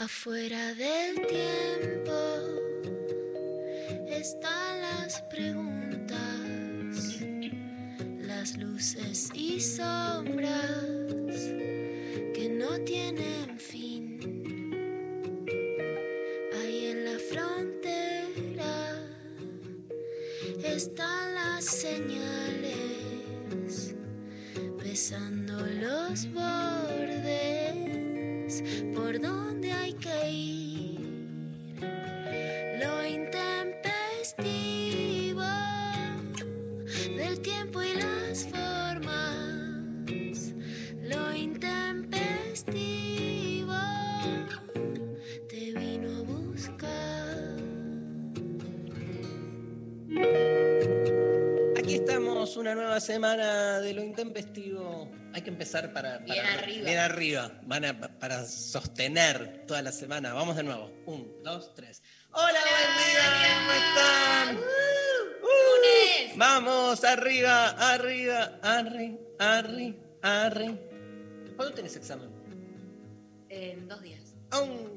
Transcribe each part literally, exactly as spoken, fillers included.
Afuera del tiempo están las preguntas, las luces y sombras que no tienen fin. Ahí en la frontera están las señales, besando los bordes por donde hay que ir. Lo intempestivo del tiempo y las formas. Lo intempestivo te vino a buscar. Aquí estamos, una nueva semana de lo intempestivo. Hay que empezar para, para bien arriba. Bien arriba, van a, para sostener toda la semana. Vamos de nuevo. Un, dos, tres. ¡Hola, Hola, buen día! ¿Cómo están? Uh, Uh, lunes. Vamos, arriba, arriba, arri, arri, arri. ¿Cuándo tenés examen? En dos días. ¡Aum!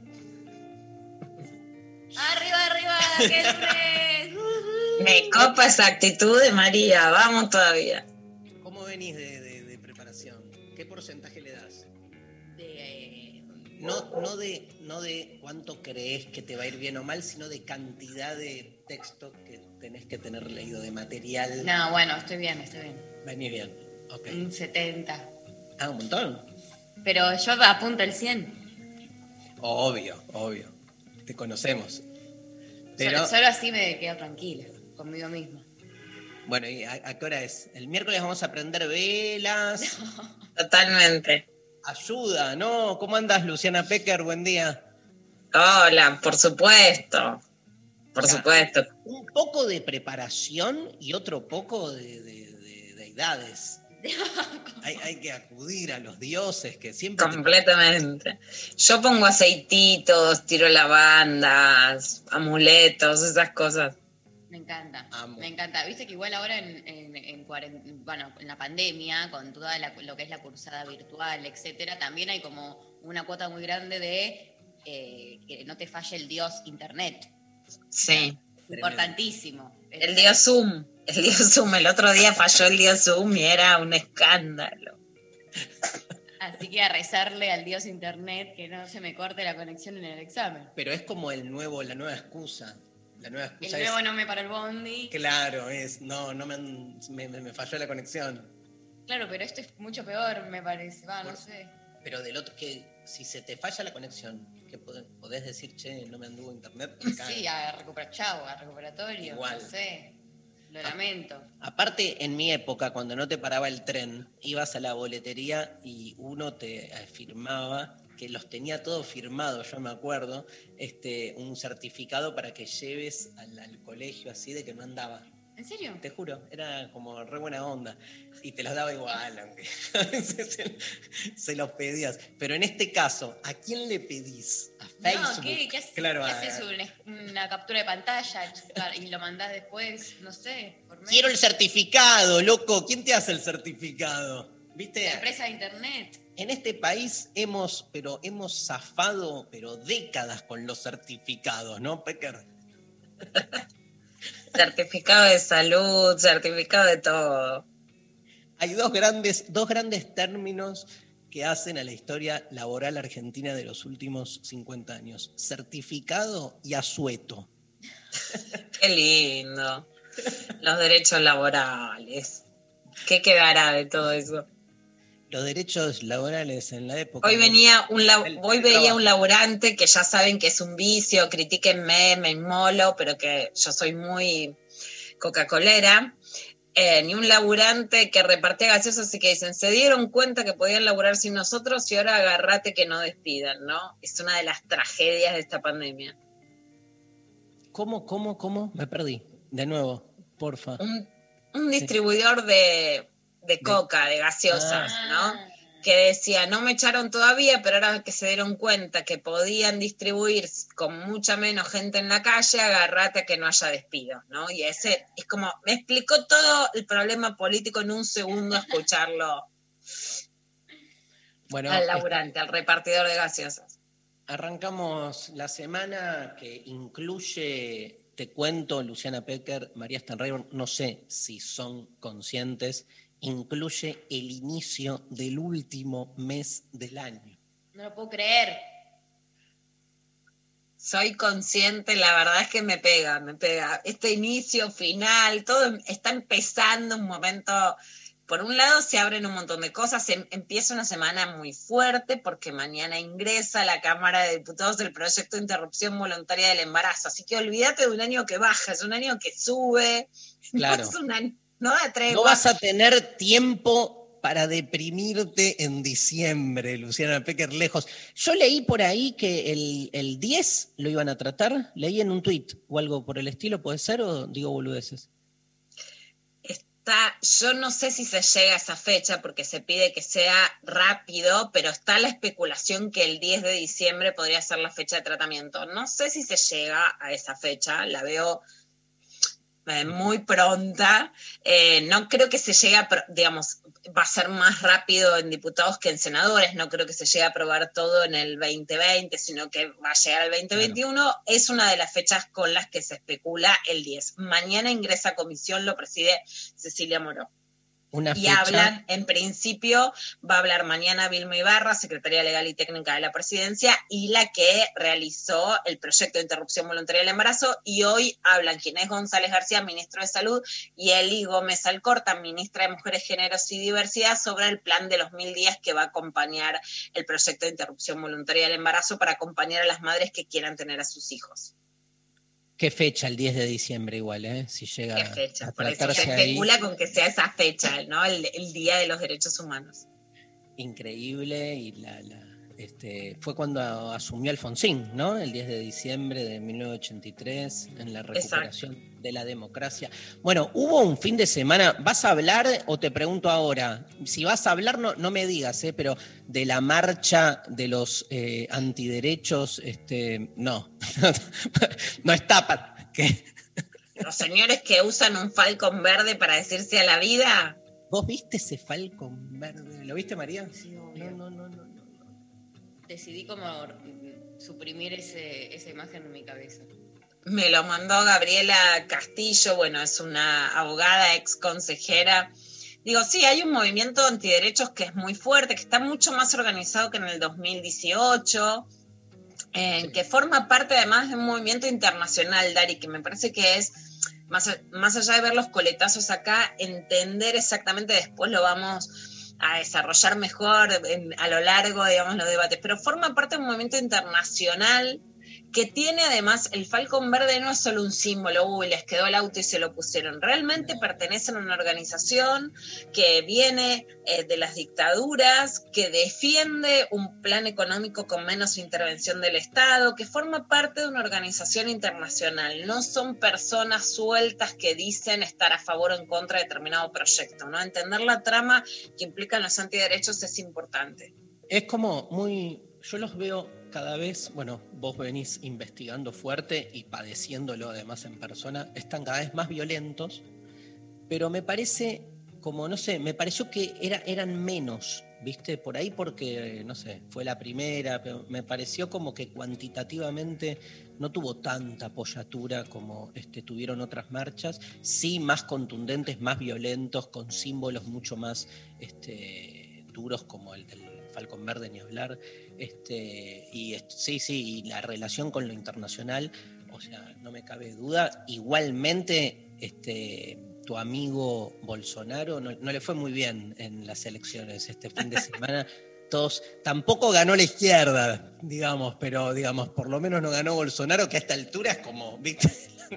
¡Arriba, arriba! ¡Qué lunes! Uh-huh. Me copa esa actitud de María, vamos todavía. ¿Cómo venís de, de, de preparación? ¿Qué porcentaje le das? De, eh, No, no, de, no de cuánto crees que te va a ir bien o mal, sino de cantidad de texto que tenés que tener leído, de material. No, bueno, estoy bien, estoy bien. Venís bien, ok. Un setenta. Ah, un montón. Pero yo apunto el cien. Obvio, obvio. Te conocemos. Pero, Solo, solo así me quedo tranquila, conmigo misma. bueno, ¿y a, a qué hora es? El miércoles vamos a prender velas. Totalmente. Ayuda, ¿no? ¿Cómo andas, Luciana Pecker? Buen día. Hola, por supuesto. Por Ya. supuesto. Un poco de preparación y otro poco de, de, de deidades. Hay, hay que acudir a los dioses que siempre... te- Completamente. Yo pongo aceititos, tiro lavandas, amuletos, esas cosas. Me encanta, Amo. me encanta. Viste que igual ahora en, en, en, cuaren- bueno, en la pandemia, con toda la- lo que es la cursada virtual, etcétera, también hay como una cuota muy grande de eh, que no te falle el dios internet. Sí. Importantísimo. El dios Zoom. El dios Zoom. El otro día falló el dios Zoom y era un escándalo. Así que a rezarle al dios internet que no se me corte la conexión en el examen. Pero es como el nuevo, la nueva excusa. La nueva El excusa nuevo es... no me para el bondi. Claro, es... No, no me, han- me, me- me falló la conexión. Claro, pero esto es mucho peor, me parece. Va, no sé. Pero del otro, que si se te falla la conexión, ¿qué podés, podés decir, che, no me anduvo internet? Acá. Sí, a recuperar, chau, a recuperatorio. Igual. No sé. Lo Ah. lamento. Aparte, en mi época, cuando no te paraba el tren, ibas a la boletería y uno te eh, firmaba, que los tenía todos firmados, yo me acuerdo, este, un certificado para que lleves al, al colegio así de que no andaba. ¿En serio? Te juro, era como re buena onda. Y te los daba igual, aunque a veces se, se los pedías. Pero en este caso, ¿a quién le pedís? ¿A Facebook? No, ¿qué, ¿Qué haces? Claro, ¿Qué a- haces? Una, una captura de pantalla y lo mandás después, no sé, por mail? Quiero el certificado, loco. ¿Quién te hace el certificado? ¿Viste? La empresa de internet. En este país hemos, pero hemos zafado, pero décadas con los certificados, ¿no, Pecker? Certificado de salud, certificado de todo. Hay dos grandes, dos grandes términos que hacen a la historia laboral argentina de los últimos cincuenta años. Certificado y asueto. Qué lindo. Los derechos laborales. ¿Qué quedará de todo eso? Los derechos laborales en la época... Hoy de- venía un la- del hoy veía trabajo. un laburante que ya saben que es un vicio, critíquenme, me inmolo, pero que yo soy muy coca-colera. Eh, ni un laburante que repartía gaseosas y que dicen, se dieron cuenta que podían laburar sin nosotros y ahora agarrate que no despidan, ¿no? Es una de las tragedias de esta pandemia. ¿Cómo, cómo, cómo? Me perdí. De nuevo, porfa. Un, un distribuidor de, de coca, de gaseosas, Ah. ¿no? Que decía, no me echaron todavía, pero ahora que se dieron cuenta que podían distribuir con mucha menos gente en la calle, agarrate a que no haya despidos, ¿no? Y ese es como, me explicó todo el problema político en un segundo escucharlo Bueno, al laburante, al repartidor de gaseosas. Arrancamos la semana que incluye, te cuento, Luciana Pecker, María Stanraiver, no sé si son conscientes, incluye el inicio del último mes del año. No lo puedo creer. Soy consciente, la verdad es que me pega, me pega. Este inicio, final, todo está empezando un momento. Por un lado se abren un montón de cosas, em, empieza una semana muy fuerte porque mañana ingresa a la Cámara de Diputados el proyecto de interrupción voluntaria del embarazo, así que olvídate de un año que baja, es un año que sube, claro. no es un año, no da tregua. No vas a tener tiempo para deprimirte en diciembre, Luciana Pecker, lejos. Yo leí por ahí que el, el diez lo iban a tratar, leí en un tuit o algo por el estilo, ¿puede ser o digo boludeces? Está, yo no sé si se llega a esa fecha porque se pide que sea rápido, pero está la especulación que el diez de diciembre podría ser la fecha de tratamiento. No sé si se llega a esa fecha, la veo eh, muy pronta. Eh, no creo que se llegue a, digamos, va a ser más rápido en diputados que en senadores, no creo que se llegue a aprobar todo en el veinte veinte, sino que va a llegar al veinte veintiuno, claro. Es una de las fechas con las que se especula el diez. Mañana ingresa a comisión, lo preside Cecilia Moró. Una y fecha... hablan, en principio, va a hablar mañana Vilma Ibarra, Secretaria Legal y Técnica de la Presidencia, y la que realizó el proyecto de interrupción voluntaria del embarazo, y hoy hablan Ginés González García, Ministro de Salud, y Eli Gómez Alcorta, Ministra de Mujeres, Géneros y Diversidad, sobre el plan de los mil días que va a acompañar el proyecto de interrupción voluntaria del embarazo para acompañar a las madres que quieran tener a sus hijos. ¿Qué fecha? El diez de diciembre igual, ¿eh? Si llega ¿Qué fecha? a Por eso tratarse se ahí. especula con que sea esa fecha, ¿no? El, el Día de los Derechos Humanos. Increíble, y la, la, este, fue cuando asumió Alfonsín, ¿no? El diez de diciembre de mil novecientos ochenta y tres, en la recuperación Exacto. de la democracia. Bueno, hubo un fin de semana, ¿vas a hablar o te pregunto ahora? Si vas a hablar, no, no me digas, ¿eh? Pero de la marcha de los eh, antiderechos, este, no, no está para... ¿Qué? Los señores que usan un falcón verde para decirse a la vida. ¿Vos viste ese falcón verde? ¿Lo viste, María? Sí, obvio. No, no, no, no, no. Decidí como suprimir ese, esa imagen en mi cabeza. Me lo mandó Gabriela Castillo, bueno, es una abogada, ex consejera. Digo, sí, hay un movimiento antiderechos que es muy fuerte, que está mucho más organizado que en el dos mil dieciocho, eh, sí. que forma parte además de un movimiento internacional, Dari, que me parece que es... Más, más allá de ver los coletazos acá, entender exactamente, después lo vamos a desarrollar mejor en, a lo largo, digamos, los debates, pero forma parte de un movimiento internacional que tiene además, el falcón verde no es solo un símbolo, uy, les quedó el auto y se lo pusieron, realmente pertenecen a una organización que viene eh, de las dictaduras, que defiende un plan económico con menos intervención del Estado, que forma parte de una organización internacional, no son personas sueltas que dicen estar a favor o en contra de determinado proyecto, ¿no? Entender la trama que implican los antiderechos es importante. Es como muy, yo los veo cada vez, bueno, vos venís investigando fuerte y padeciéndolo además en persona, están cada vez más violentos, pero me parece, como no sé, me pareció que era, eran menos, ¿viste? Por ahí porque, no sé, fue la primera, pero me pareció como que cuantitativamente no tuvo tanta apoyatura como este, tuvieron otras marchas, sí más contundentes, más violentos, con símbolos mucho más este, duros como el del Falcón Verde, ni hablar, este, y sí, sí, y la relación con lo internacional, o sea, no me cabe duda. Igualmente, este, tu amigo Bolsonaro no, no le fue muy bien en las elecciones este fin de semana. Todos, tampoco ganó la izquierda, digamos, pero digamos, por lo menos no ganó Bolsonaro, que a esta altura es como, ¿viste?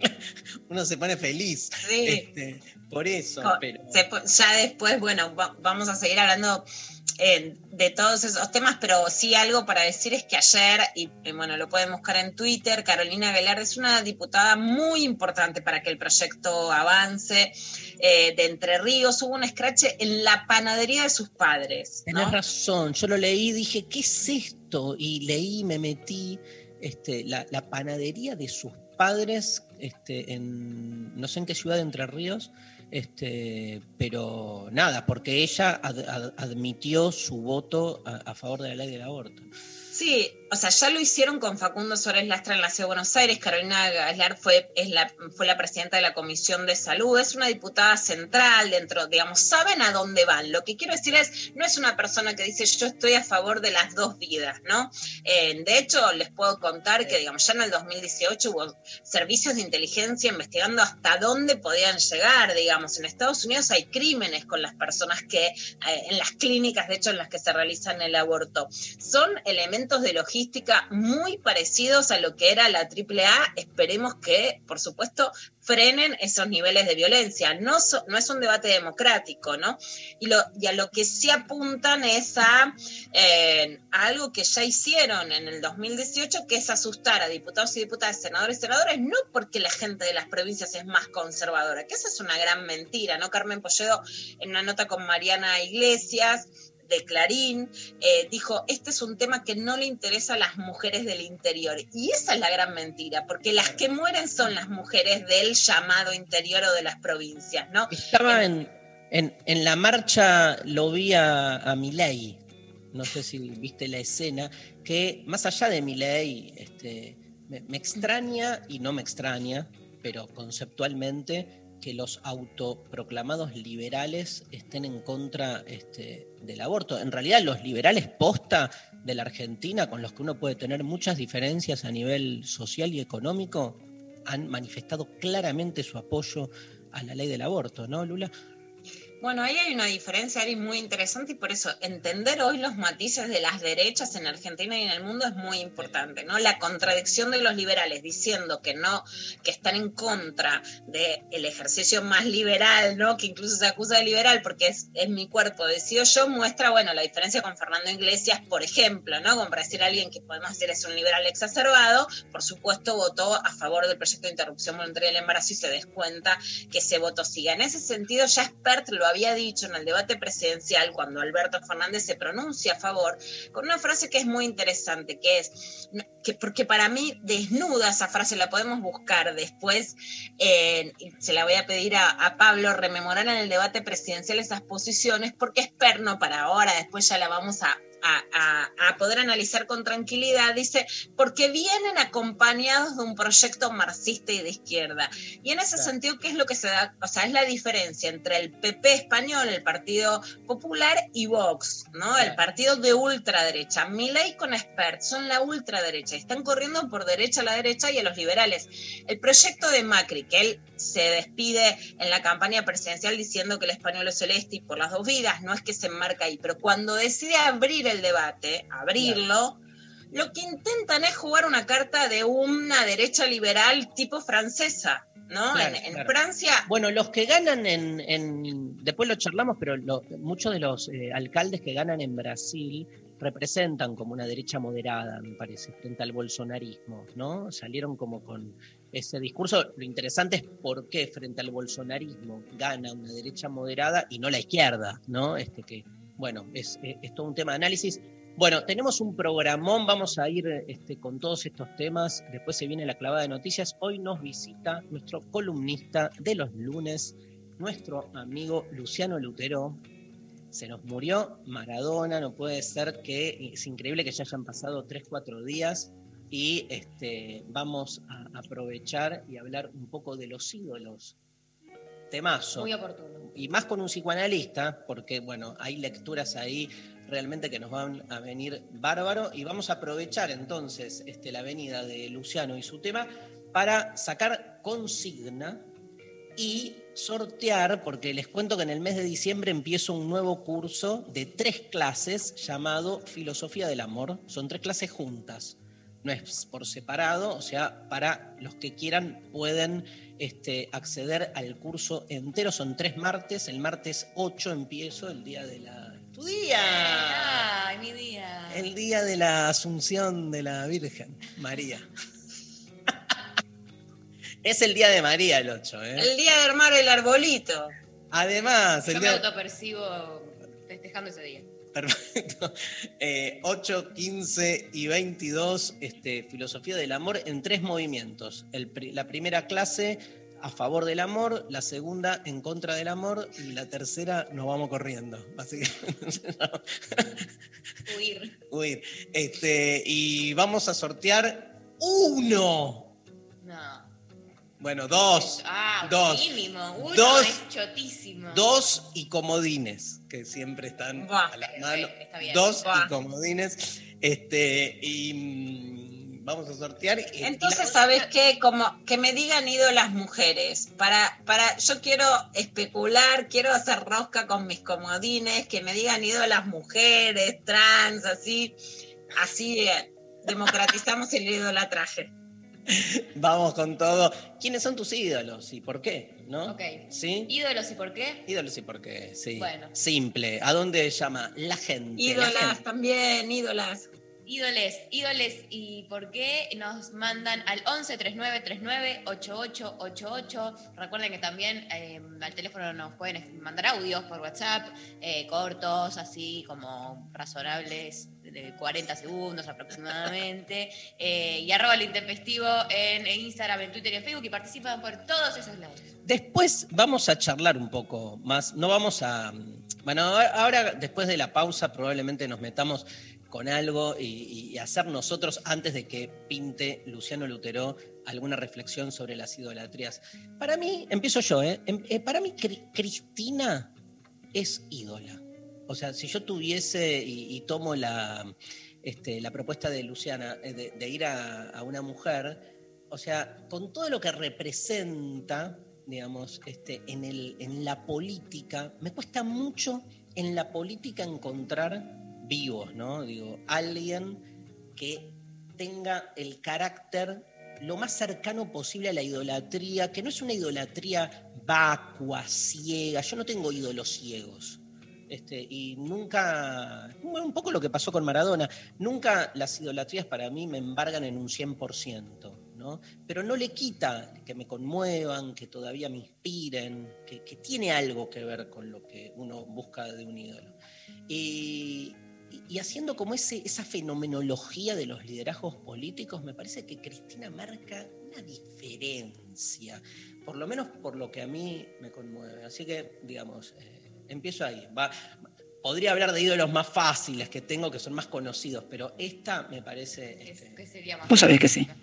Uno se pone feliz. Sí. Este, por eso. Pero... Ya después, bueno, va, vamos a seguir hablando eh, de todos esos temas, pero sí algo para decir es que ayer, y, y bueno, lo pueden buscar en Twitter, Carolina Velarde es una diputada muy importante para que el proyecto avance, eh, de Entre Ríos. Hubo un escrache en la panadería de sus padres, ¿no? Tenés razón, yo lo leí, dije, ¿qué es esto? Y leí, me metí, este, la, la panadería de sus padres, este, en no sé en qué ciudad de Entre Ríos, este, pero nada, porque ella ad, ad, admitió su voto a, a favor de la ley del aborto. Sí, o sea, ya lo hicieron con Facundo Suárez Lastra en la Ciudad de Buenos Aires. Carolina Gaslar fue, es la, fue la presidenta de la Comisión de Salud, es una diputada central dentro, digamos, saben a dónde van. Lo que quiero decir es, no es una persona que dice yo estoy a favor de las dos vidas, ¿no? Eh, de hecho, les puedo contar que, digamos, ya en el dos mil dieciocho hubo servicios de inteligencia investigando hasta dónde podían llegar, digamos. En Estados Unidos hay crímenes con las personas que, eh, en las clínicas, de hecho, en las que se realizan el aborto. Son elementos de logística muy parecidos a lo que era la triple A. Esperemos que, por supuesto, frenen esos niveles de violencia. No, so, no es un debate democrático, ¿no? Y, lo, y a lo que sí apuntan es a, eh, a algo que ya hicieron en el dos mil dieciocho, que es asustar a diputados y diputadas, senadores y senadores, no porque la gente de las provincias es más conservadora, que esa es una gran mentira, ¿no? Carmen Polledo, en una nota con Mariana Iglesias, de Clarín, eh, dijo, este es un tema que no le interesa a las mujeres del interior. Y esa es la gran mentira, porque las que mueren son las mujeres del llamado interior o de las provincias, ¿no? Estaba en, en, en la marcha, lo vi a, a Milei, no sé si viste la escena, que más allá de Milei, este, me, me extraña, y no me extraña, pero conceptualmente, que los autoproclamados liberales estén en contra este, del aborto. En realidad, los liberales posta de la Argentina, con los que uno puede tener muchas diferencias a nivel social y económico, han manifestado claramente su apoyo a la ley del aborto, ¿no, Lula? Bueno, ahí hay una diferencia, Ari, muy interesante, y por eso entender hoy los matices de las derechas en Argentina y en el mundo es muy importante, ¿no? La contradicción de los liberales diciendo que no, que están en contra del ejercicio más liberal, ¿no? Que incluso se acusa de liberal porque es, es mi cuerpo, decido yo, muestra, bueno, la diferencia con Fernando Iglesias, por ejemplo, ¿no? Como para decir a alguien que podemos decir es un liberal exacerbado, por supuesto votó a favor del proyecto de interrupción voluntaria del embarazo y se descuenta que ese voto siga. En ese sentido, ya Spert lo había dicho en el debate presidencial cuando Alberto Fernández se pronuncia a favor, con una frase que es muy interesante, que es, que porque para mí desnuda esa frase, la podemos buscar después, eh, se la voy a pedir a, a Pablo, rememorar en el debate presidencial esas posiciones, porque es perno para ahora, después ya la vamos a A, a, a poder analizar con tranquilidad, dice, porque vienen acompañados de un proyecto marxista y de izquierda. Y en ese claro. sentido, ¿qué es lo que se da? O sea, es la diferencia entre el P P español, el Partido Popular, y Vox, ¿no? Claro. El partido de ultraderecha. Milei con Spert son la ultraderecha. Están corriendo por derecha a la derecha y a los liberales. El proyecto de Macri, que él se despide en la campaña presidencial diciendo que el español es celeste y por las dos vidas, no es que se enmarca ahí, pero cuando decide abrir el debate, abrirlo, claro. lo que intentan es jugar una carta de una derecha liberal tipo francesa, ¿no? Claro, en, en claro. Francia... Bueno, los que ganan en... en después lo charlamos, pero lo, muchos de los eh, alcaldes que ganan en Brasil representan como una derecha moderada, me parece, frente al bolsonarismo, ¿no? Salieron como con ese discurso. Lo interesante es por qué frente al bolsonarismo gana una derecha moderada y no la izquierda, ¿no? Este que, bueno, es, es, es todo un tema de análisis. Bueno, tenemos un programón, vamos a ir este, con todos estos temas, después se viene la clavada de noticias. Hoy nos visita nuestro columnista de los lunes, nuestro amigo Luciano Lutero. Se nos murió Maradona, no puede ser que, es increíble que ya hayan pasado tres, cuatro días y este, vamos a aprovechar y hablar un poco de los ídolos. Temazo. Muy oportuno. Y más con un psicoanalista, porque bueno, hay lecturas ahí realmente que nos van a venir bárbaro y vamos a aprovechar entonces este, la venida de Luciano y su tema para sacar consigna y sortear, porque les cuento que en el mes de diciembre empiezo un nuevo curso de tres clases llamado Filosofía del Amor. Son tres clases juntas, no es por separado, o sea, para los que quieran pueden este, acceder al curso entero. Son tres martes, el martes ocho empiezo, el día de la... ¡Tu día! ¡Ay, mi día! El día de la Asunción de la Virgen, María. Es el día de María el ocho, ¿eh? El día de armar el arbolito. Además, Yo el me día... autopercibo festejando ese día. Perfecto. Eh, ocho, quince y veintidós, este, Filosofía del Amor en tres movimientos. El, la primera clase a favor del amor, la segunda en contra del amor y la tercera nos vamos corriendo. Básicamente. Huir. Huir. Este, y vamos a sortear uno. No. Bueno, dos. Ah, dos. mínimo. Uno Dos. es chotísimo. Dos y comodines, que siempre están Buah. a la Ok, mano. está bien. Dos Buah. y comodines. Este, y mm, vamos a sortear. y- y Entonces, la- ¿sabes qué? Como que me digan ídolas mujeres. Para, para, yo quiero especular, quiero hacer rosca con mis comodines, que me digan ídolas mujeres, trans, así, así eh, democratizamos el idolatraje. Vamos con todo. ¿Quiénes son tus ídolos y por qué? ¿No? Ok. ¿Sí? ¿Ídolos y por qué? Ídolos y por qué, sí. Bueno. Simple. ¿A dónde llama? La gente. la Ídolas gente. también, ídolas. Ídoles, ídoles y por qué nos mandan al once treinta y nueve treinta y nueve ochenta y ocho ochenta y ocho. Recuerden que también eh, al teléfono nos pueden mandar audios por WhatsApp, eh, cortos, así como razonables, de cuarenta segundos aproximadamente. Eh, y arroba lo intempestivo en Instagram, en Twitter y en Facebook y participan por todos esos lados. Después vamos a charlar un poco más. No vamos a. Bueno, ahora después de la pausa probablemente nos metamos con algo y, y hacer nosotros, antes de que pinte Luciano Lutero, alguna reflexión sobre las idolatrías. Para mí, empiezo yo, ¿eh? Eh, para mí Cri- Cristina es ídola. O sea, si yo tuviese y, y tomo la, este, la propuesta de Luciana eh, de, de ir a, a una mujer, o sea, con todo lo que representa, digamos, este, en, el, en la política, me cuesta mucho en la política encontrar vivos, ¿no? Digo, alguien que tenga el carácter lo más cercano posible a la idolatría, que no es una idolatría vacua, ciega. Yo no tengo ídolos ciegos. Este, y nunca, bueno, un poco lo que pasó con Maradona, nunca las idolatrías para mí me embargan en un cien por ciento, ¿no? Pero no le quita que me conmuevan, que todavía me inspiren, que, que tiene algo que ver con lo que uno busca de un ídolo. Y, y haciendo como ese, esa fenomenología de los liderazgos políticos, me parece que Cristina marca una diferencia, por lo menos por lo que a mí me conmueve. Así que, digamos, eh, empiezo ahí. Va, podría hablar de ídolos más fáciles que tengo, que son más conocidos, pero esta me parece... Este, ¿Qué sería más? Vos sabés que sí.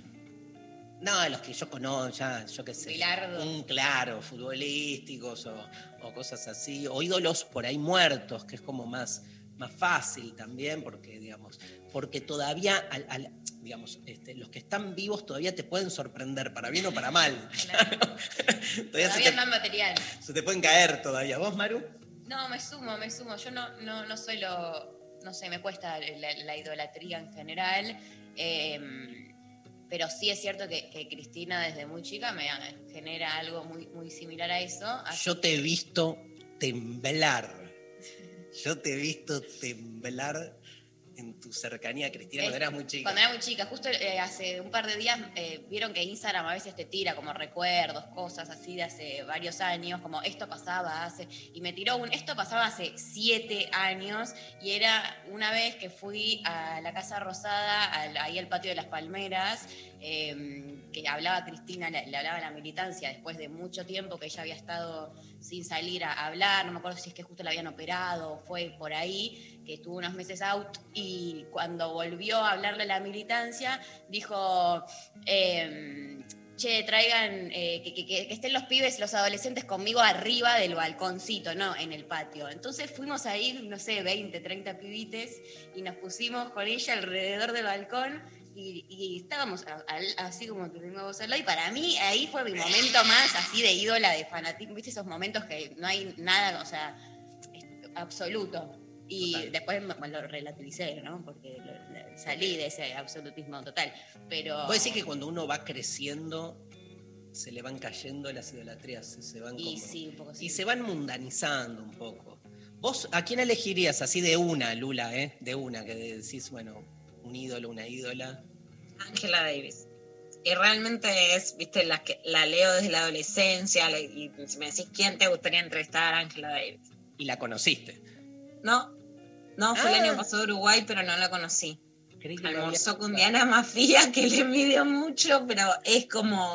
no, los que yo conozco, ya, yo qué sé. Bilardo. Un claro, futbolísticos o, o cosas así. O ídolos por ahí muertos, que es como más, más fácil también, porque, digamos, porque todavía, al, al, digamos, este, los que están vivos todavía te pueden sorprender, para bien o para mal. Claro. todavía Todavía se es te, más material. se te pueden caer todavía. ¿Vos, Maru? No, me sumo, me sumo. Yo no, no, no soy lo. No sé, me cuesta la, la idolatría en general. Eh, pero sí es cierto que, que Cristina desde muy chica me genera algo muy, muy similar a eso. Así Yo te he que- visto temblar. Yo te he visto temblar en tu cercanía a Cristina cuando Es- eras muy chica. Cuando era muy chica, justo eh, hace un par de días eh, vieron que Instagram a veces te tira como recuerdos, cosas así de hace varios años, como esto pasaba hace, y me tiró un, esto pasaba hace siete años, y era una vez que fui a la Casa Rosada, al- ahí al patio de las Palmeras, eh, que hablaba Cristina, le, le hablaba a la militancia después de mucho tiempo que ella había estado sin salir a hablar, no me acuerdo si es que justo la habían operado o fue por ahí, que estuvo unos meses out, y cuando volvió a hablarle a la militancia, dijo, eh, che, traigan, eh, que, que- que estén los pibes, los adolescentes conmigo arriba del balconcito, no en el patio. Entonces fuimos ahí, no sé, veinte, treinta pibites, y nos pusimos con ella alrededor del balcón, y, y estábamos a- a- así como que teníamos al lado, y para mí ahí fue mi momento más así de ídola, de fanatismo, viste esos momentos que no hay nada, o sea, es absoluto. Y Total. después me, me lo relativicé, ¿no? Porque lo- lo- salí de ese absolutismo total. Pero. Vos decís que cuando uno va creciendo se le van cayendo las idolatrías, se, se van Y como- sí, un poco sí. y se van mundanizando un poco. ¿Vos a quién elegirías así de una, Lula, eh? De una, que decís, bueno, un ídolo, una ídola? Angela Davis. Y realmente es, viste, la que la leo desde la adolescencia, la- y si me decís quién te gustaría entrevistar, Angela Davis. Y la conociste. No, no, fue el Ah. año pasado a Uruguay, pero no la conocí. Creí que lo Almorzó había- con Diana Mafia, que le envidio mucho, pero es como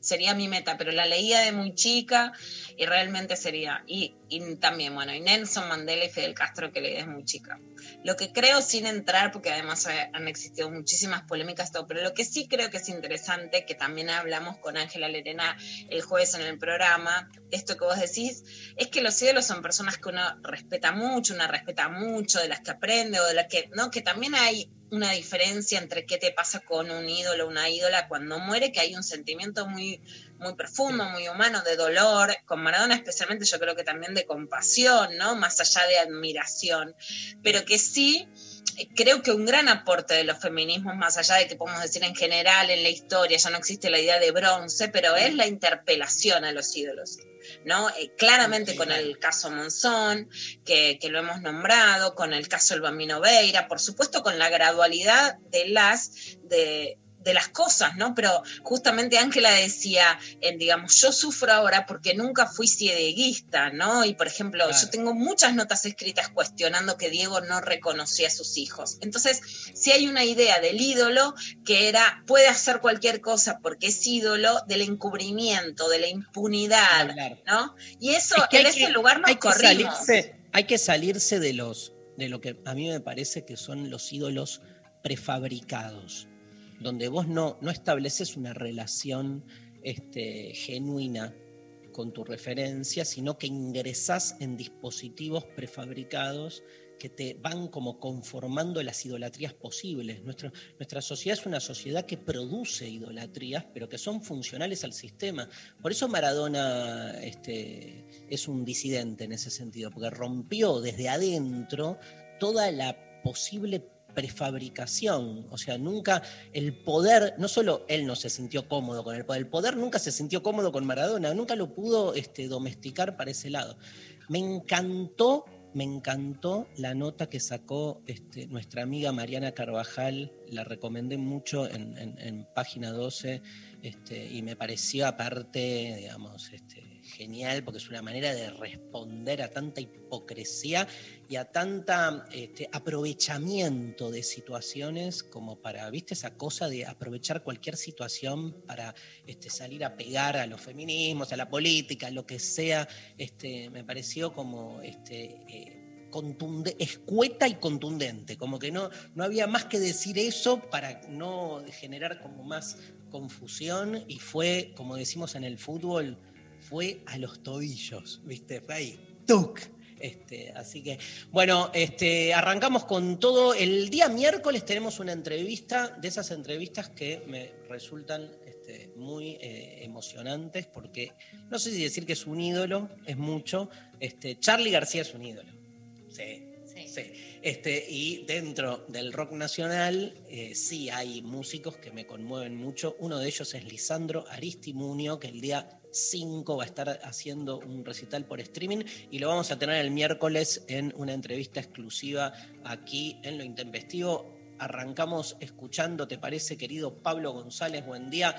sería mi meta, pero la leía de muy chica y realmente sería, y, y también, bueno, y Nelson Mandela y Fidel Castro, que leí desde muy chica. Lo que creo, sin entrar, porque además han existido muchísimas polémicas, todo, pero lo que sí creo que es interesante, que también hablamos con Ángela Lerena el jueves en el programa, esto que vos decís, es que los ídolos son personas que uno respeta mucho, una respeta mucho, de las que aprende, o de las que, ¿no? Que también hay una diferencia entre qué te pasa con un ídolo o una ídola cuando muere, que hay un sentimiento muy, muy profundo, muy humano, de dolor, con Maradona especialmente yo creo que también de compasión, ¿no? Más allá de admiración, pero que sí, creo que un gran aporte de los feminismos, más allá de que podemos decir en general en la historia, ya no existe la idea de bronce, pero es la interpelación a los ídolos, ¿no? Eh, claramente sí, con claro. El caso Monzón, que, que lo hemos nombrado, con el caso El Bambino Veira, por supuesto con la gradualidad de las... de de las cosas, ¿no? Pero justamente Ángela decía, en, digamos, yo sufro ahora porque nunca fui cieguista, ¿no? Y, por ejemplo, claro. Yo tengo muchas notas escritas cuestionando que Diego no reconocía a sus hijos. Entonces, si hay una idea del ídolo que era, puede hacer cualquier cosa porque es ídolo, del encubrimiento, de la impunidad, claro. ¿No? Y eso, es que en ese que, lugar nos hay que corrimos. Salirse, hay que salirse de los, de lo que a mí me parece que son los ídolos prefabricados, donde vos no, no estableces una relación este, genuina con tu referencia, sino que ingresás en dispositivos prefabricados que te van como conformando las idolatrías posibles. Nuestra, nuestra sociedad es una sociedad que produce idolatrías, pero que son funcionales al sistema. Por eso Maradona este, es un disidente en ese sentido, porque rompió desde adentro toda la posible prefabricación, o sea, nunca el poder, no solo él no se sintió cómodo con el poder, el poder nunca se sintió cómodo con Maradona, nunca lo pudo este, domesticar para ese lado. Me encantó, me encantó la nota que sacó este, nuestra amiga Mariana Carvajal, la recomendé mucho en, en, en Página doce, este, y me pareció aparte, digamos, este, genial, porque es una manera de responder a tanta hipocresía y a tanta este, aprovechamiento de situaciones, como para, ¿viste? Esa cosa de aprovechar cualquier situación para este, salir a pegar a los feminismos, a la política, a lo que sea. Este, me pareció como este, eh, contunde, escueta y contundente, como que no, no había más que decir eso para no generar como más confusión, y fue, como decimos en el fútbol, fue a los tobillos, ¿viste? Fue ahí, ¡tuc! Este, así que, bueno, este, arrancamos con todo. El día miércoles tenemos una entrevista, de esas entrevistas que me resultan este, muy eh, emocionantes, porque no sé si decir que es un ídolo, es mucho. Este, Charly García es un ídolo. Sí. Sí. Sí. Este, y dentro del rock nacional eh, sí hay músicos que me conmueven mucho. Uno de ellos es Lisandro Aristimuño, que el día cinco va a estar haciendo un recital por streaming y lo vamos a tener el miércoles en una entrevista exclusiva aquí en Lo Intempestivo. Arrancamos escuchando, ¿te parece, querido Pablo González? Buen día.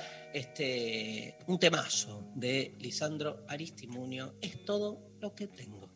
Este, un temazo de Lisandro Aristimuño, Es todo lo que tengo.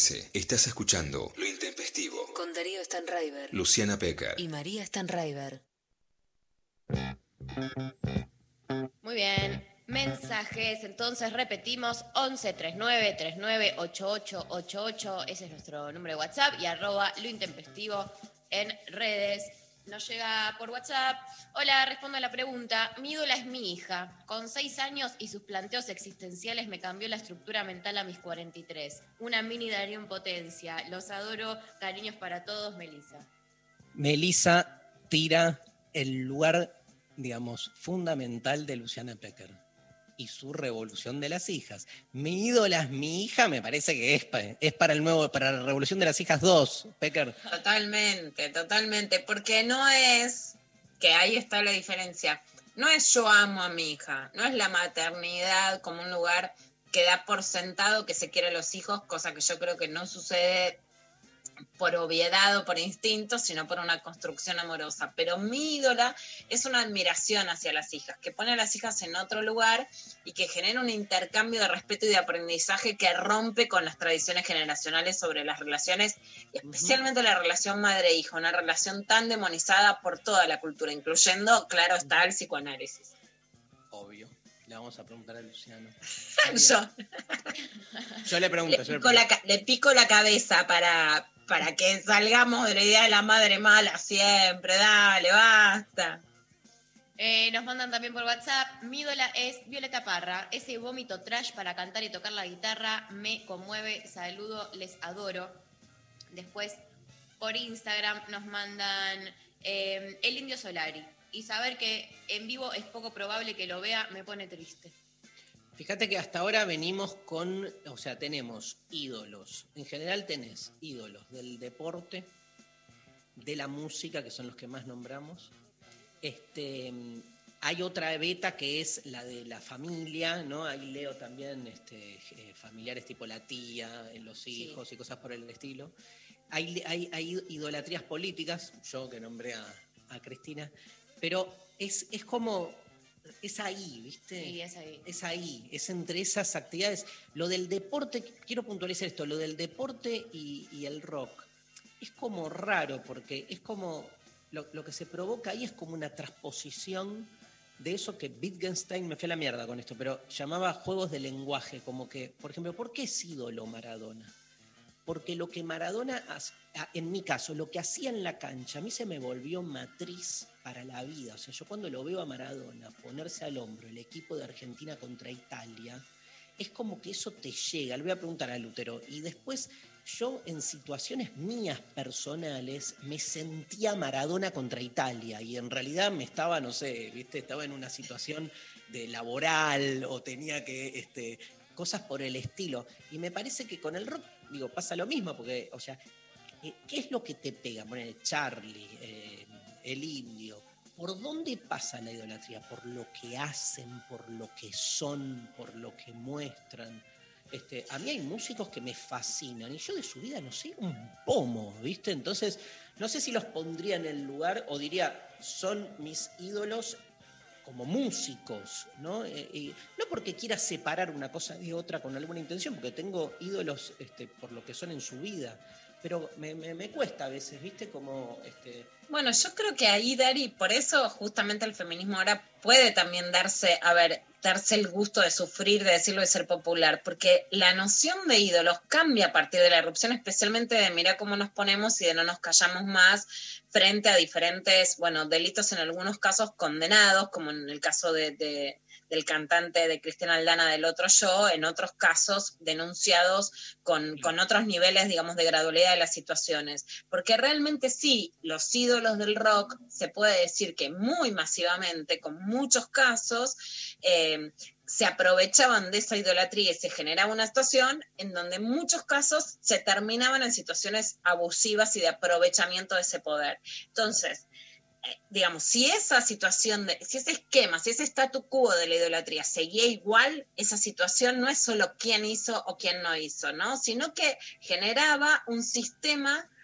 trece. Estás escuchando Lo Intempestivo. Con Darío Stanraiver, Luciana Pecker y María Stanraiver. Muy bien. Mensajes, entonces repetimos, once treinta y nueve treinta y nueve ochenta y ocho ochenta y ocho, ese es nuestro número de WhatsApp, y arroba Lo Intempestivo en redes. Nos llega por WhatsApp. Hola, respondo a la pregunta. Mi ídola es mi hija. Con seis años y sus planteos existenciales me cambió la estructura mental a mis cuarenta y tres. Una mini Darío en potencia. Los adoro. Cariños para todos, Melissa. Melissa tira el lugar, digamos, fundamental de Luciana Pecker y su revolución de las hijas. Mi ídola es mi hija, me parece que es, pa- es para el nuevo, para la revolución de las hijas dos, Pecker. Totalmente, totalmente, porque no es, que ahí está la diferencia, no es yo amo a mi hija, no es la maternidad como un lugar que da por sentado que se quiere a los hijos, cosa que yo creo que no sucede por obviedad o por instinto, sino por una construcción amorosa. Pero mi ídola es una admiración hacia las hijas, que pone a las hijas en otro lugar y que genera un intercambio de respeto y de aprendizaje que rompe con las tradiciones generacionales sobre las relaciones, y especialmente la relación madre-hija, una relación tan demonizada por toda la cultura, incluyendo, claro está, el psicoanálisis. Obvio. Le vamos a preguntar a Luciano. Yo Yo le pregunto. le yo le pico, la, pregunto. ca- le pico la cabeza para, para que salgamos de la idea de la madre mala siempre. Dale, basta. Eh, nos mandan también por WhatsApp. Mi ídola es Violeta Parra. Ese vómito trash para cantar y tocar la guitarra me conmueve. Saludo, les adoro. Después, por Instagram nos mandan eh, El Indio Solari. Y saber que en vivo es poco probable que lo vea me pone triste. Fíjate que hasta ahora venimos con, o sea, tenemos ídolos. En general tenés ídolos del deporte, de la música, que son los que más nombramos. Este, hay otra beta que es la de la familia, ¿no? Ahí leo también este, eh, familiares tipo la tía, eh, los hijos sí. y cosas por el estilo. Hay, hay, hay idolatrías políticas, yo que nombré a, a Cristina, pero es, es como, es ahí, ¿viste? Sí, es ahí. Es ahí, es entre esas actividades. Lo del deporte, quiero puntualizar esto, lo del deporte y, y el rock, es como raro, porque es como, lo, lo que se provoca ahí es como una transposición de eso que Wittgenstein, me fue a la mierda con esto, pero llamaba juegos de lenguaje, como que, por ejemplo, ¿por qué es ídolo Maradona? Porque lo que Maradona, en mi caso, lo que hacía en la cancha, a mí se me volvió matriz para la vida. O sea, yo cuando lo veo a Maradona ponerse al hombro el equipo de Argentina contra Italia, es como que eso te llega. Le voy a preguntar a Lutero. Y después, yo en situaciones mías personales, me sentía Maradona contra Italia. Y en realidad me estaba, no sé, ¿viste? Estaba en una situación de laboral o tenía que... Este, cosas por el estilo. Y me parece que con el rock, digo, pasa lo mismo, porque, o sea, ¿qué es lo que te pega? Poner Charlie, eh, el Indio. ¿Por dónde pasa la idolatría? Por lo que hacen, por lo que son, por lo que muestran. Este, a mí hay músicos que me fascinan y yo de su vida no sé un pomo, ¿viste? Entonces, no sé si los pondría en el lugar o diría, son mis ídolos como músicos, ¿no? Eh, y no porque quiera separar una cosa de otra con alguna intención, porque tengo ídolos este, por lo que son en su vida, pero me, me, me cuesta a veces, ¿viste? Como... Este... Bueno, yo creo que ahí, Dari, por eso justamente el feminismo ahora puede también darse, a ver, darse el gusto de sufrir, de decirlo, de ser popular, porque la noción de ídolos cambia a partir de la erupción, especialmente de mira cómo nos ponemos y de no nos callamos más frente a diferentes, bueno, delitos en algunos casos condenados, como en el caso de, de, del cantante de Cristiana Aldana del Otro Yo, en otros casos denunciados con, con otros niveles, digamos, de gradualidad de las situaciones. Porque realmente sí, los ídolos del rock, se puede decir que muy masivamente, con muchos casos, eh, se aprovechaban de esa idolatría y se generaba una situación en donde en muchos casos se terminaban en situaciones abusivas y de aprovechamiento de ese poder. Entonces, eh, digamos, si esa situación, de, si ese esquema, si ese statu quo de la idolatría seguía igual, esa situación no es solo quién hizo o quién no hizo, ¿no? Sino que generaba un sistema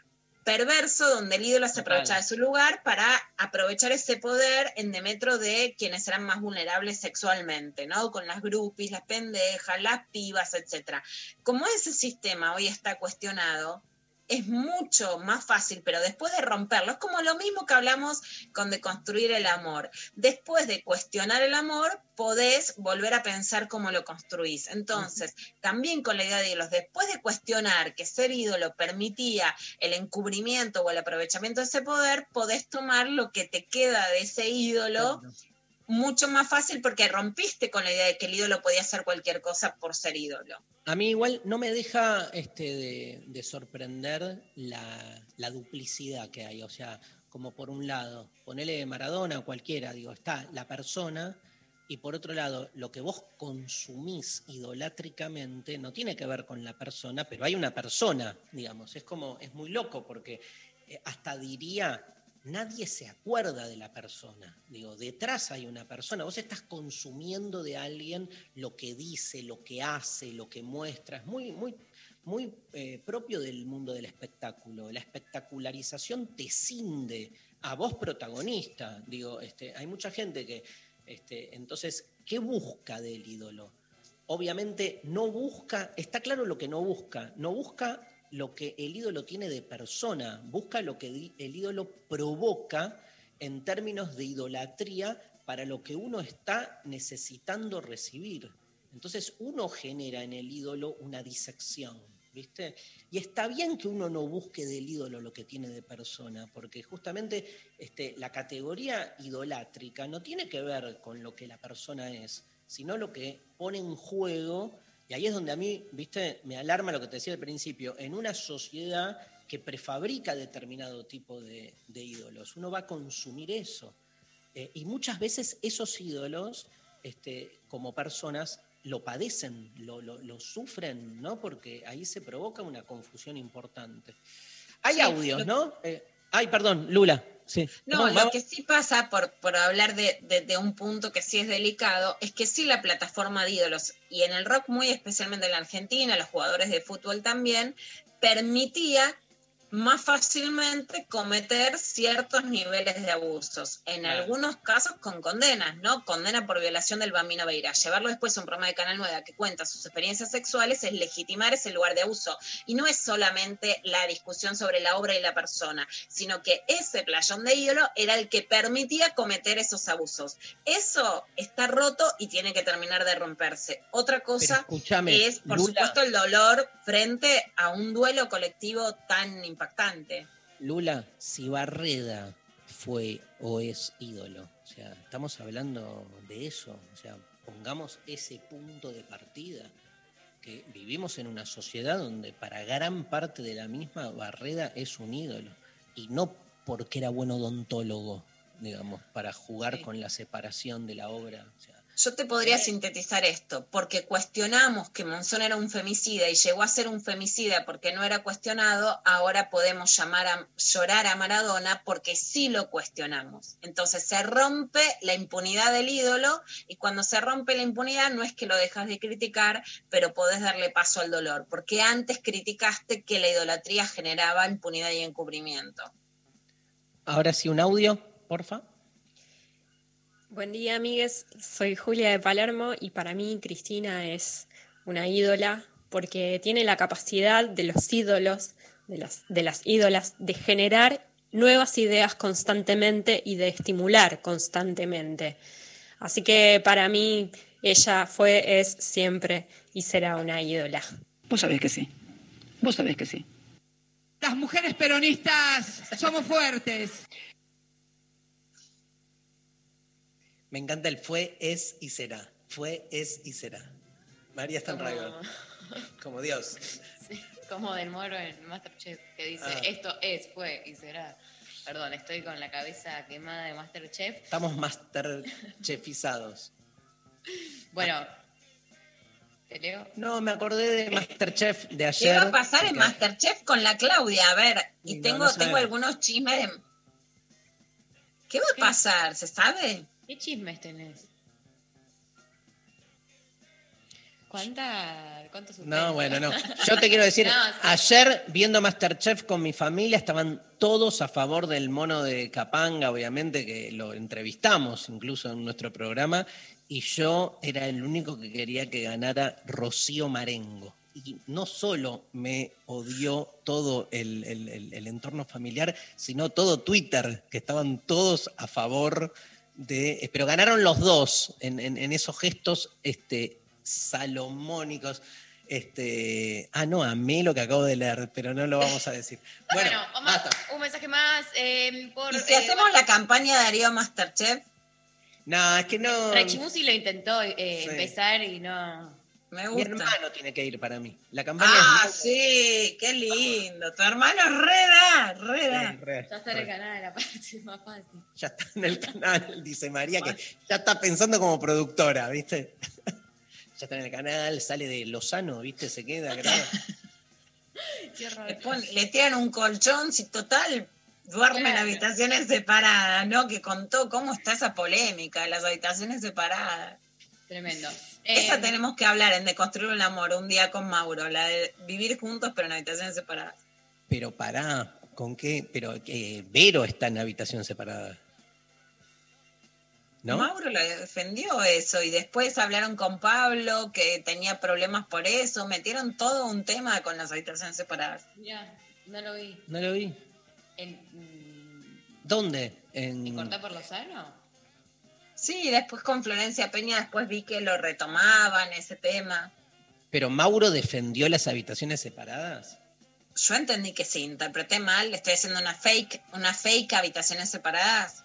perverso donde el ídolo se Total. aprovecha de su lugar para aprovechar ese poder en demetro de quienes eran más vulnerables sexualmente, ¿no? Con las groupies, las pendejas, las pibas, etcétera. Como ese sistema hoy está cuestionado, es mucho más fácil, pero después de romperlo, es como lo mismo que hablamos con deconstruir el amor. Después de cuestionar el amor, podés volver a pensar cómo lo construís. Entonces, también con la idea de ídolos, después de cuestionar que ser ídolo permitía el encubrimiento o el aprovechamiento de ese poder, podés tomar lo que te queda de ese ídolo mucho más fácil porque rompiste con la idea de que el ídolo podía hacer cualquier cosa por ser ídolo. A mí igual no me deja este, de, de sorprender la, la duplicidad que hay. O sea, como por un lado, ponele Maradona o cualquiera, digo, está la persona, y por otro lado, lo que vos consumís idolátricamente no tiene que ver con la persona, pero hay una persona, digamos. Es como, es muy loco porque eh, hasta diría, nadie se acuerda de la persona. Digo, detrás hay una persona. Vos estás consumiendo de alguien lo que dice, lo que hace, lo que muestra. Es muy, muy, muy eh, propio del mundo del espectáculo. La espectacularización te cinde a vos protagonista. Digo, este, hay mucha gente que, este, entonces, ¿qué busca del ídolo? Obviamente no busca, está claro lo que no busca. No busca lo que el ídolo tiene de persona, busca lo que el ídolo provoca en términos de idolatría para lo que uno está necesitando recibir. Entonces uno genera en el ídolo una disección, ¿viste? Y está bien que uno no busque del ídolo lo que tiene de persona, porque justamente este, la categoría idolátrica no tiene que ver con lo que la persona es, sino lo que pone en juego. Y ahí es donde a mí, viste, me alarma lo que te decía al principio, en una sociedad que prefabrica determinado tipo de, de ídolos, uno va a consumir eso. Eh, y muchas veces esos ídolos, este, como personas, lo padecen, lo, lo, lo sufren, ¿no? Porque ahí se provoca una confusión importante. Hay Sí, audios, lo- ¿no? Eh, ay, perdón, Lula. Sí. No, Vamos, lo vamos. que sí pasa, por, por hablar de, de- de un punto que sí es delicado, es que sí la plataforma de ídolos, y en el rock muy especialmente en la Argentina, los jugadores de fútbol también, permitía más fácilmente cometer ciertos niveles de abusos, en Claro. algunos casos con condenas, ¿no? Condena por violación del Bambino Veira. Llevarlo después a un programa de Canal nueve que cuenta sus experiencias sexuales es legitimar ese lugar de abuso. Y no es solamente la discusión sobre la obra y la persona, sino que ese playón de ídolo era el que permitía cometer esos abusos. Eso está roto y tiene que terminar de romperse. Otra Pero cosa escúchame, es, por Lula. supuesto, el dolor frente a un duelo colectivo tan impactante. Lula, si Barreda fue o es ídolo, o sea, estamos hablando de eso, o sea, pongamos ese punto de partida, que vivimos en una sociedad donde para gran parte de la misma Barreda es un ídolo, y no porque era buen odontólogo, digamos, para jugar Sí. con la separación de la obra, o sea, Yo te podría sintetizar esto, porque cuestionamos que Monzón era un femicida y llegó a ser un femicida porque no era cuestionado, ahora podemos llamar a llorar a Maradona porque sí lo cuestionamos. Entonces se rompe la impunidad del ídolo y cuando se rompe la impunidad no es que lo dejas de criticar, pero podés darle paso al dolor, porque antes criticaste que la idolatría generaba impunidad y encubrimiento. ahora sí un audio, porfa. Buen día, amigues. Soy Julia de Palermo y para mí Cristina es una ídola porque tiene la capacidad de los ídolos, de las, de las ídolas, de generar nuevas ideas constantemente y de estimular constantemente. Así que para mí ella fue, es, siempre y será una ídola. Vos sabés que sí. Vos sabés que sí. Las mujeres peronistas somos fuertes. Me encanta el fue, es y será. Fue, es y será. María Stanraiver. Como, Como Dios. sí, como del Moro en Masterchef, que dice, Ah. esto es, fue y será. Perdón, estoy con la cabeza quemada de Masterchef. Estamos masterchefizados. Bueno, ¿te leo? No, me acordé de Masterchef de ¿Qué ayer. va a pasar en porque- Masterchef con la Claudia? A ver, y Y no, tengo, no sabemos. tengo algunos chismes de... ¿Qué va a pasar? ¿Se sabe? ¿Qué chismes tenés? ¿Cuánta, ¿Cuánto suspenso? No, bueno, no. Yo te quiero decir, No, sí. ayer viendo MasterChef con mi familia estaban todos a favor del mono de Capanga, obviamente, que lo entrevistamos incluso en nuestro programa, y yo era el único que quería que ganara Rocío Marengo. Y no solo me odió todo el, el- el- el entorno familiar, sino todo Twitter, que estaban todos a favor de... Pero ganaron los dos en, en- en esos gestos este, salomónicos. Este, ah, no, amé lo que acabo de leer, pero no lo vamos a decir. Bueno, Bueno, vamos, basta. un mensaje más. eh, por, ¿Y si eh, hacemos la campaña de Darío Masterchef? No, es que no... Rechimusi lo intentó eh, Sí. empezar y no. Me Mi gusta. hermano tiene que ir para mí. La campaña Ah, es... sí, qué lindo. Tu hermano es reda, reda. Sí, re, Ya está en el re. canal, la parte más fácil. Ya está en el canal, dice María, que ya está pensando como productora, ¿viste? Ya está en el canal, sale de Lozano, ¿viste? Se queda, creo. Qué horror. Le, pon- le tiran un colchón, si total, duermen en Claro. habitaciones separadas, ¿no? Que contó cómo está esa polémica de las habitaciones separadas. Tremendo. Esa Eh, tenemos que hablar en De Construir el Amor un día con Mauro, la de vivir juntos pero en habitaciones separadas. Pero pará, ¿con qué? Pero eh, Vero está en habitación separada. ¿No? Mauro lo defendió eso y después hablaron con Pablo que tenía problemas por eso, metieron todo un tema con las habitaciones separadas. Mirá, no lo vi. No lo vi. En, mm, ¿Dónde? En... ¿En Cortar por Lozano? Sí, después con Florencia Peña después vi que lo retomaban ese tema. ¿Pero Mauro defendió las habitaciones separadas? Yo entendí que sí, interpreté mal, estoy haciendo una fake, una fake habitaciones separadas.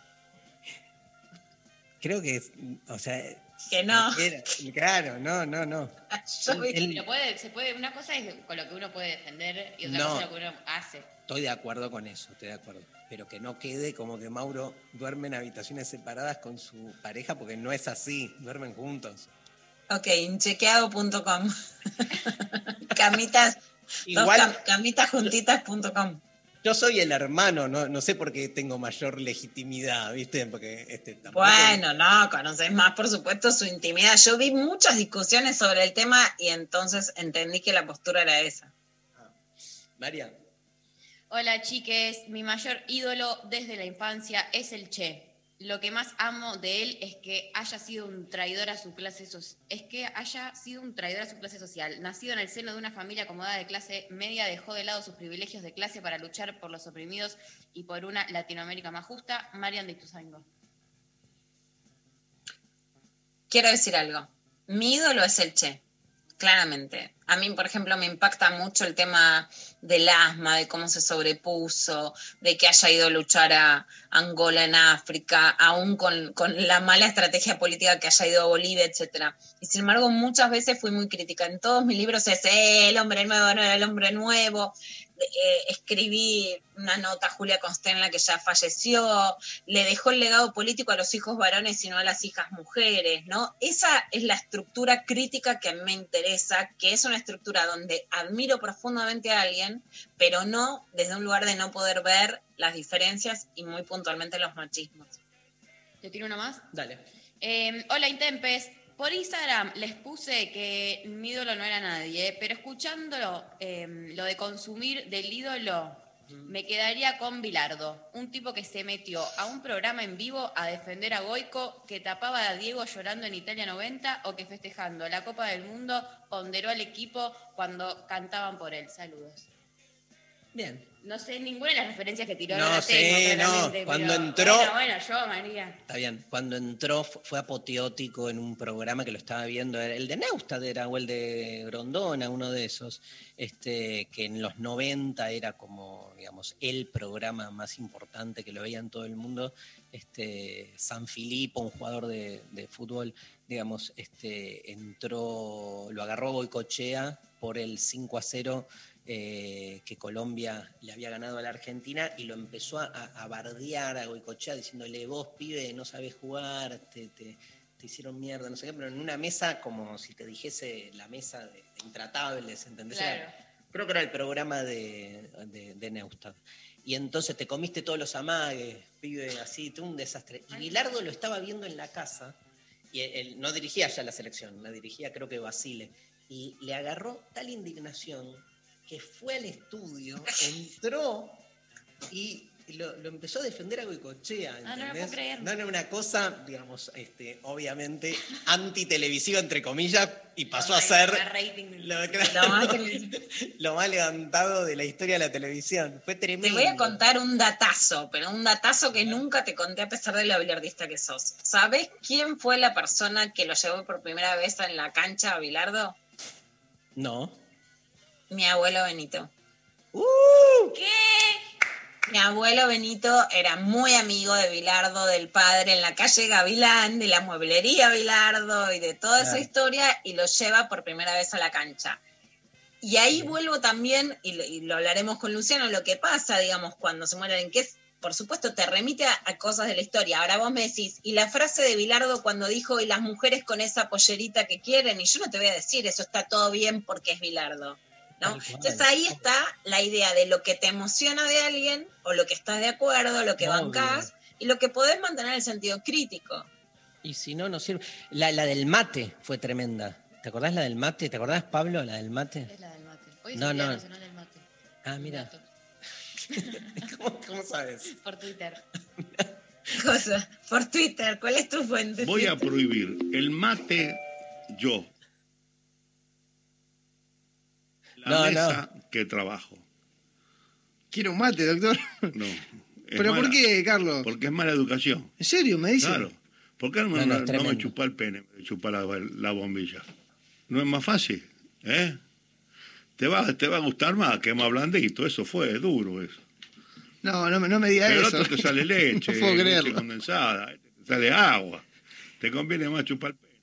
Creo que, es- o sea... Que no. era- claro, no, no, no. Yo vi- Él- Pero puede, se puede, una cosa es con lo que uno puede defender y otra No. cosa es lo que uno hace. Estoy de acuerdo con eso, estoy de acuerdo. Pero que no quede como que Mauro duerme en habitaciones separadas con su pareja, porque no es así, duermen juntos. Ok, inchequeado punto com. Camitas, Igual- dos cam- camitasjuntitas punto com. Yo soy el hermano, no, no sé por qué tengo mayor legitimidad, ¿viste? Porque este tampoco... Bueno, no, conoces más, por supuesto, su intimidad. Yo vi muchas discusiones sobre el tema y entonces entendí que la postura era esa. María, Hola chiques, mi mayor ídolo desde la infancia es el Che. Lo que más amo de él es que haya sido un traidor a su clase social. Es que haya sido un traidor a su clase social. Nacido en el seno de una familia acomodada de clase media, dejó de lado sus privilegios de clase para luchar por los oprimidos y por una Latinoamérica más justa. Marian de Ituzaingó. Quiero decir algo. Mi ídolo es el Che, claramente. A mí, por ejemplo, me impacta mucho el tema del asma, de cómo se sobrepuso, de que haya ido a luchar a Angola en África, aún con, con la mala estrategia política que haya ido a Bolivia, etcétera. Y sin embargo, muchas veces fui muy crítica. En todos mis libros es eh, el hombre nuevo, no era el hombre nuevo. Eh, escribí una nota a Julia Constenla que ya falleció, le dejó el legado político a los hijos varones y no a las hijas mujeres, ¿no? Esa es la estructura crítica que me interesa, que es una estructura donde admiro profundamente a alguien, pero no desde un lugar de no poder ver las diferencias y muy puntualmente los machismos. ¿Te tiro uno más? dale. Eh, hola Intempes, por Instagram les puse que mi ídolo no era nadie, pero escuchándolo, eh, lo de consumir del ídolo, me quedaría con Bilardo, un tipo que se metió a un programa en vivo a defender a Goico, que tapaba a Diego llorando en Italia noventa o que festejando la Copa del Mundo ponderó al equipo cuando cantaban por él. Saludos. Bien. No sé ninguna de las referencias que tiró. No la sé, tengo, no. claramente, Cuando pero entró- Bueno, bueno, yo, María. Está bien. Cuando entró fu- fue apoteótico en un programa que lo estaba viendo, era el de Neustadt era, o el de Grondona, uno de esos, este, que en los noventa era como, digamos, el programa más importante que lo veía en todo el mundo. Este, San Filipo, un jugador de, de fútbol, digamos, este, entró, lo agarró Goicoechea por el cinco a cero. Eh, que Colombia le había ganado a la Argentina y lo empezó a, a bardear a Goicoechea diciéndole, vos pibe no sabés jugar, te, te, te hicieron mierda, no sé qué, pero en una mesa como si te dijese la mesa de, de intratables, ¿entendés? Claro. Era- creo que era el programa de, de, de Neustadt. Y entonces te comiste todos los amagues, pibe, así, todo un desastre. Y Bilardo lo estaba viendo en la casa, y él, él no dirigía ya la selección, la dirigía creo que Basile. y le agarró tal indignación que fue al estudio, entró y lo, lo empezó a defender a Goicoechea, ¿entendés? Ah, no lo puedo creer. No era una cosa, digamos, este, obviamente antitelevisiva, entre comillas, y pasó Lo a ser más rating del- lo, Lo más lo más levantado de la historia de la televisión. Fue tremendo. Te voy a contar un datazo, pero un datazo que nunca te conté a pesar de lo bilardista que sos. ¿Sabés quién fue la persona que lo llevó por primera vez en la cancha a Bilardo? No. Mi abuelo Benito. ¡Uh! ¿Qué? Mi abuelo Benito era muy amigo de Bilardo, del padre, en la calle Gavilán, de la mueblería Bilardo y de toda esa Claro. historia, y lo lleva por primera vez a la cancha. Y ahí vuelvo también, y lo, y lo hablaremos con Luciano, lo que pasa, digamos, cuando se mueren, que es, por supuesto, te remite a, a cosas de la historia. Ahora vos me decís, y la frase de Bilardo cuando dijo, y las mujeres con esa pollerita que quieren, y yo no te voy a decir, eso está todo bien porque es Bilardo, ¿no? Tal cual. Entonces ahí está la idea de lo que te emociona de alguien, o lo que estás de acuerdo, lo que Obvio. bancás, y lo que podés mantener el sentido crítico. Y si no, no sirve. La, la del mate fue tremenda. ¿Te acordás la del mate? ¿Te acordás, Pablo, la del mate? Es la del mate. Hoy es No, el Día no. Nacional del Mate. Ah, mira. Dato. ¿Cómo, cómo sabes? Por Twitter. Cosa, por Twitter, ¿cuál es tu fuente? Voy a prohibir el mate yo. La No, mesa que trabajo. ¿Quiere un mate, doctor? No. es ¿Pero por mala- qué, Carlos? Porque es mala educación. ¿En serio me dice? Claro. ¿Por qué no, No, me- no, no es me tremendo. chupa el pene, me chupa la, la bombilla? ¿No es más fácil? ¿Eh? Te va, te va a gustar más que más blandito, eso fue duro eso. No, no, me- no me diga Pero el eso. otro te sale leche, No puedo leche creerlo. condensada, este te sale agua. Te conviene más chupar el pene.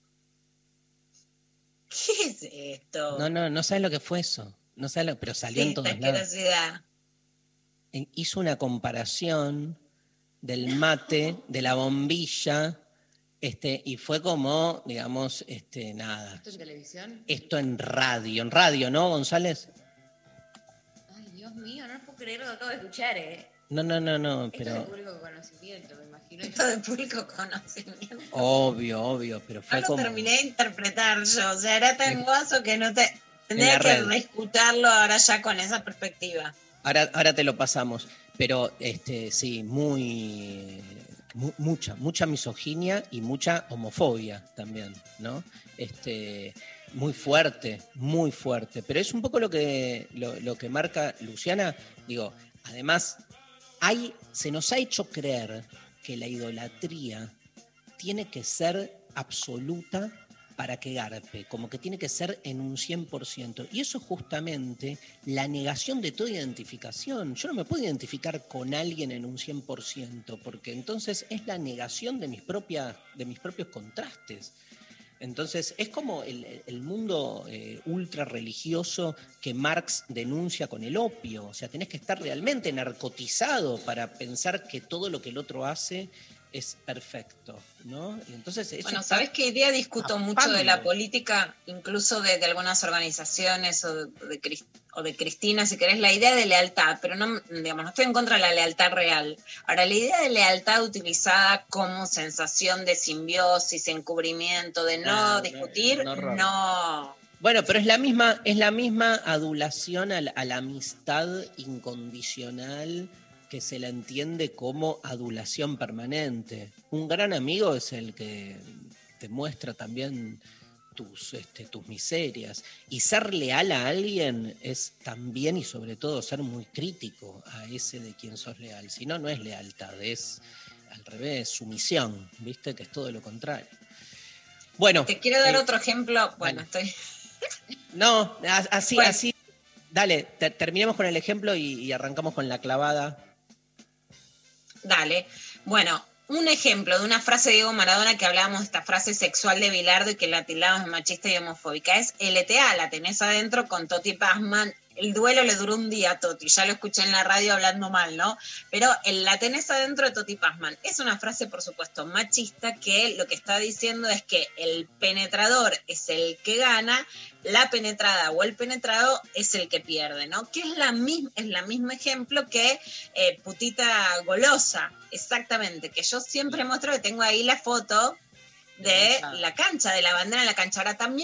¿Qué es esto? No, no, no sabes lo que fue eso. No sabes lo, pero salió en Sí, todos esta lados. asquerosidad. En- Hizo una comparación del mate, de la bombilla, este, y fue como, digamos, este, nada. ¿Esto en televisión? Esto en radio, en radio, ¿no, González? Ay, Dios mío, no puedo creer lo que acabo de escuchar, ¿eh? No, no, no, no, Esto es de pero público conocimiento, me imagino. Esto de público conocimiento. obvio, obvio, pero No fue lo como... terminé de interpretar yo. O sea, era tan guaso que no te. Tendría la que red. reescucharlo ahora ya con esa perspectiva. Ahora, ahora te lo pasamos, pero este, sí, muy, mu- mucha, mucha misoginia y mucha homofobia también, ¿no? Este, muy fuerte, muy fuerte. Pero es un poco lo que, lo, lo que marca Luciana. Digo, además, hay, se nos ha hecho creer que la idolatría tiene que ser absoluta para que garpe, como que tiene que ser en un cien por ciento. Y eso es justamente la negación de toda identificación. Yo no me puedo identificar con alguien en un cien por ciento, porque entonces es la negación de mis, propias, de mis propios contrastes. Entonces es como el, el mundo eh, ultra religioso que Marx denuncia con el opio. O sea, tenés que estar realmente narcotizado para pensar que todo lo que el otro hace es perfecto, ¿no? Y entonces eso Bueno, está ¿sabes qué idea discuto mucho de la tapando. política, incluso de, de algunas organizaciones o de, de Cris- o de Cristina, si querés, la idea de lealtad, pero no, digamos, no estoy en contra de la lealtad real. Ahora, la idea de lealtad utilizada como sensación de simbiosis, encubrimiento, de no, Ah, no, discutir, no, no. no. Bueno, pero es la misma, es la misma adulación a la, a la amistad incondicional que se la entiende como adulación permanente. Un gran amigo es el que te muestra también tus, este, tus miserias. Y ser leal a alguien es también y sobre todo ser muy crítico a ese de quien sos leal. Si no, no es lealtad, es al revés, sumisión, ¿viste? Que es todo lo contrario. Bueno. Te quiero dar eh, otro ejemplo. Bueno, dale. estoy. No, a- así, Bueno. así. Dale, te- terminemos con el ejemplo y, y arrancamos con la clavada. Dale. Bueno, un ejemplo de una frase de Diego Maradona que hablábamos de esta frase sexual de Bilardo y que la tildamos de machista y homofóbica es L T A, la tenés adentro con Toti Pazman. El duelo le duró un día a Toti, ya lo escuché en la radio hablando mal, ¿no? Pero el la tenés adentro de Toti Pazman es una frase, por supuesto, machista que lo que está diciendo es que el penetrador es el que gana, la penetrada o el penetrado es el que pierde, ¿no? Que es la misma, es la misma ejemplo que eh, putita golosa, exactamente, que yo siempre muestro que tengo ahí la foto de la cancha, de la bandera en la cancha. Ahora también es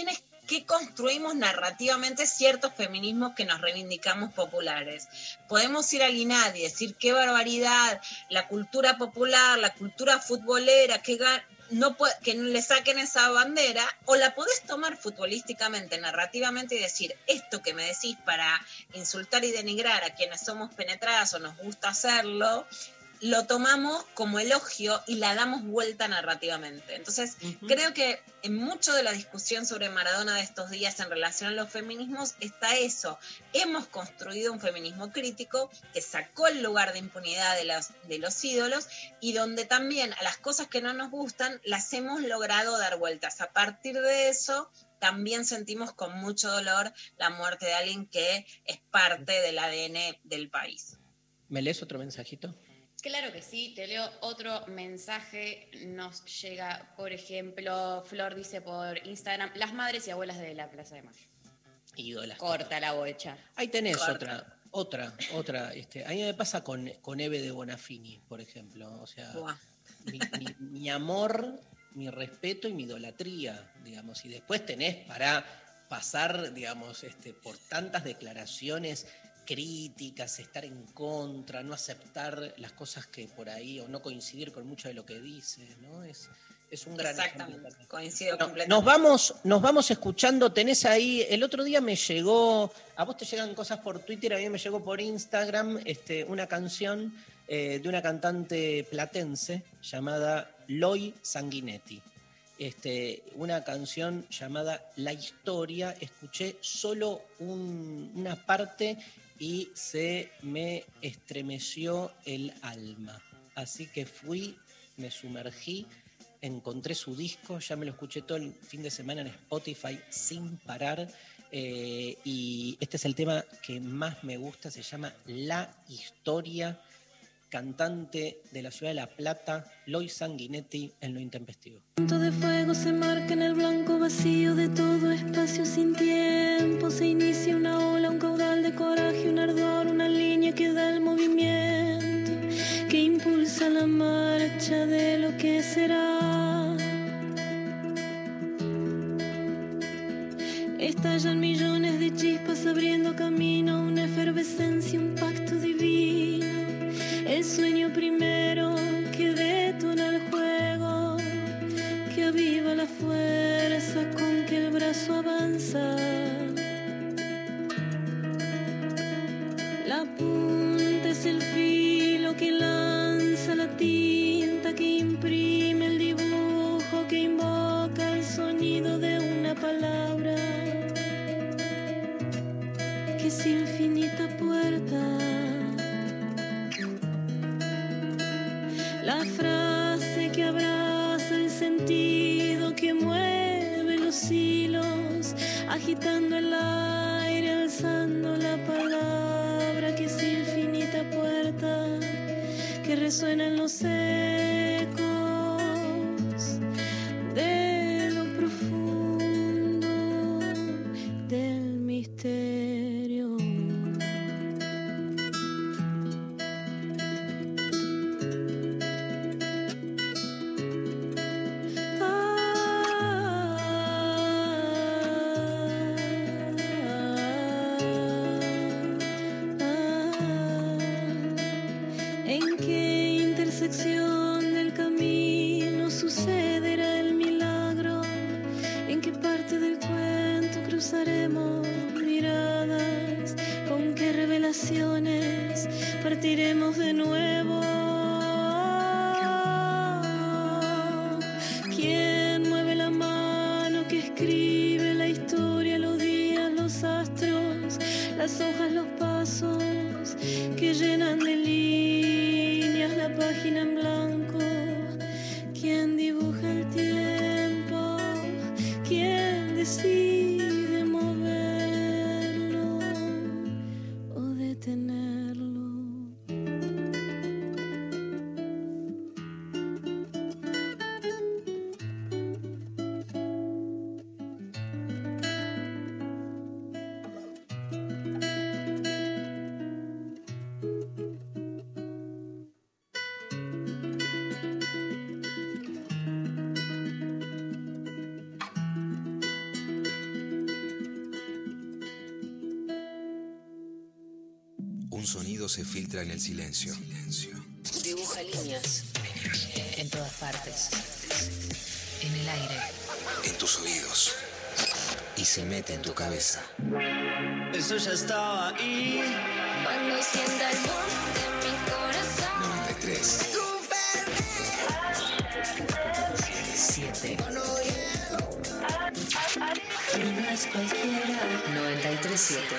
qué construimos narrativamente ciertos feminismos que nos reivindicamos populares. Podemos ir al INADI y decir qué barbaridad, la cultura popular, la cultura futbolera, que, no puede, que le saquen esa bandera, o la podés tomar futbolísticamente, narrativamente y decir, esto que me decís para insultar y denigrar a quienes somos penetradas o nos gusta hacerlo, lo tomamos como elogio y la damos vuelta narrativamente. Entonces, uh-huh. creo que en mucho de la discusión sobre Maradona de estos días en relación a los feminismos está eso. Hemos construido un feminismo crítico que sacó el lugar de impunidad de los, de los ídolos y donde también a las cosas que no nos gustan las hemos logrado dar vueltas. A partir de eso, también sentimos con mucho dolor la muerte de alguien que es parte del A D N del país. ¿Me lees otro mensajito? Claro que sí, te leo otro mensaje, nos llega, por ejemplo, Flor dice por Instagram, las madres y abuelas de la Plaza de Mayo. Ídolas. Corta la bocha. Ahí tenés Corta. otra, otra, otra. Este, a mí me pasa con, con Eve de Bonafini, por ejemplo. O sea, mi, mi, mi amor, mi respeto y mi idolatría, digamos. Y después tenés para pasar, digamos, este, por tantas declaraciones críticas, estar en contra, no aceptar las cosas que por ahí, o no coincidir con mucho de lo que dice, ¿no? Es, es un gran Exactamente, ejemplo. coincido No, completamente. nos vamos, nos vamos escuchando, tenés ahí, el otro día me llegó, a vos te llegan cosas por Twitter, a mí me llegó por Instagram, este, una canción eh, de una cantante platense llamada Loy Sanguinetti. Este, una canción llamada La Historia, escuché solo un, una parte y se me estremeció el alma. Así que fui, me sumergí, encontré su disco, ya me lo escuché todo el fin de semana en Spotify sin parar. Eh, y este es el tema que más me gusta, se llama La Historia, cantante de la ciudad de La Plata, Loy Sanguinetti, en Lo Intempestivo. Un punto de fuego se marca en el blanco vacío de todo espacio sin tiempo. Se inicia una ola, un caudal de coraje, un ardor, una línea que da el movimiento, que impulsa la marcha de lo que será. Estallan millones de chispas abriendo camino, una efervescencia, un pacto divino. El sueño primero que detona el juego, que aviva la fuerza con que el brazo avanza. La punta es el filo que lanza la tinta, que imprime el dibujo, que invoca el sonido de una palabra, que es infinita puerta. La frase que abraza el sentido, que mueve los hilos, agitando el aire, alzando la palabra, que es infinita puerta, que resuena en los ecos de lo profundo del misterio. Del camino sucederá el milagro, en qué parte del cuento cruzaremos miradas, con qué revelaciones partiremos de nuevo. ¿Quién mueve la mano que escribe la historia, los días, los astros, las hojas, los pasos que llenan de líneas la página en blanco? ¿Quién dibuja el tiempo? ¿Quién decide moverlo o detenerlo? sonido se filtra en el silencio. Dibuja líneas en todas partes. En el aire. En tus oídos. Y se mete en tu cabeza. Eso ya estaba ahí. Cuando sienta el boom de mi corazón. noventa y tres. siete. No es cualquiera. noventa y tres siete.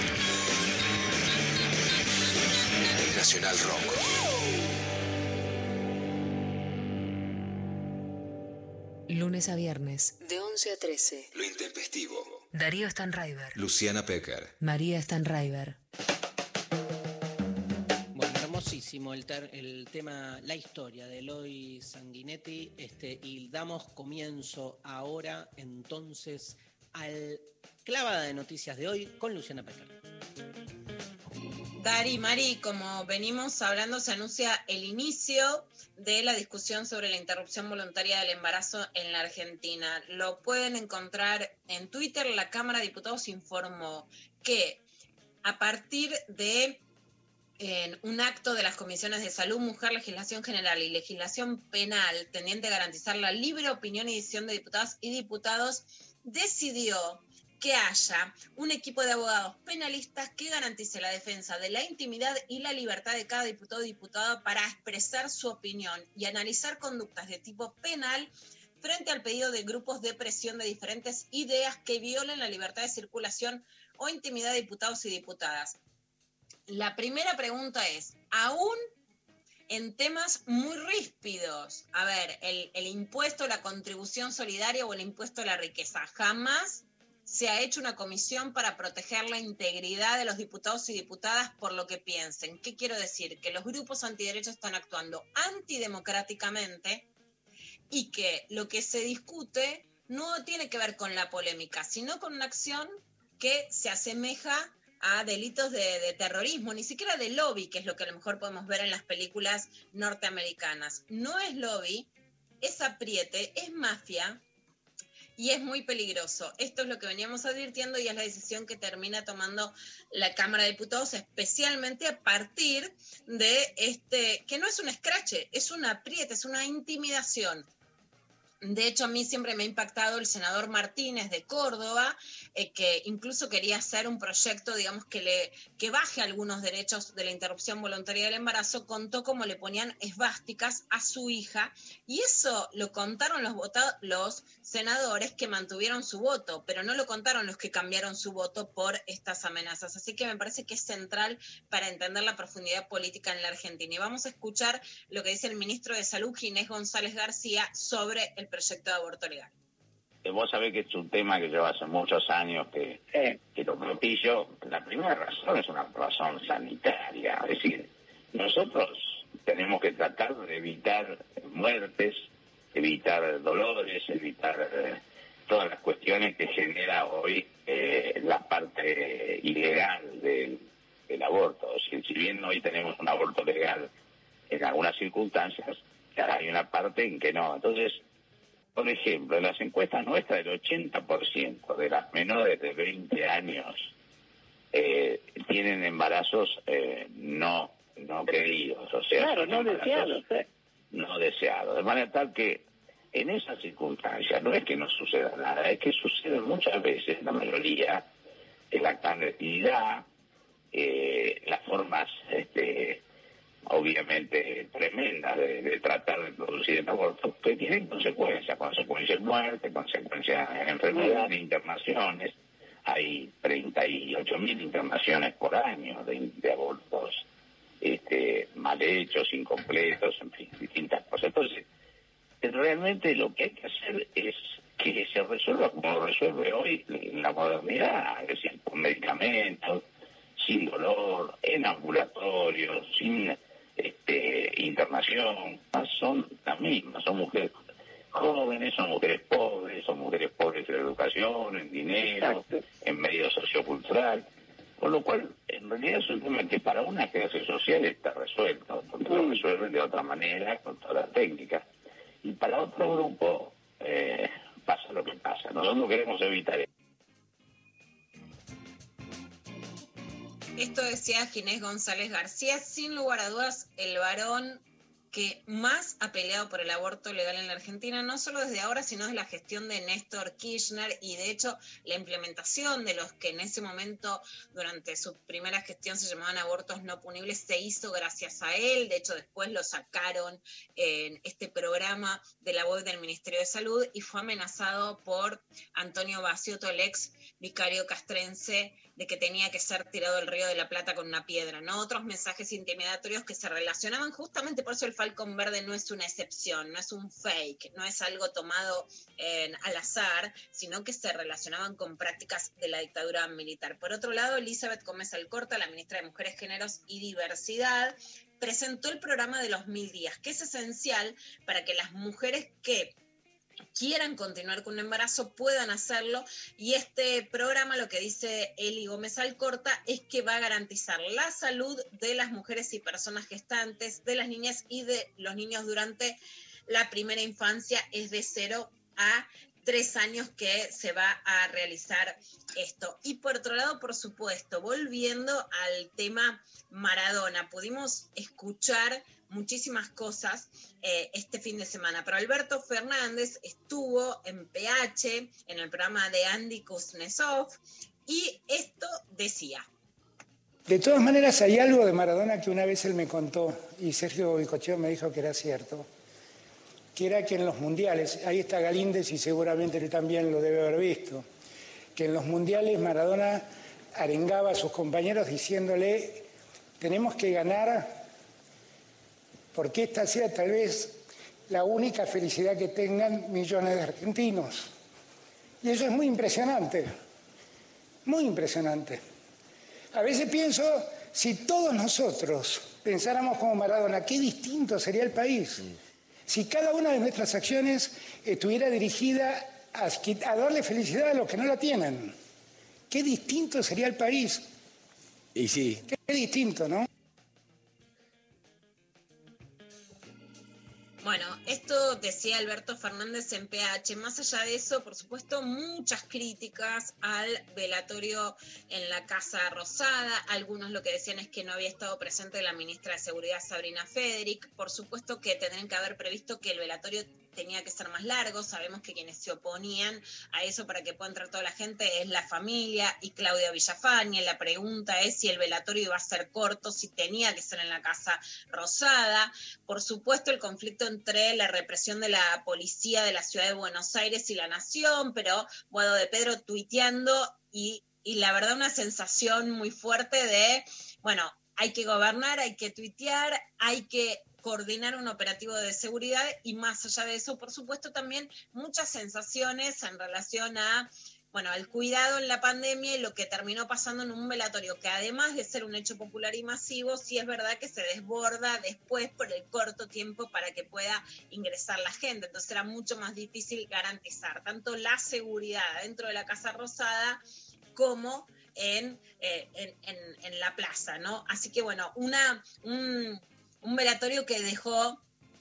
Nacional Rock. Lunes a viernes, de once a trece. Lo intempestivo. Darío Stanraiver. Luciana Pecker. María Stanraiver. Bueno, hermosísimo el, ter- el tema, la historia de Eloy Sanguinetti, este, y damos comienzo ahora entonces al clavada de noticias de hoy con Luciana Pecker. Dari, Mari, como venimos hablando, se anuncia el inicio de la discusión sobre la interrupción voluntaria del embarazo en la Argentina. Lo pueden encontrar en Twitter. La Cámara de Diputados informó que a partir de en un acto de las comisiones de Salud, Mujer, Legislación General y Legislación Penal, tendiente a garantizar la libre opinión y decisión de diputadas y diputados, decidió que haya un equipo de abogados penalistas que garantice la defensa de la intimidad y la libertad de cada diputado y diputada para expresar su opinión y analizar conductas de tipo penal frente al pedido de grupos de presión de diferentes ideas que violen la libertad de circulación o intimidad de diputados y diputadas. La primera pregunta es, aún en temas muy ríspidos, a ver, el, el impuesto, la contribución solidaria o el impuesto a la riqueza, jamás se ha hecho una comisión para proteger la integridad de los diputados y diputadas por lo que piensen. ¿Qué quiero decir? Que los grupos antiderechos están actuando antidemocráticamente y que lo que se discute no tiene que ver con la polémica, sino con una acción que se asemeja a delitos de, de terrorismo, ni siquiera de lobby, que es lo que a lo mejor podemos ver en las películas norteamericanas. No es lobby, es apriete, es mafia, y es muy peligroso. Esto es lo que veníamos advirtiendo y es la decisión que termina tomando la Cámara de Diputados, especialmente a partir de este, que no es un escrache, es un apriete, es una intimidación. De hecho, a mí siempre me ha impactado el senador Martínez de Córdoba, eh, que incluso quería hacer un proyecto, digamos, que le que baje algunos derechos de la interrupción voluntaria del embarazo. Contó cómo le ponían esvásticas a su hija, y eso lo contaron los, vota- los senadores que mantuvieron su voto, pero no lo contaron los que cambiaron su voto por estas amenazas. Así que me parece que es central para entender la profundidad política en la Argentina. Y vamos a escuchar lo que dice el ministro de Salud, Ginés González García, sobre el proyecto de aborto legal. Vos sabés que es un tema que lleva hace muchos años que, eh, que lo propicio. La primera razón es una razón sanitaria, es decir, nosotros tenemos que tratar de evitar muertes, evitar dolores, evitar eh, todas las cuestiones que genera hoy eh, la parte ilegal del, del aborto. Es decir, si bien hoy tenemos un aborto legal en algunas circunstancias, hay una parte en que no. Entonces, por ejemplo, en las encuestas nuestras, el ochenta por ciento de las menores de veinte años eh, tienen embarazos eh, no no queridos, o sea, claro, no deseados, ¿eh? no deseados. De manera tal que en esas circunstancias no es que no suceda nada, es que sucede muchas veces, la mayoría, en la clandestinidad, eh, las formas este, obviamente tremendas de, de tratar de producir el aborto, que tienen consecuencias, consecuencias de muerte, consecuencias de enfermedad, internaciones. Hay treinta y ocho mil internaciones por año de, de abortos este, mal hechos, incompletos, en fin, distintas cosas. Entonces, realmente lo que hay que hacer es que se resuelva como lo resuelve hoy la modernidad, es decir, con medicamentos, sin dolor, en ambulatorio, sin este, internación. Son las mismas, son mujeres jóvenes, son mujeres pobres, son mujeres pobres en educación, en dinero, exacto, en medio sociocultural, con lo cual en realidad es un tema que para una clase social está resuelto, porque lo resuelven de otra manera, con todas las técnicas, y para otro grupo eh, pasa lo que pasa. Nosotros queremos evitar eso. Esto decía Ginés González García, sin lugar a dudas, el varón que más ha peleado por el aborto legal en la Argentina, no solo desde ahora, sino desde la gestión de Néstor Kirchner, y de hecho la implementación de los que en ese momento, durante su primera gestión, se llamaban abortos no punibles, se hizo gracias a él. De hecho, después lo sacaron en este programa de la web del Ministerio de Salud y fue amenazado por Antonio Baciotto, el ex vicario castrense, de que tenía que ser tirado al Río de la Plata con una piedra, ¿no? Otros mensajes intimidatorios que se relacionaban, justamente por eso el Falcón Verde no es una excepción, no es un fake, no es algo tomado eh, al azar, sino que se relacionaban con prácticas de la dictadura militar. Por otro lado, Elizabeth Gómez Alcorta, la ministra de Mujeres, Géneros y Diversidad, presentó el programa de los mil días, que es esencial para que las mujeres que quieran continuar con un embarazo puedan hacerlo, y este programa, lo que dice Eli Gómez Alcorta, es que va a garantizar la salud de las mujeres y personas gestantes, de las niñas y de los niños durante la primera infancia, es de cero a tres años que se va a realizar esto. Y por otro lado, por supuesto, volviendo al tema Maradona, pudimos escuchar muchísimas cosas eh, este fin de semana, pero Alberto Fernández estuvo en P H, en el programa de Andy Kuznetsov, y esto decía. De todas maneras, hay algo de Maradona que una vez él me contó, y Sergio Goycochea me dijo que era cierto, que era que en los mundiales, ahí está Galíndez y seguramente él también lo debe haber visto, que en los mundiales Maradona arengaba a sus compañeros diciéndole, tenemos que ganar porque esta sea tal vez la única felicidad que tengan millones de argentinos. Y eso es muy impresionante, muy impresionante. A veces pienso, si todos nosotros pensáramos como Maradona, qué distinto sería el país. Si cada una de nuestras acciones estuviera dirigida a, a darle felicidad a los que no la tienen. Qué distinto sería el país. Y sí. Qué, qué distinto, ¿no? Bueno, esto decía Alberto Fernández en P H. Más allá de eso, por supuesto, muchas críticas al velatorio en la Casa Rosada. Algunos lo que decían es que no había estado presente la ministra de Seguridad, Sabrina Federic. Por supuesto que tendrían que haber previsto que el velatorio tenía que ser más largo. Sabemos que quienes se oponían a eso para que pueda entrar toda la gente es la familia y Claudia Villafañe. La pregunta es si el velatorio iba a ser corto, si tenía que ser en la Casa Rosada. Por supuesto, el conflicto entre la represión de la policía de la ciudad de Buenos Aires y la Nación, pero Guado de Pedro tuiteando y, y la verdad una sensación muy fuerte de, bueno, hay que gobernar, hay que tuitear, hay que coordinar un operativo de seguridad, y más allá de eso, por supuesto, también muchas sensaciones en relación a, bueno, al cuidado en la pandemia y lo que terminó pasando en un velatorio, que además de ser un hecho popular y masivo, sí es verdad que se desborda después por el corto tiempo para que pueda ingresar la gente. Entonces era mucho más difícil garantizar tanto la seguridad dentro de la Casa Rosada como en, eh, en, en, en la plaza, ¿no? Así que, bueno, una... un, un velatorio que dejó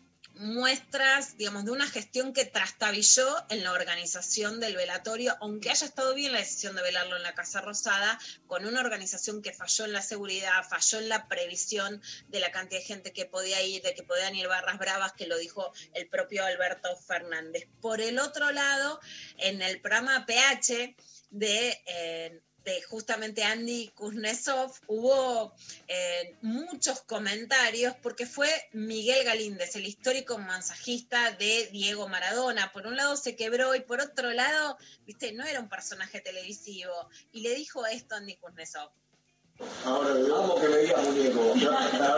muestras, digamos, de una gestión que trastabilló en la organización del velatorio, aunque haya estado bien la decisión de velarlo en la Casa Rosada, con una organización que falló en la seguridad, falló en la previsión de la cantidad de gente que podía ir, de que podían ir barras bravas, que lo dijo el propio Alberto Fernández. Por el otro lado, en el programa P H de... Eh, de justamente Andy Kuznetsov, hubo eh, muchos comentarios, porque fue Miguel Galíndez, el histórico masajista de Diego Maradona. Por un lado se quebró y por otro lado, viste, no era un personaje televisivo. Y le dijo esto a Andy Kuznetsov. Ahora, amo que me digas muñeco. No,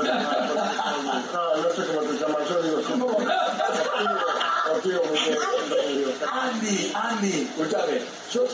no sé cómo te llamas, yo digo, ¿cómo? Contigo, muñeco. Andy, Andy, escúchame, yo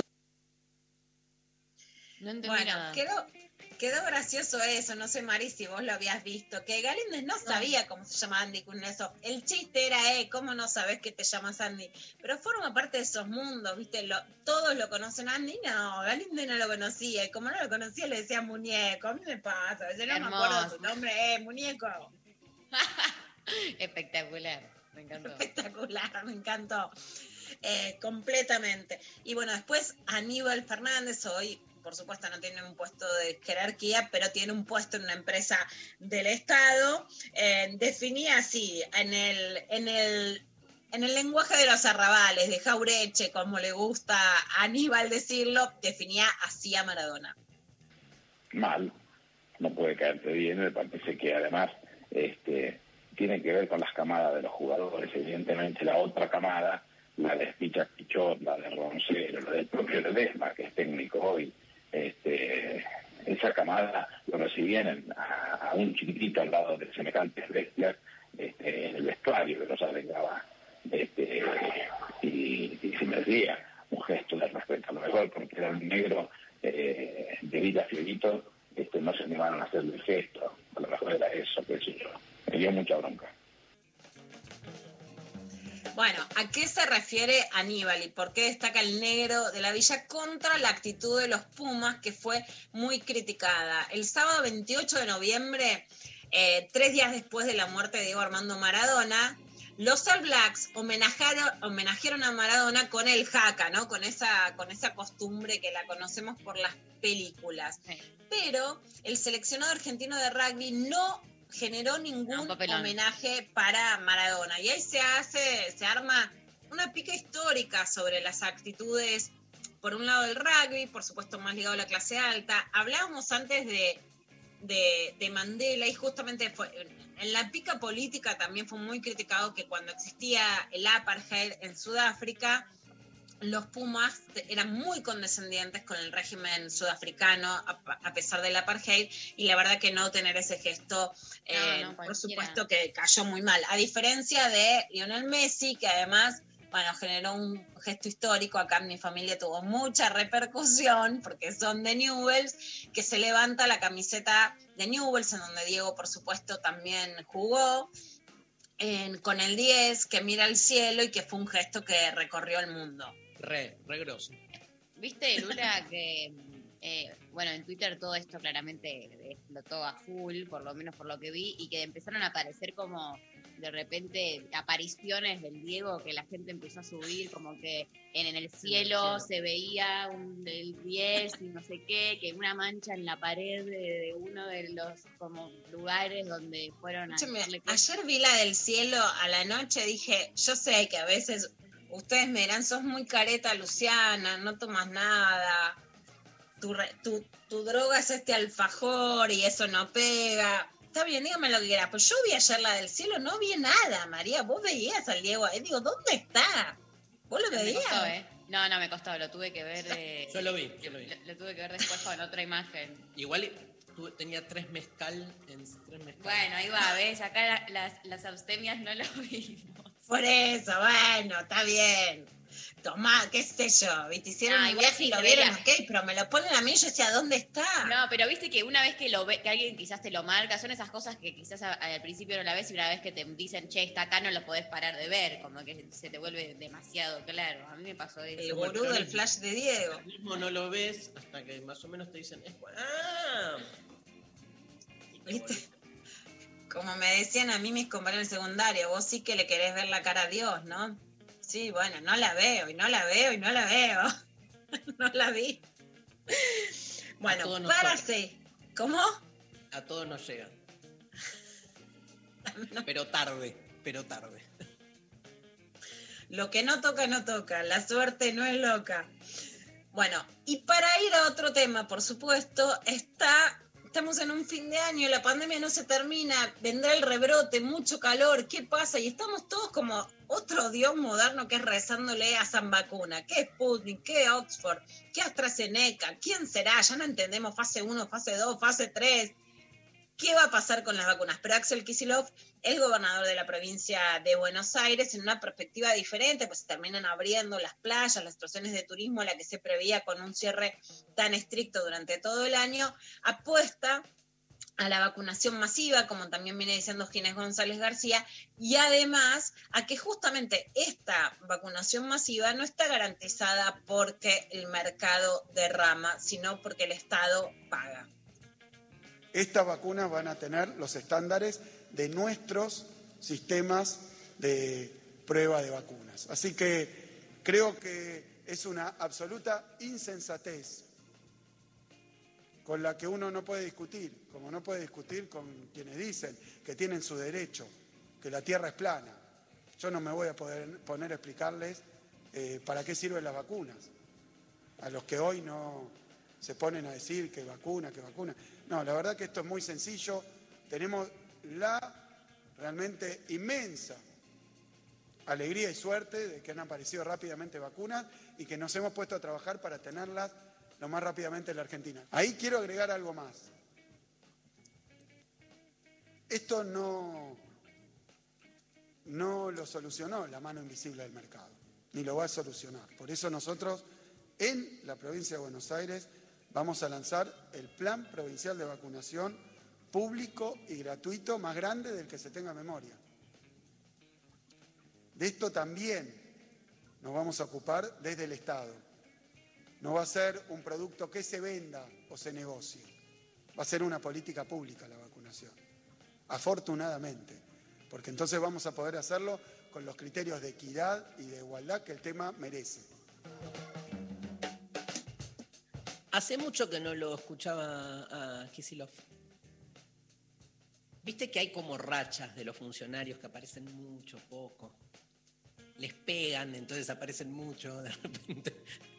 No entendí bueno, nada. quedó, quedó gracioso eso, no sé, Mari, si vos lo habías visto, que Galíndez no sabía cómo se llama Andy Kuznetsov. El chiste era, eh, ¿cómo no sabés que te llamas Andy? Pero forma parte de esos mundos, ¿viste? Lo, todos lo conocen a Andy, no, Galíndez no lo conocía, y como no lo conocía le decía muñeco. A mí me pasa, yo no Hermoso. me acuerdo de su nombre, eh, muñeco. Espectacular, me encantó. Espectacular, me encantó. Eh, completamente. Y bueno, después Aníbal Fernández, hoy por supuesto no tiene un puesto de jerarquía, pero tiene un puesto en una empresa del Estado, eh, definía así, en el, en el, en el lenguaje de los arrabales, de Jaureche, como le gusta a Aníbal decirlo, definía así a Maradona. Mal, no puede caerte bien, me parece que además este, tiene que ver con las camadas de los jugadores, evidentemente la otra camada, la de Picha Pichot, la de Roncero, la del propio Ledesma, que es técnico hoy, este, esa camada lo recibían en, a, a un chiquitito al lado de semejantes bestias este, en el vestuario, que los arreglaba este, y, y se me decía un gesto de respeto a lo mejor, porque era un negro eh, de Villa Fiorito, este, no se animaron a hacerle el gesto, a lo mejor era eso, qué sé yo, me dio mucha bronca. Bueno, ¿a qué se refiere Aníbal y por qué destaca el negro de la Villa contra la actitud de los Pumas, que fue muy criticada? El sábado veintiocho de noviembre, eh, tres días después de la muerte de Diego Armando Maradona, los All Blacks homenajearon, homenajearon a Maradona con el jaca, ¿no? Con esa, con esa costumbre que la conocemos por las películas. Sí. Pero el seleccionado argentino de rugby no generó ningún no, homenaje para Maradona. Y ahí se hace, se arma una pica histórica sobre las actitudes, por un lado del rugby, por supuesto más ligado a la clase alta. Hablábamos antes de, de, de Mandela y justamente fue, en la pica política también fue muy criticado que cuando existía el apartheid en Sudáfrica, los Pumas eran muy condescendientes con el régimen sudafricano a, a pesar del apartheid, y la verdad que no tener ese gesto, eh, no, no, por supuesto que cayó muy mal. A diferencia de Lionel Messi, que además, bueno, generó un gesto histórico. Acá en mi familia tuvo mucha repercusión, porque son de Newell's, que se levanta la camiseta de Newell's, en donde Diego, por supuesto, también jugó, en, con el diez, que mira al cielo y que fue un gesto que recorrió el mundo. Re, re grosso. ¿Viste, Lula, que, eh, bueno, en Twitter todo esto claramente explotó a full, por lo menos por lo que vi, y que empezaron a aparecer como, de repente, apariciones del Diego, que la gente empezó a subir, como que en, en el cielo se veía un, el diez y no sé qué, que una mancha en la pared de, de uno de los como lugares donde fueron a... Escúchame, ayer vi la del cielo a la noche, dije, yo sé que a veces... Ustedes me dirán, sos muy careta, Luciana, no tomas nada, tu, tu, tu droga es este alfajor y eso no pega. Está bien, dígame lo que quiera. Pues yo vi ayer la del cielo, no vi nada, María. Vos veías al Diego ahí, digo, ¿dónde está? ¿Vos lo veías? Me costó, ¿eh? No, no, me costó, lo tuve que ver. Eh, yo lo vi, yo lo vi. Lo, lo tuve que ver después con otra imagen. Igual tuve, tenía tres mezcal en tres mezcal. Bueno, ahí va, ¿ves? Acá la, las, las abstemias no lo vimos. Por eso, bueno, está bien. Tomá, qué sé yo, ¿viste? Hicieron ah, un viaje y lo vieron, ok, pero me lo ponen a mí y yo decía, ¿dónde está? No, pero viste que una vez que lo ve, que alguien quizás te lo marca, son esas cosas que quizás a, al principio no la ves y una vez que te dicen, che, está acá, no lo podés parar de ver, como que se te vuelve demasiado claro. A mí me pasó eso. El boludo del flash de Diego. Mismo no lo ves hasta que más o menos te dicen, es ¡ah! ¿Viste? Como me decían a mí mis compañeros de secundario, vos sí que le querés ver la cara a Dios, ¿no? Sí, bueno, no la veo, y no la veo, y no la veo. No la vi. Bueno, párase. ¿Cómo? A todos nos llega. No. Pero tarde, pero tarde. Lo que no toca, no toca. La suerte no es loca. Bueno, y para ir a otro tema, por supuesto, está... Estamos en un fin de año, la pandemia no se termina, vendrá el rebrote, mucho calor, ¿qué pasa? Y estamos todos como otro dios moderno que es rezándole a San Vacuna. ¿Qué Sputnik? ¿Qué Oxford? ¿Qué AstraZeneca? ¿Quién será? Ya no entendemos fase uno, fase dos, fase tres. ¿Qué va a pasar con las vacunas? Pero Axel Kicillof, el gobernador de la provincia de Buenos Aires, en una perspectiva diferente, pues se terminan abriendo las playas, las estaciones de turismo, a la que se preveía con un cierre tan estricto durante todo el año, apuesta a la vacunación masiva, como también viene diciendo Ginés González García, y además a que justamente esta vacunación masiva no está garantizada porque el mercado derrama, sino porque el Estado paga. Estas vacunas van a tener los estándares de nuestros sistemas de prueba de vacunas. Así que creo que es una absoluta insensatez con la que uno no puede discutir, como no puede discutir con quienes dicen que tienen su derecho, que la Tierra es plana. Yo no me voy a poder poner a explicarles eh, para qué sirven las vacunas. A los que hoy no se ponen a decir que vacuna, que vacuna. No, la verdad que esto es muy sencillo. Tenemos la realmente inmensa alegría y suerte de que han aparecido rápidamente vacunas y que nos hemos puesto a trabajar para tenerlas lo más rápidamente en la Argentina. Ahí quiero agregar algo más. Esto no, no lo solucionó la mano invisible del mercado, ni lo va a solucionar. Por eso nosotros, en la provincia de Buenos Aires, vamos a lanzar el Plan Provincial de Vacunación público y gratuito más grande del que se tenga memoria. De esto también nos vamos a ocupar desde el Estado. No va a ser un producto que se venda o se negocie. Va a ser una política pública la vacunación. Afortunadamente. Porque entonces vamos a poder hacerlo con los criterios de equidad y de igualdad que el tema merece. Hace mucho que no lo escuchaba a Kicillof. Viste que hay como rachas de los funcionarios que aparecen mucho, poco. Les pegan, entonces aparecen mucho de repente.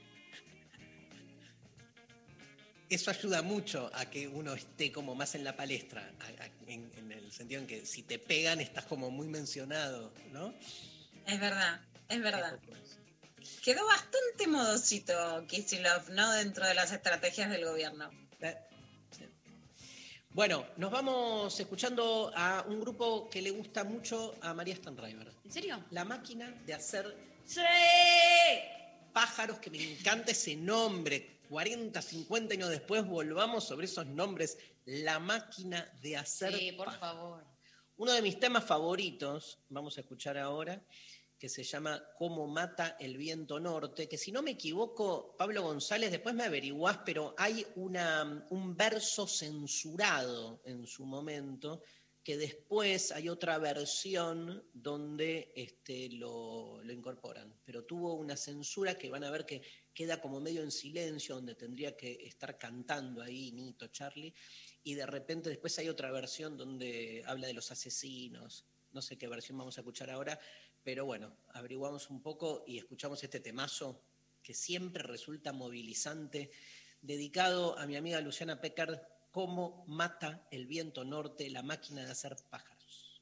Eso ayuda mucho a que uno esté como más en la palestra, a, a, en, en el sentido en que si te pegan estás como muy mencionado, ¿no? Es verdad, es verdad. Quedó bastante modosito Kicillof, ¿no? Dentro de las estrategias del gobierno. Eh, sí. Bueno, nos vamos escuchando a un grupo que le gusta mucho a María Stanraiver. ¿En serio? La Máquina de Hacer ¡Sí! Pájaros, que me encanta ese nombre. cuarenta, cincuenta años después volvamos sobre esos nombres. La Máquina de Hacer Sí, por Pájaros. favor. Uno de mis temas favoritos, vamos a escuchar ahora, que se llama Cómo mata el viento norte, que si no me equivoco, Pablo González, después me averiguás, pero hay una, un verso censurado en su momento, que después hay otra versión donde este, lo, lo incorporan. Pero tuvo una censura que van a ver que queda como medio en silencio, donde tendría que estar cantando ahí Nito, Charlie, y de repente después hay otra versión donde habla de los asesinos. No sé qué versión vamos a escuchar ahora, pero bueno, averiguamos un poco y escuchamos este temazo que siempre resulta movilizante, dedicado a mi amiga Luciana Pecker. Cómo mata el viento norte, la máquina de hacer pájaros.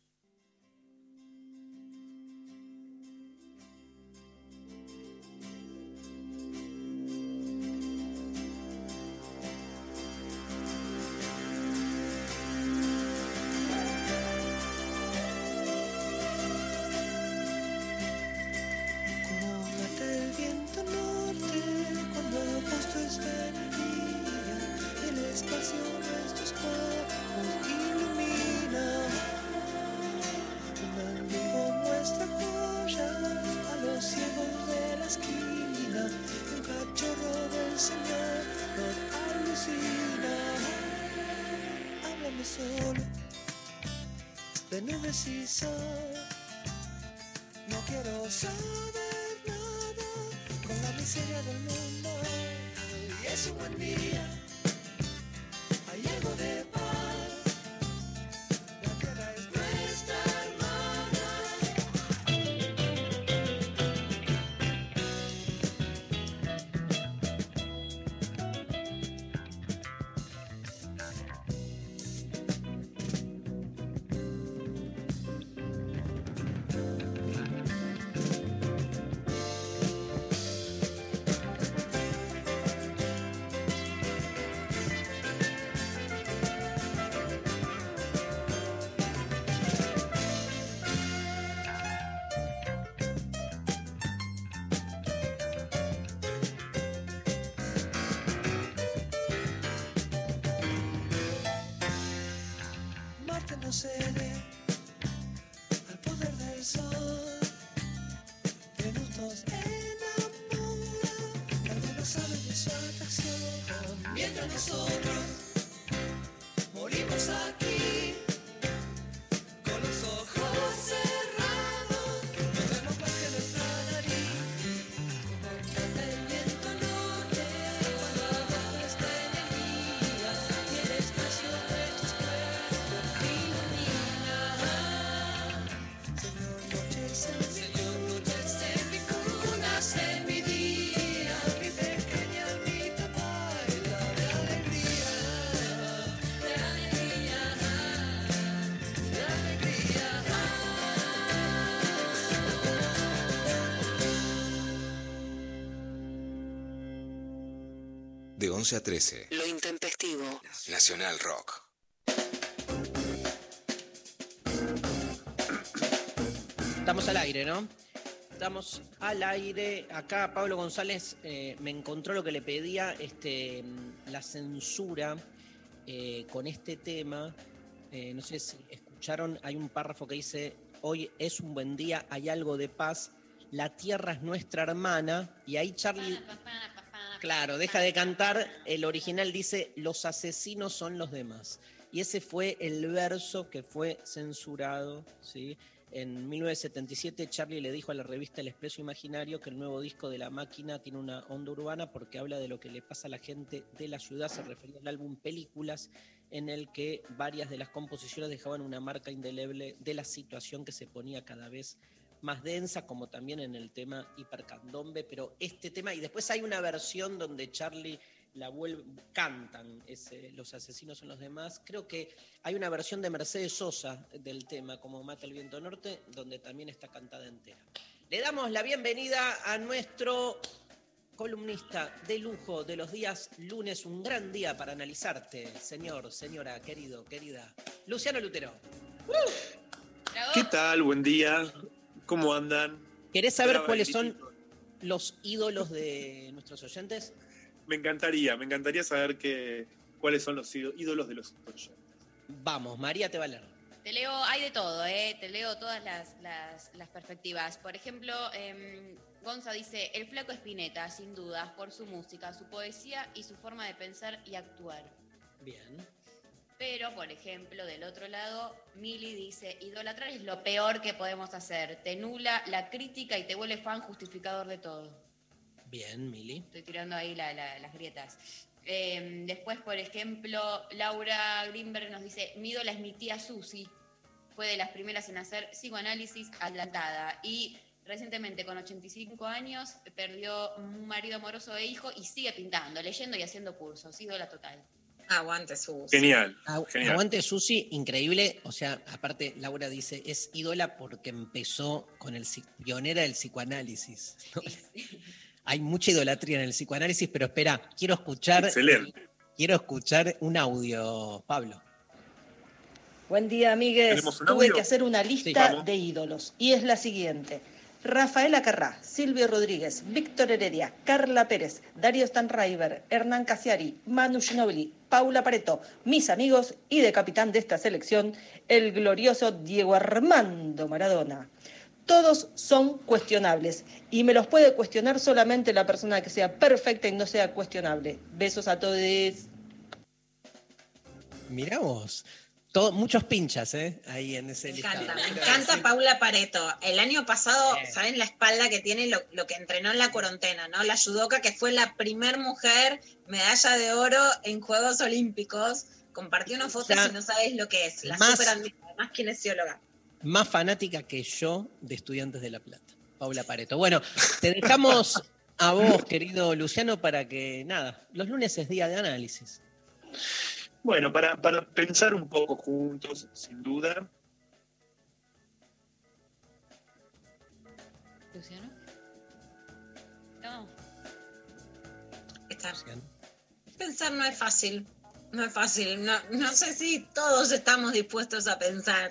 Cómo mata el viento norte cuando agosto está en el día y el espacio nuestros cuerpos ilumina. Un mendigo muestra joyas a los ciegos de la esquina y un cachorro del Señor nos alucina. Háblame solo de nubes y sol. No quiero saber nada con la miseria del mundo. Y es un buen día. Hay algo de paz. La tierra es nuestra hermana. Marte no cede al poder del sol. Venus nos enamora, algunos saben de su atracción. Mientras nosotros morimos aquí, con los ojos cerrados, no vemos más que nuestra nariz. Como mata el viento norte, cuando abajo está en el día, once a trece. Lo intempestivo. Nacional Rock. Estamos al aire, ¿no? Estamos al aire. Acá Pablo González eh, me encontró lo que le pedía, este, la censura eh, con este tema. Eh, no sé si escucharon, hay un párrafo que dice: hoy es un buen día, hay algo de paz, la tierra es nuestra hermana. Y ahí Charlie, claro, deja de cantar. El original dice: los asesinos son los demás. Y ese fue el verso que fue censurado, ¿sí? En mil novecientos setenta y siete, Charlie le dijo a la revista El Expreso Imaginario que el nuevo disco de La Máquina tiene una onda urbana porque habla de lo que le pasa a la gente de la ciudad. Se refería al álbum Películas, en el que varias de las composiciones dejaban una marca indeleble de la situación que se ponía cada vez más densa, como también en el tema Hipercandombe. Pero este tema, y después hay una versión donde Charlie la vuelve, cantan ese, los asesinos son los demás. Creo que hay una versión de Mercedes Sosa del tema, como Mata el Viento Norte, donde también está cantada entera. Le damos la bienvenida a nuestro columnista de lujo de los días lunes, un gran día para analizarte, señor, señora, querido, querida, Luciano Lutero. ¿Qué tal? Buen día. ¿Cómo andan? ¿Querés saber Brava, cuáles son los ídolos de nuestros oyentes? Me encantaría, me encantaría saber que, cuáles son los ídolos de los oyentes. Vamos, María te va a leer. Te leo, hay de todo, ¿eh? Te leo todas las, las, las perspectivas. Por ejemplo, eh, Gonza dice: el Flaco Spinetta, sin dudas, por su música, su poesía y su forma de pensar y actuar. Bien. Pero, por ejemplo, del otro lado, Mili dice: idolatrar es lo peor que podemos hacer. Te nula la crítica y te vuelve fan justificador de todo. Bien, Mili. Estoy tirando ahí la, la, las grietas. Eh, después, por ejemplo, Laura Greenberg nos dice: mi ídola es mi tía Susi. Fue de las primeras en hacer psicoanálisis adelantada. Y recientemente, con ochenta y cinco años, perdió un marido amoroso e hijo y sigue pintando, leyendo y haciendo cursos. Ídola total. Aguante Susi. Genial, Agu- genial. Aguante Susi, increíble. O sea, aparte, Laura dice: es ídola porque empezó con el psi- pionera del psicoanálisis, ¿no? Hay mucha idolatría en el psicoanálisis, pero espera, quiero escuchar. Excelente. Quiero escuchar un audio, Pablo. Buen día, amigues. ¿Tenemos un Tuve audio? que hacer una Sí, lista vamos. de ídolos y es la siguiente: Rafaela Carrá, Silvio Rodríguez, Víctor Heredia, Carla Pérez, Darío Stanraiver, Hernán Casiari, Manu Ginóbili, Paula Pareto, mis amigos y de capitán de esta selección, el glorioso Diego Armando Maradona. Todos son cuestionables y me los puede cuestionar solamente la persona que sea perfecta y no sea cuestionable. Besos a todos. Mirá vos. Todo, muchos pinchas, ¿eh? Ahí en ese Me listado. encanta, me Quiero encanta decir- Paula Pareto. El año pasado, Eh. ¿saben la espalda que tiene lo, lo que entrenó en la cuarentena, ¿no? La judoka, que fue la primer mujer medalla de oro en Juegos Olímpicos. Compartió una foto Ya. si no sabes lo que es. La Más- super admira, además kinesióloga. Más fanática que yo de Estudiantes de La Plata, Paula Pareto. Bueno, te dejamos a vos, querido Luciano, para que, nada, los lunes es día de análisis. Bueno, para, para pensar un poco juntos, sin duda. ¿Luciano? No. Está. Pensar no es fácil. No es fácil. No, no sé si todos estamos dispuestos a pensar.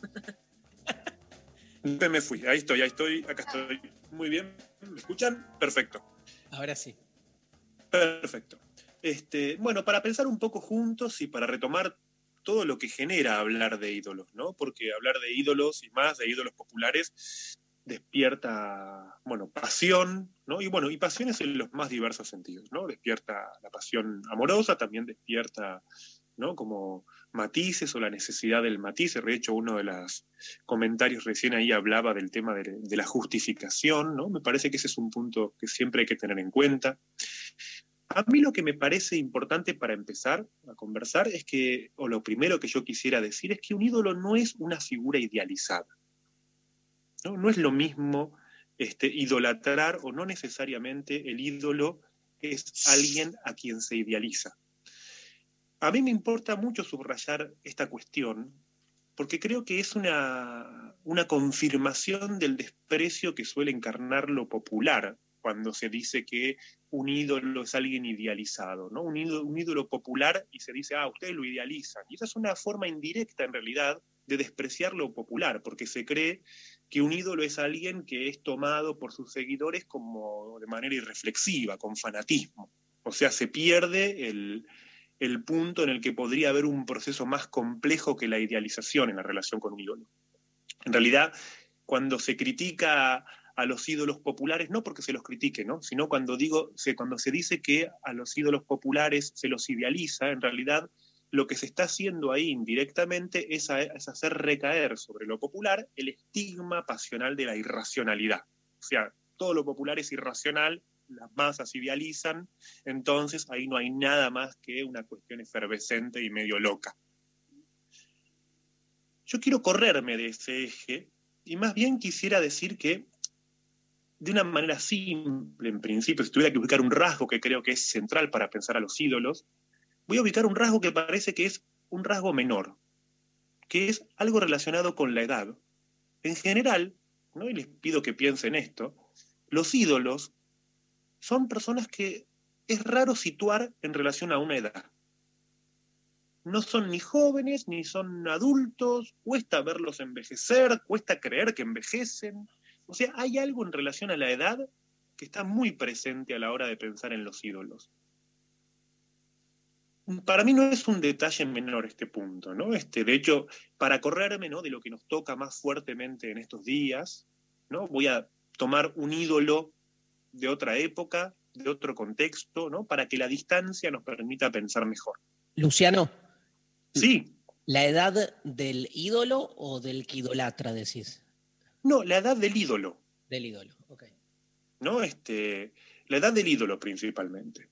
Me fui, ahí estoy, ahí estoy, acá estoy. Muy bien, ¿me escuchan? Perfecto. Ahora sí. Perfecto. Este, bueno, para pensar un poco juntos y para retomar todo lo que genera hablar de ídolos, ¿no? Porque hablar de ídolos y más de ídolos populares despierta, bueno, pasión, ¿no? Y bueno, y pasiones en los más diversos sentidos, ¿no? Despierta la pasión amorosa, también despierta, ¿no? Como matices o la necesidad del matiz. De hecho, uno de los comentarios recién ahí hablaba del tema de, de la justificación, ¿no? Me parece que ese es un punto que siempre hay que tener en cuenta. A mí lo que me parece importante para empezar a conversar es que, o lo primero que yo quisiera decir, es que un ídolo no es una figura idealizada. No, no es lo mismo este, idolatrar, o no necesariamente el ídolo es alguien a quien se idealiza. A mí me importa mucho subrayar esta cuestión porque creo que es una, una confirmación del desprecio que suele encarnar lo popular cuando se dice que un ídolo es alguien idealizado, ¿no? Un ídolo, un ídolo popular y se dice, ah, ustedes lo idealizan. Y esa es una forma indirecta, en realidad, de despreciar lo popular, porque se cree que un ídolo es alguien que es tomado por sus seguidores como de manera irreflexiva, con fanatismo. O sea, se pierde el, el punto en el que podría haber un proceso más complejo que la idealización en la relación con un ídolo. En realidad, cuando se critica a los ídolos populares, no porque se los critique, ¿no? Sino cuando, digo, se, cuando se dice que a los ídolos populares se los idealiza, en realidad lo que se está haciendo ahí indirectamente es, a, es hacer recaer sobre lo popular el estigma pasional de la irracionalidad. O sea, todo lo popular es irracional, las masas idealizan, entonces ahí no hay nada más que una cuestión efervescente y medio loca. Yo quiero correrme de ese eje y más bien quisiera decir que, de una manera simple, en principio, si tuviera que ubicar un rasgo que creo que es central para pensar a los ídolos, voy a ubicar un rasgo que parece que es un rasgo menor, que es algo relacionado con la edad. En general, ¿no? Y les pido que piensen esto, los ídolos son personas que es raro situar en relación a una edad. No son ni jóvenes, ni son adultos, cuesta verlos envejecer, cuesta creer que envejecen. O sea, hay algo en relación a la edad que está muy presente a la hora de pensar en los ídolos. Para mí no es un detalle menor este punto, ¿no? Este, de hecho, para correrme, ¿no?, de lo que nos toca más fuertemente en estos días, ¿no?, voy a tomar un ídolo de otra época, de otro contexto, ¿no?, para que la distancia nos permita pensar mejor. Luciano. Sí. ¿La edad del ídolo o del que idolatra, decís? No, la edad del ídolo. Del ídolo, ok. ¿No? Este, la edad del ídolo principalmente.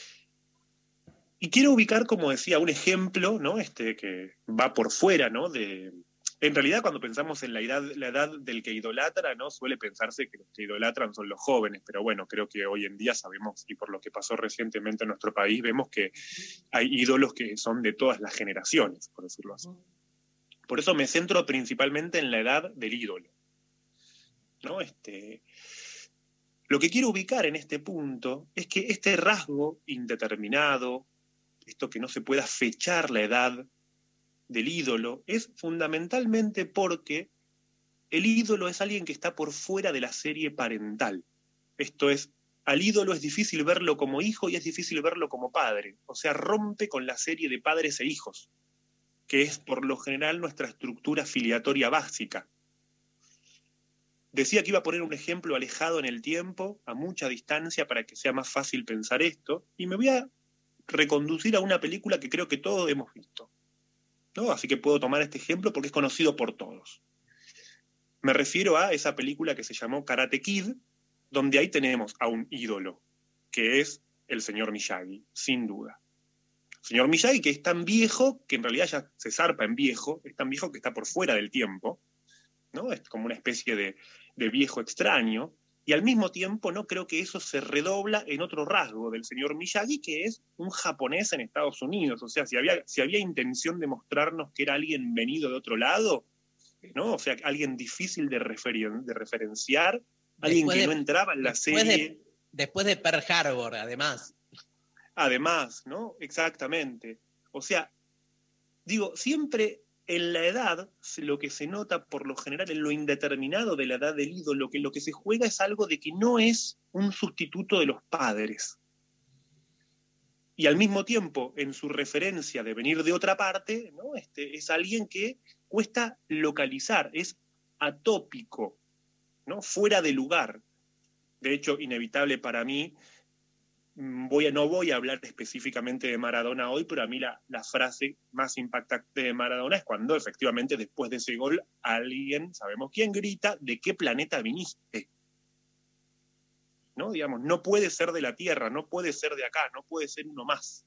Y quiero ubicar, como decía, un ejemplo, ¿no?, este, que va por fuera, ¿no?, de... En realidad, cuando pensamos en la edad, la edad del que idolatra, ¿no?, suele pensarse que los que idolatran son los jóvenes, pero bueno, creo que hoy en día sabemos, y por lo que pasó recientemente en nuestro país, vemos que hay ídolos que son de todas las generaciones, por decirlo así. Por eso me centro principalmente en la edad del ídolo, ¿no? Este... Lo que quiero ubicar en este punto es que este rasgo indeterminado, esto que no se pueda fechar la edad del ídolo, es fundamentalmente porque el ídolo es alguien que está por fuera de la serie parental. Esto es, al ídolo es difícil verlo como hijo y es difícil verlo como padre. O sea, rompe con la serie de padres e hijos, que es por lo general nuestra estructura filiatoria básica. Decía que iba a poner un ejemplo alejado en el tiempo, a mucha distancia, para que sea más fácil pensar esto, y me voy a reconducir a una película que creo que todos hemos visto, ¿no? Así que puedo tomar este ejemplo porque es conocido por todos. Me refiero a esa película que se llamó Karate Kid, donde ahí tenemos a un ídolo, que es el señor Miyagi, sin duda. El señor Miyagi, que es tan viejo, que en realidad ya se zarpa en viejo, es tan viejo que está por fuera del tiempo, ¿no? Es como una especie de, de viejo extraño, y al mismo tiempo no creo que eso se redobla en otro rasgo del señor Miyagi, que es un japonés en Estados Unidos. O sea, si había, si había intención de mostrarnos que era alguien venido de otro lado, ¿no? O sea, alguien difícil de, referen- de referenciar, alguien Después que de- no entraba en la después serie. De, después de Pearl Harbor, además. Además, ¿no? Exactamente. O sea, digo, siempre en la edad, lo que se nota por lo general en lo indeterminado de la edad del ídolo, que lo que se juega es algo de que no es un sustituto de los padres. Y al mismo tiempo, en su referencia de venir de otra parte, ¿no? Este, es alguien que cuesta localizar, es atópico, ¿no? Fuera de lugar. De hecho, inevitable para mí, Voy a, no voy a hablar específicamente de Maradona hoy, pero a mí la, la frase más impactante de Maradona es cuando efectivamente después de ese gol alguien, sabemos quién, grita, ¿de qué planeta viniste? ¿No? Digamos, no puede ser de la Tierra, no puede ser de acá, no puede ser uno más.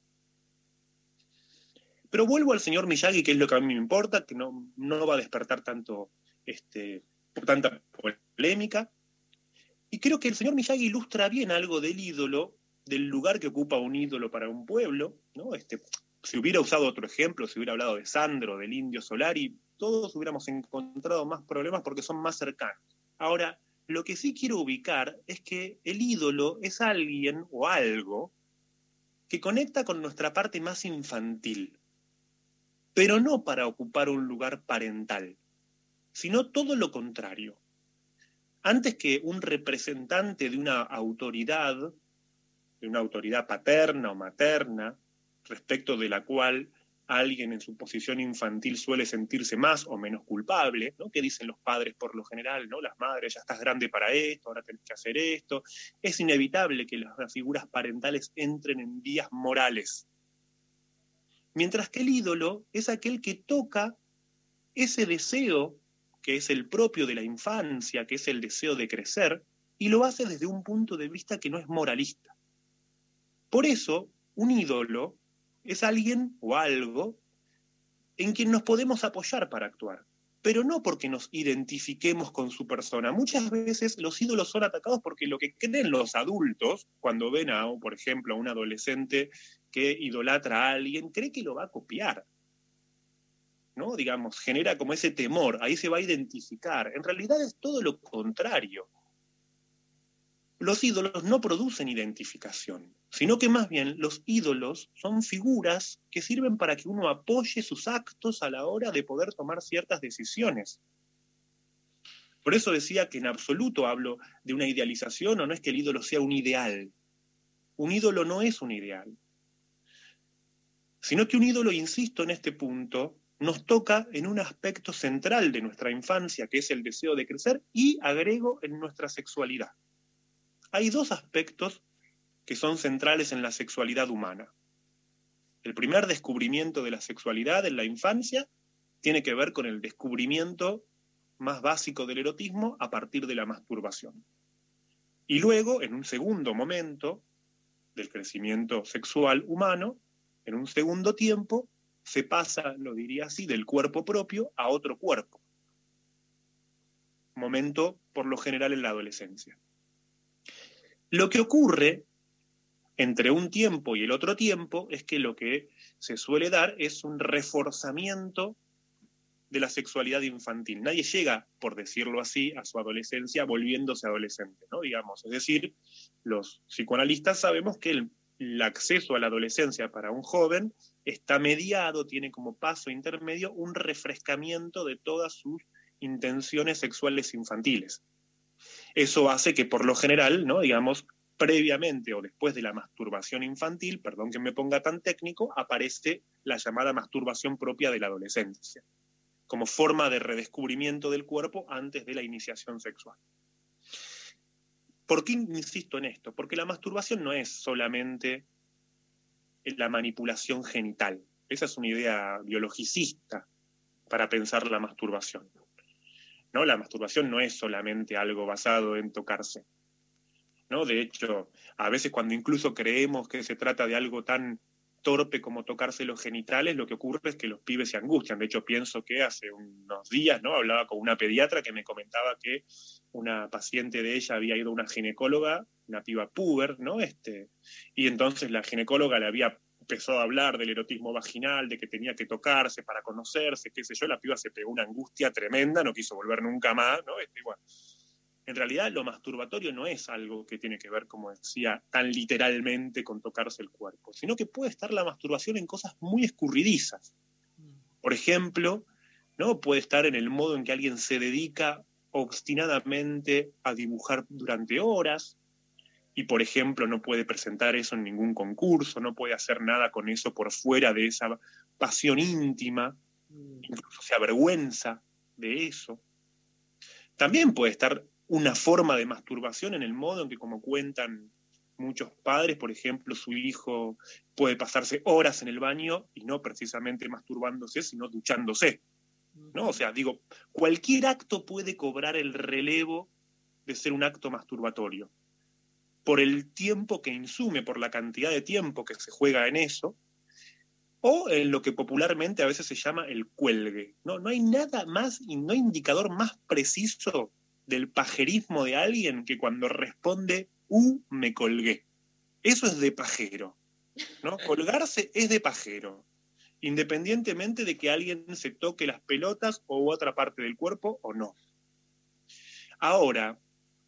Pero vuelvo al señor Miyagi, que es lo que a mí me importa, que no, no va a despertar tanto, este, tanta polémica. Y creo que el señor Miyagi ilustra bien algo del ídolo, del lugar que ocupa un ídolo para un pueblo, ¿no? Este, si hubiera usado otro ejemplo, si hubiera hablado de Sandro, del Indio Solari, todos hubiéramos encontrado más problemas porque son más cercanos. Ahora, Lo que sí quiero ubicar es que el ídolo es alguien o algo que conecta con nuestra parte más infantil, pero no para ocupar un lugar parental, sino todo lo contrario. Antes que un representante de una autoridad, de una autoridad paterna o materna, respecto de la cual alguien en su posición infantil suele sentirse más o menos culpable, ¿no? ¿Qué dicen los padres por lo general? ¿No? Las madres, ya estás grande para esto, ahora tenés que hacer esto. Es inevitable que las figuras parentales entren en vías morales. Mientras que el ídolo es aquel que toca ese deseo que es el propio de la infancia, que es el deseo de crecer, y lo hace desde un punto de vista que no es moralista. Por eso, un ídolo es alguien o algo en quien nos podemos apoyar para actuar, pero no porque nos identifiquemos con su persona. Muchas veces los ídolos son atacados porque lo que creen los adultos, cuando ven a, por ejemplo, a un adolescente que idolatra a alguien, cree que lo va a copiar, ¿no? Digamos, genera como ese temor, ahí se va a identificar. En realidad es todo lo contrario. Los ídolos no producen identificación, sino que más bien los ídolos son figuras que sirven para que uno apoye sus actos a la hora de poder tomar ciertas decisiones. Por eso decía que en absoluto hablo de una idealización, o no es que el ídolo sea un ideal. Un ídolo no es un ideal. Sino que un ídolo, insisto en este punto, nos toca en un aspecto central de nuestra infancia, que es el deseo de crecer, y agrego en nuestra sexualidad. Hay dos aspectos que son centrales en la sexualidad humana. El primer descubrimiento de la sexualidad en la infancia tiene que ver con el descubrimiento más básico del erotismo a partir de la masturbación. Y luego, en un segundo momento del crecimiento sexual humano, en un segundo tiempo, se pasa, lo diría así, del cuerpo propio a otro cuerpo. Momento, por lo general, en la adolescencia. Lo que ocurre entre un tiempo y el otro tiempo es que lo que se suele dar es un reforzamiento de la sexualidad infantil. Nadie llega, por decirlo así, a su adolescencia volviéndose adolescente, ¿no? Digamos, es decir, los psicoanalistas sabemos que el, el acceso a la adolescencia para un joven está mediado, tiene como paso intermedio un refrescamiento de todas sus intenciones sexuales infantiles. Eso hace que, por lo general, ¿no? Digamos, previamente o después de la masturbación infantil, perdón que me ponga tan técnico, aparece la llamada masturbación propia de la adolescencia, como forma de redescubrimiento del cuerpo antes de la iniciación sexual. ¿Por qué insisto en esto? Porque la masturbación no es solamente la manipulación genital. Esa es una idea biologicista para pensar la masturbación. ¿No? La masturbación no es solamente algo basado en tocarse, ¿no? De hecho, a veces cuando incluso creemos que se trata de algo tan torpe como tocarse los genitales, lo que ocurre es que los pibes se angustian. De hecho, pienso que hace unos días, ¿no? Hablaba con una pediatra que me comentaba que una paciente de ella había ido a una ginecóloga, una piba puber, ¿no? Este, y entonces la ginecóloga le había empezó a hablar del erotismo vaginal, de que tenía que tocarse para conocerse, qué sé yo. La piba se pegó una angustia tremenda, no quiso volver nunca más, ¿no? Este, bueno. En realidad lo masturbatorio no es algo que tiene que ver, como decía, tan literalmente con tocarse el cuerpo, sino que puede estar la masturbación en cosas muy escurridizas. Por ejemplo, ¿no? Puede estar en el modo en que alguien se dedica obstinadamente a dibujar durante horas, y por ejemplo no puede presentar eso en ningún concurso, no puede hacer nada con eso por fuera de esa pasión íntima, incluso se avergüenza de eso. También puede estar una forma de masturbación en el modo en que, como cuentan muchos padres, por ejemplo, su hijo puede pasarse horas en el baño y no precisamente masturbándose, sino duchándose, ¿no? O sea, digo, cualquier acto puede cobrar el relevo de ser un acto masturbatorio, por el tiempo que insume, por la cantidad de tiempo que se juega en eso, o en lo que popularmente a veces se llama el cuelgue. No, no hay nada más y no hay indicador más preciso del pajerismo de alguien que cuando responde, uh, me colgué. Eso es de pajero, ¿no? Colgarse es de pajero, independientemente de que alguien se toque las pelotas o otra parte del cuerpo o no. Ahora,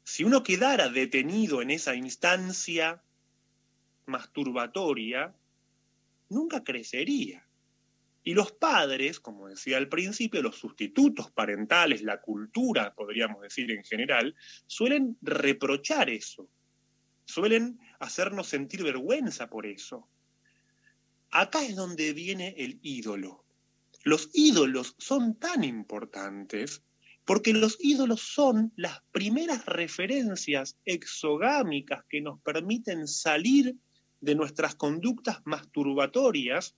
Si uno quedara detenido en esa instancia masturbatoria, nunca crecería. Y los padres, como decía al principio, los sustitutos parentales, la cultura, podríamos decir en general, suelen reprochar eso, suelen hacernos sentir vergüenza por eso. Acá es donde viene el ídolo. Los ídolos son tan importantes porque los ídolos son las primeras referencias exogámicas que nos permiten salir de nuestras conductas masturbatorias,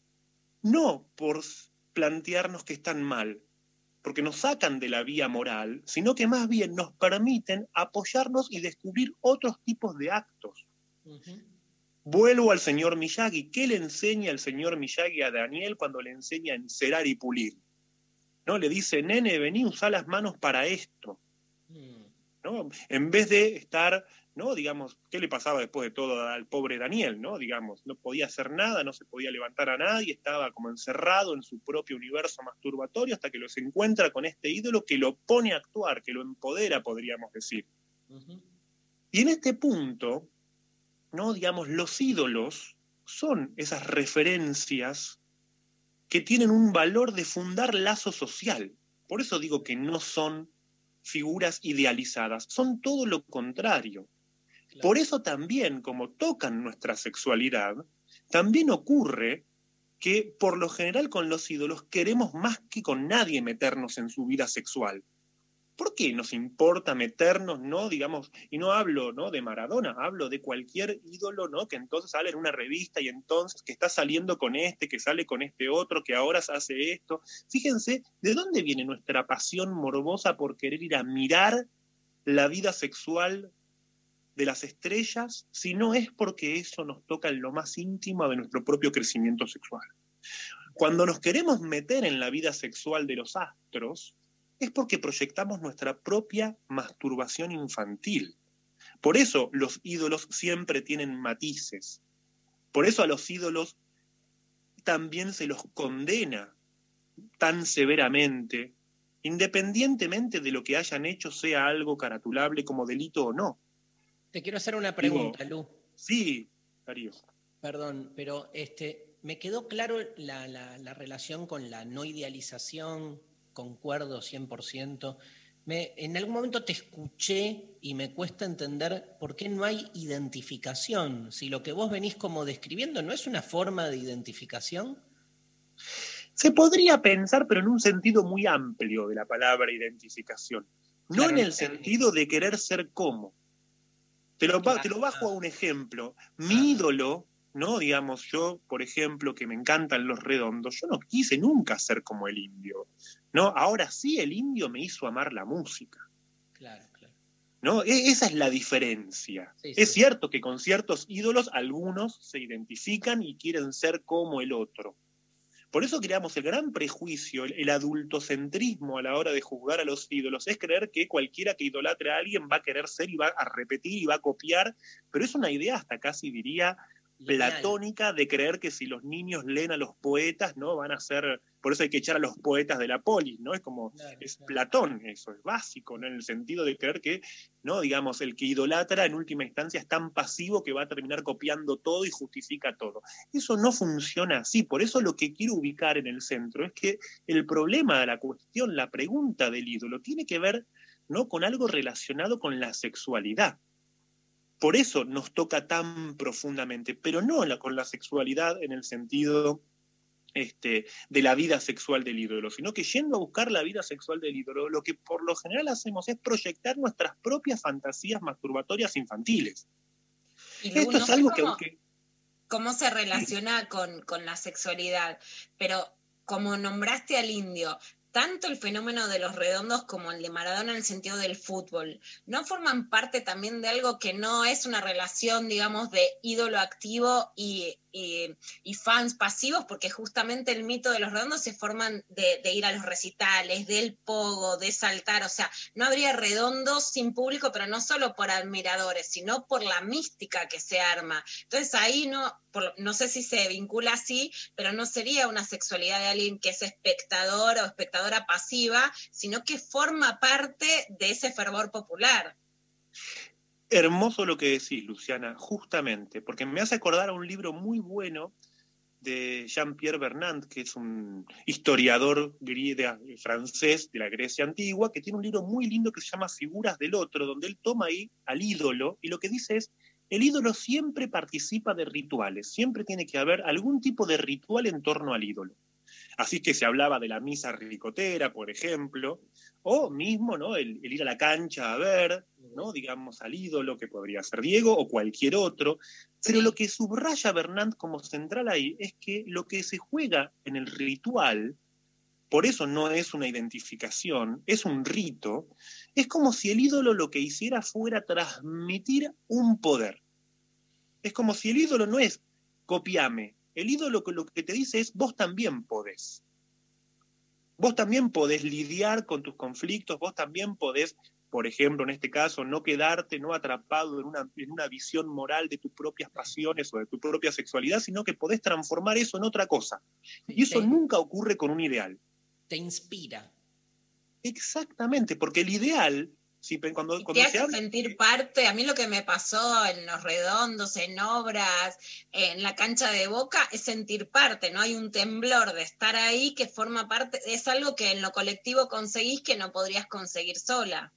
no por plantearnos que están mal, porque nos sacan de la vía moral, sino que más bien nos permiten apoyarnos y descubrir otros tipos de actos. Uh-huh. Vuelvo al señor Miyagi. ¿Qué le enseña el señor Miyagi a Daniel cuando le enseña a encerar y pulir? ¿No? Le dice, nene, vení, usá las manos para esto. ¿No? En vez de estar, ¿no? Digamos, ¿qué le pasaba después de todo al pobre Daniel? ¿No? Digamos, no podía hacer nada, no se podía levantar a nadie, estaba como encerrado en su propio universo masturbatorio hasta que los encuentra con este ídolo que lo pone a actuar, que lo empodera, podríamos decir. Uh-huh. Y en este punto, ¿no? Digamos, los ídolos son esas referencias que tienen un valor de fundar lazo social. Por eso digo que no son figuras idealizadas, son todo lo contrario. Claro. Por eso también, como tocan nuestra sexualidad, también ocurre que por lo general con los ídolos queremos más que con nadie meternos en su vida sexual. ¿Por qué nos importa meternos, no, digamos, y no hablo, ¿no?, de Maradona, hablo de cualquier ídolo, ¿no?, que entonces sale en una revista y entonces que está saliendo con este, que sale con este otro, que ahora hace esto? Fíjense, ¿de dónde viene nuestra pasión morbosa por querer ir a mirar la vida sexual de las estrellas, si no es porque eso nos toca en lo más íntimo de nuestro propio crecimiento sexual? Cuando nos queremos meter en la vida sexual de los astros, es porque proyectamos nuestra propia masturbación infantil. Por eso los ídolos siempre tienen matices. Por eso a los ídolos también se los condena tan severamente, independientemente de lo que hayan hecho sea algo caratulable como delito o no. Te quiero hacer una pregunta, Digo, Lu. Sí, Darío. Perdón, pero este, me quedó claro la, la, la relación con la no idealización. Concuerdo cien por ciento. Me, en algún momento te escuché y me cuesta entender por qué no hay identificación. Si lo que vos venís como describiendo no es una forma de identificación. Se podría pensar, pero en un sentido muy amplio de la palabra identificación. No claro, en el sentido de querer ser como. Te lo, claro. te lo bajo a un ejemplo. Mi ídolo, ¿no? Digamos, yo, por ejemplo, que me encantan los redondos, yo no quise nunca ser como el Indio. ¿No? Ahora sí, el Indio me hizo amar la música. Claro, claro. ¿No? E- esa es la diferencia. Sí, sí. Es cierto que con ciertos ídolos algunos se identifican y quieren ser como el otro. Por eso creamos el gran prejuicio, el, el adultocentrismo a la hora de juzgar a los ídolos, es creer que cualquiera que idolatre a alguien va a querer ser y va a repetir y va a copiar, pero es una idea hasta casi diría platónica de creer que si los niños leen a los poetas, ¿no? Van a ser, por eso hay que echar a los poetas de la polis, ¿no? Es como, claro, es claro. Platón, eso es básico, ¿no? En el sentido de creer que, ¿no? Digamos, el que idolatra en última instancia es tan pasivo que va a terminar copiando todo y justifica todo. Eso no funciona así, por eso lo que quiero ubicar en el centro es que el problema de la cuestión, la pregunta del ídolo, tiene que ver, ¿no? Con algo relacionado con la sexualidad. Por eso nos toca tan profundamente, pero no la, con la sexualidad en el sentido este, de la vida sexual del ídolo, sino que yendo a buscar la vida sexual del ídolo, lo que por lo general hacemos es proyectar nuestras propias fantasías masturbatorias infantiles. Y Esto no es algo cómo, que, que... ¿Cómo se relaciona con, con la sexualidad? Pero como nombraste al Indio, tanto el fenómeno de los redondos como el de Maradona en el sentido del fútbol, ¿no forman parte también de algo que no es una relación, digamos, de ídolo activo y, y, y fans pasivos? Porque justamente el mito de los redondos se forman de, de ir a los recitales, del pogo, de saltar, o sea, no habría redondos sin público, pero no solo por admiradores, sino por la mística que se arma. Entonces ahí no... Por, no sé si se vincula así, pero no sería una sexualidad de alguien que es espectador o espectadora pasiva, sino que forma parte de ese fervor popular. Hermoso lo que decís, Luciana, justamente, porque me hace acordar a un libro muy bueno de Jean-Pierre Vernant, que es un historiador griega, francés de la Grecia antigua, que tiene un libro muy lindo que se llama Figuras del Otro, donde él toma ahí al ídolo, y lo que dice es, el ídolo siempre participa de rituales, siempre tiene que haber algún tipo de ritual en torno al ídolo. Así que se hablaba de la misa ricotera, por ejemplo, o mismo, ¿no? el, el ir a la cancha a ver, ¿no? digamos, al ídolo, que podría ser Diego o cualquier otro. Pero lo que subraya Vernant como central ahí es que lo que se juega en el ritual, por eso no es una identificación, es un rito, es como si el ídolo lo que hiciera fuera transmitir un poder. Es como si el ídolo no es copiame, el ídolo lo que te dice es vos también podés. Vos también podés lidiar con tus conflictos, vos también podés, por ejemplo, en este caso, no quedarte no atrapado en una, en una visión moral de tus propias pasiones o de tu propia sexualidad, sino que podés transformar eso en otra cosa. Y eso Te- nunca ocurre con un ideal. Te inspira. Exactamente, porque el ideal, si, pe- cuando, Te cuando se hace habla... sentir parte. A mí lo que me pasó en Los Redondos, en obras, en la cancha de Boca, es sentir parte, ¿no? Hay un temblor de estar ahí que forma parte, es algo que en lo colectivo conseguís que no podrías conseguir sola.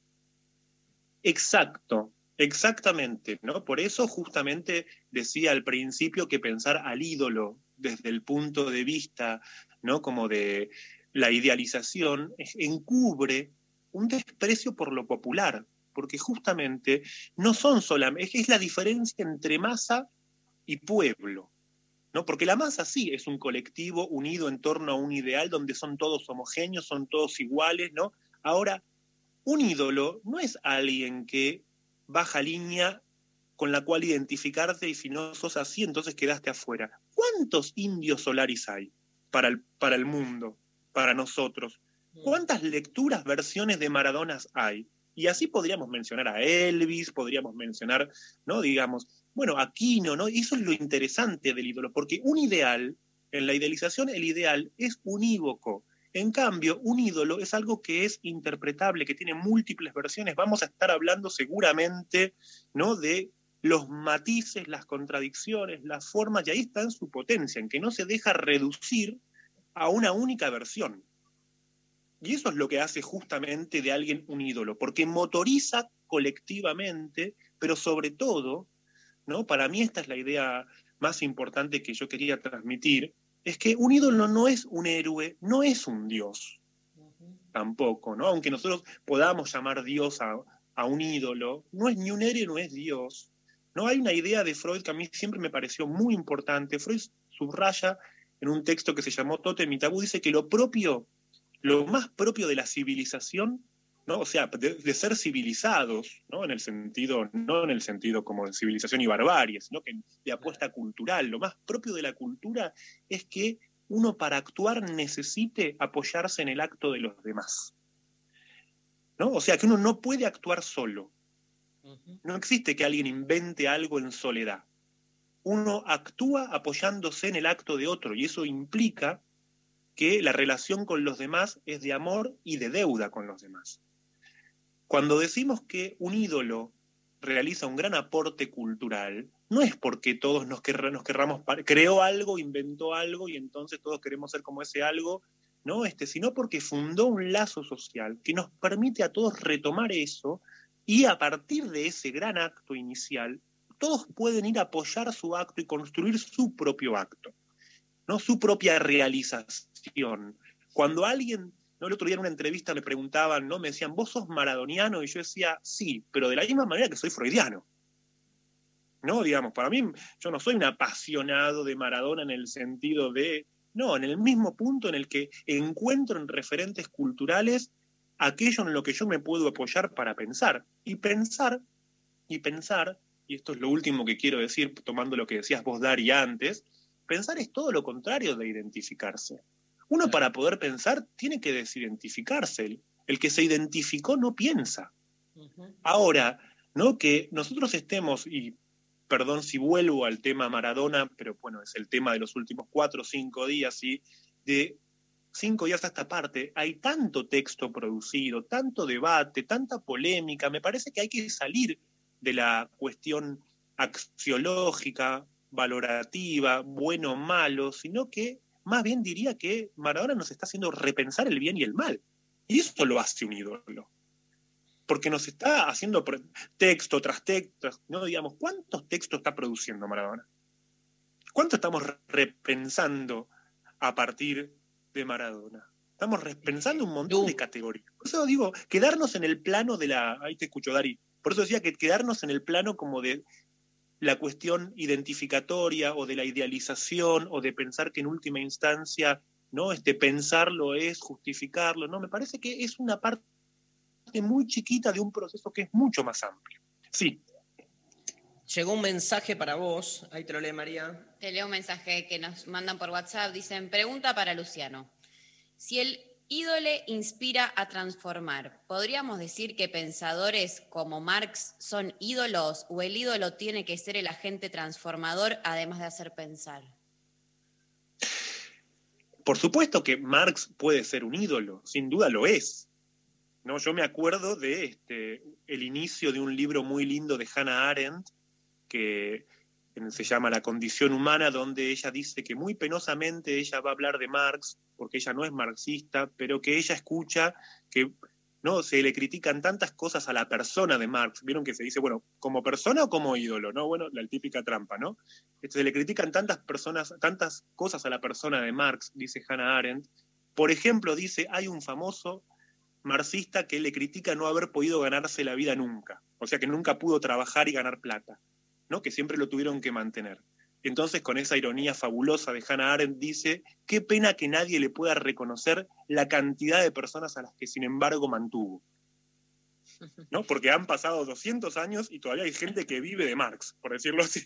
Exacto, exactamente, ¿no? Por eso justamente decía al principio que pensar al ídolo desde el punto de vista, ¿no? Como de la idealización, es- encubre un desprecio por lo popular, porque justamente no son solamente, es, es la diferencia entre masa y pueblo, ¿no? Porque la masa sí es un colectivo unido en torno a un ideal donde son todos homogéneos, son todos iguales, ¿no? Ahora, un ídolo no es alguien que baja línea con la cual identificarte y si no sos así, entonces quedaste afuera. ¿Cuántos indios solaris hay para el, para el mundo, para nosotros? ¿Cuántas lecturas, versiones de Maradonas hay? Y así podríamos mencionar a Elvis, podríamos mencionar, ¿no? Digamos, bueno, Aquino, ¿no? Y eso es lo interesante del ídolo, porque un ideal, en la idealización, el ideal es unívoco. En cambio, un ídolo es algo que es interpretable, que tiene múltiples versiones. Vamos a estar hablando seguramente, ¿no? de los matices, las contradicciones, las formas, y ahí está en su potencia, en que no se deja reducir a una única versión. Y eso es lo que hace justamente de alguien un ídolo, porque motoriza colectivamente, pero sobre todo, ¿no? Para mí esta es la idea más importante que yo quería transmitir, es que un ídolo no es un héroe, no es un dios, tampoco, ¿no? Aunque nosotros podamos llamar dios a, a un ídolo, no es ni un héroe, no es dios. No hay una idea de Freud que a mí siempre me pareció muy importante. Freud subraya en un texto que se llamó Tótem y Tabú, dice que lo propio, lo más propio de la civilización, ¿no? O sea, de, de ser civilizados, ¿no? En el sentido, no en el sentido como de civilización y barbarie, sino que de apuesta cultural. Lo más propio de la cultura es que uno para actuar necesite apoyarse en el acto de los demás, ¿no? O sea, que uno no puede actuar solo. No existe que alguien invente algo en soledad. Uno actúa apoyándose en el acto de otro, y eso implica que la relación con los demás es de amor y de deuda con los demás. Cuando decimos que un ídolo realiza un gran aporte cultural, no es porque todos nos, querr- nos querramos, creó algo, inventó algo y entonces todos queremos ser como ese algo, ¿no? Este, sino porque fundó un lazo social que nos permite a todos retomar eso y a partir de ese gran acto inicial, todos pueden ir a apoyar su acto y construir su propio acto, ¿no? Su propia realización. Cuando alguien, ¿no? El otro día en una entrevista me preguntaban, ¿no? Me decían, ¿vos sos maradoniano? Y yo decía, sí, pero de la misma manera que soy freudiano. ¿No? Digamos, para mí, yo no soy un apasionado de Maradona en el sentido de, no, en el mismo punto en el que encuentro en referentes culturales aquello en lo que yo me puedo apoyar para pensar. Y pensar, y pensar, y esto es lo último que quiero decir, tomando lo que decías vos, Dari, antes, pensar es todo lo contrario de identificarse. Uno para poder pensar tiene que desidentificarse. El, el que se identificó no piensa. Ahora, ¿no? Que nosotros estemos, y perdón si vuelvo al tema Maradona, pero bueno, es el tema de los últimos cuatro o cinco días, ¿sí? De cinco días a esta parte, hay tanto texto producido, tanto debate, tanta polémica. Me parece que hay que salir de la cuestión axiológica, valorativa, bueno o malo, sino que más bien diría que Maradona nos está haciendo repensar el bien y el mal. Y eso lo hace un ídolo. Porque nos está haciendo texto tras texto, ¿no? Digamos, ¿cuántos textos está produciendo Maradona? ¿Cuánto estamos repensando a partir de Maradona? Estamos repensando un montón de categorías. Por eso digo, quedarnos en el plano de la... Ahí te escucho, Dari. Por eso decía que quedarnos en el plano como de la cuestión identificatoria o de la idealización o de pensar que en última instancia, ¿no? Este, pensarlo es justificarlo, ¿no? Me parece que es una parte muy chiquita de un proceso que es mucho más amplio. Sí. Llegó un mensaje para vos, ahí te lo lee María. Te leo un mensaje que nos mandan por WhatsApp, dicen, pregunta para Luciano. Si el ídolo inspira a transformar, ¿podríamos decir que pensadores como Marx son ídolos o el ídolo tiene que ser el agente transformador además de hacer pensar? Por supuesto que Marx puede ser un ídolo, sin duda lo es. ¿No? Yo me acuerdo de este, el inicio de un libro muy lindo de Hannah Arendt, que se llama La condición humana, donde ella dice que muy penosamente ella va a hablar de Marx, porque ella no es marxista, pero que ella escucha que no se le critican tantas cosas a la persona de Marx. Vieron que se dice, bueno, ¿como persona o como ídolo? ¿No? Bueno, la típica trampa, ¿no? Se le critican tantas personas, tantas cosas a la persona de Marx, dice Hannah Arendt. Por ejemplo, dice, hay un famoso marxista que le critica no haber podido ganarse la vida nunca, o sea que nunca pudo trabajar y ganar plata, ¿no? Que siempre lo tuvieron que mantener. Entonces, con esa ironía fabulosa de Hannah Arendt, dice, qué pena que nadie le pueda reconocer la cantidad de personas a las que sin embargo mantuvo, ¿no? Porque han pasado doscientos años y todavía hay gente que vive de Marx, por decirlo así.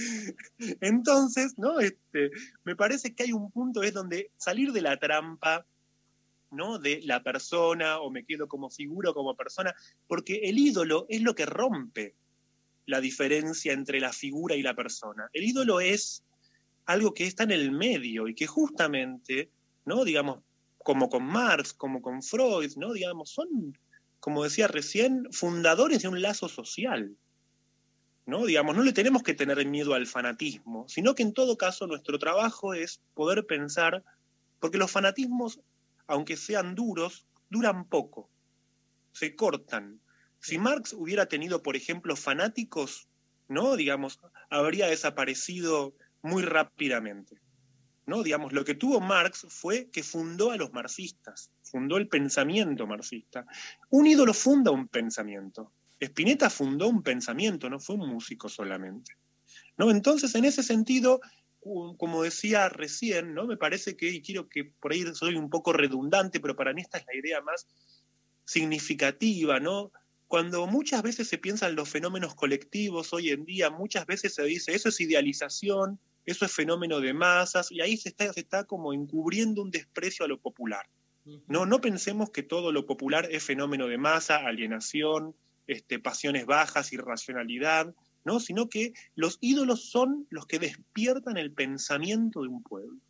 Entonces, ¿no? Este, me parece que hay un punto es donde salir de la trampa, ¿no? De la persona, o me quedo como figura o como persona, porque el ídolo es lo que rompe la diferencia entre la figura y la persona. El ídolo es algo que está en el medio y que justamente, ¿no? Digamos, como con Marx, como con Freud, ¿no? Digamos, son, como decía recién, fundadores de un lazo social, ¿no? Digamos, no le tenemos que tener miedo al fanatismo, sino que en todo caso nuestro trabajo es poder pensar, porque los fanatismos, aunque sean duros, duran poco, se cortan. Si Marx hubiera tenido, por ejemplo, fanáticos, ¿no? Digamos, habría desaparecido muy rápidamente, ¿no? Digamos, lo que tuvo Marx fue que fundó a los marxistas, fundó el pensamiento marxista. Un ídolo funda un pensamiento. Spinetta fundó un pensamiento, no fue un músico solamente, ¿no? Entonces, en ese sentido, como decía recién, ¿no? Me parece que, y quiero que por ahí soy un poco redundante, pero para mí esta es la idea más significativa, ¿no? Cuando muchas veces se piensan los fenómenos colectivos hoy en día, muchas veces se dice, eso es idealización, eso es fenómeno de masas, y ahí se está, se está como encubriendo un desprecio a lo popular. No, no pensemos que todo lo popular es fenómeno de masa, alienación, este, pasiones bajas, irracionalidad, ¿no? Sino que los ídolos son los que despiertan el pensamiento de un pueblo.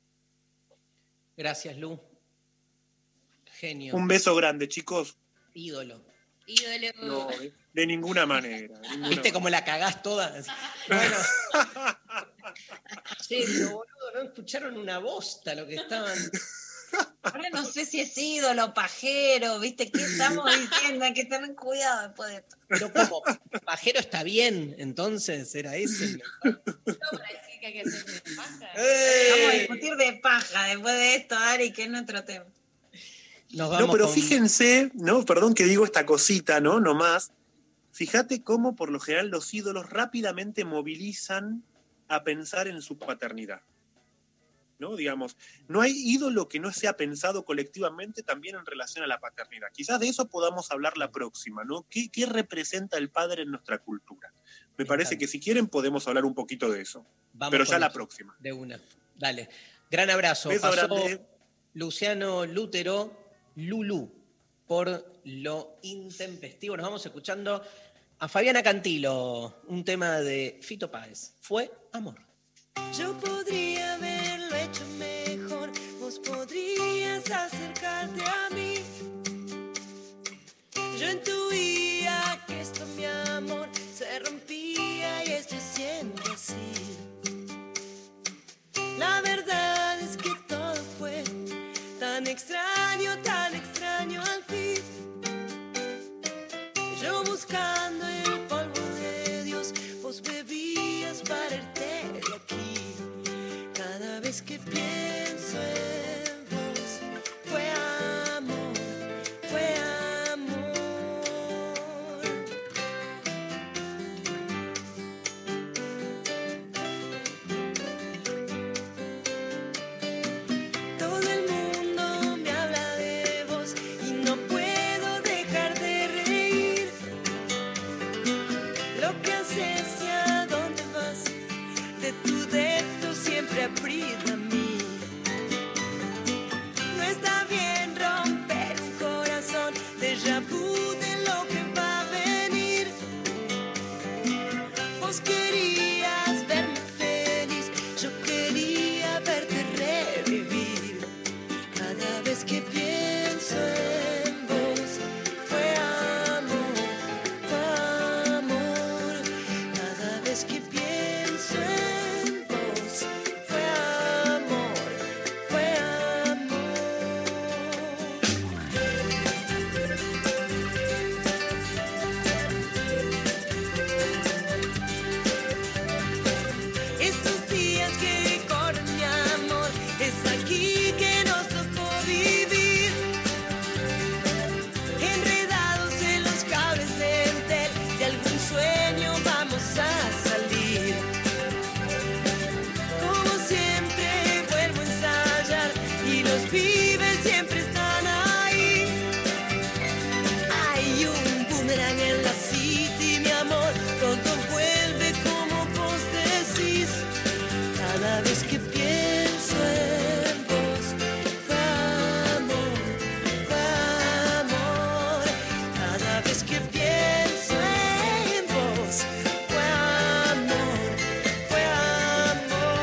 Gracias, Lu. Genio. Un beso grande, chicos. Ídolo. Ídolo. No, de, de ninguna manera. De ninguna ¿Viste manera. cómo la cagás toda? Bueno. Che, pero boludo, no escucharon una bosta lo que estaban... Ahora no sé si es ídolo, pajero, ¿viste? ¿Qué estamos diciendo? Hay que tener cuidado después de esto. Pero como pajero está bien, entonces era ese. No, para decir que hay que hacer de paja. Vamos a discutir de paja después de esto, Ari, que es nuestro tema. Nos vamos no, pero con... fíjense, ¿no? Perdón que digo esta cosita, ¿no? No más. Fíjate cómo por lo general los ídolos rápidamente movilizan a pensar en su paternidad, ¿no? Digamos, no hay ídolo que no sea pensado colectivamente también en relación a la paternidad. Quizás de eso podamos hablar la próxima, ¿no? ¿Qué, qué representa el padre en nuestra cultura? Me parece que si quieren podemos hablar un poquito de eso. Vamos pero ya la eso. próxima. De una. Dale. Gran abrazo. Beso Pasó grande. Luciano Lútero, Lulú, por lo intempestivo. Nos vamos escuchando a Fabiana Cantilo, un tema de Fito Páez. Fue amor. Yo podría haberlo hecho mejor, vos podrías acercarte a mí. Yo intuía que esto, mi amor, se rompía y estoy siendo así. La verdad es que todo fue tan extraño, tan extraño al fin. Yo buscando el polvo de Dios, vos bebías para irte de aquí. Cada vez que pienso en vos, fue amor, fue amor. Todo el mundo me habla de vos y no puedo dejar de reír. Lo que haces y a dónde vas, de tu dedo siempre aprieta a mí. No está bien romper un corazón, déjà vu de lo que va a venir. Vos querías verme feliz, yo quería verte revivir. Cada vez que pienso en vos, fue amor, fue amor. Cada vez que pienso en vos, fue amor, fue amor. Estos días que corren, mi amor, es aquí que nos tocó vivir. Enredados en los cables de Entel, de algún sueño vamos a salir. Como siempre vuelvo a ensayar y los pibes siempre están ahí. Hay un boomerang en la city, mi amor, todo vuelve como vos decís. Cada vez que pienso en vos, fue amor, fue amor. Cada vez que pienso en vos, fue amor, fue amor.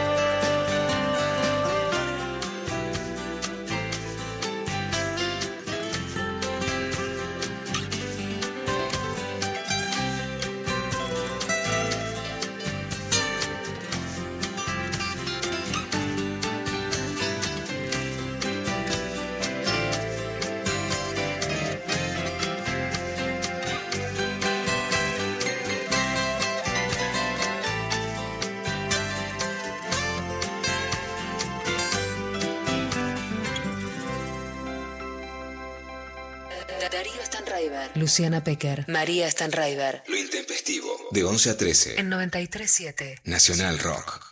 Darío Stanraiver, Luciana Pecker, María Stanraiver. Lo intempestivo. De once a trece. En noventa y tres punto siete. Nacional Rock.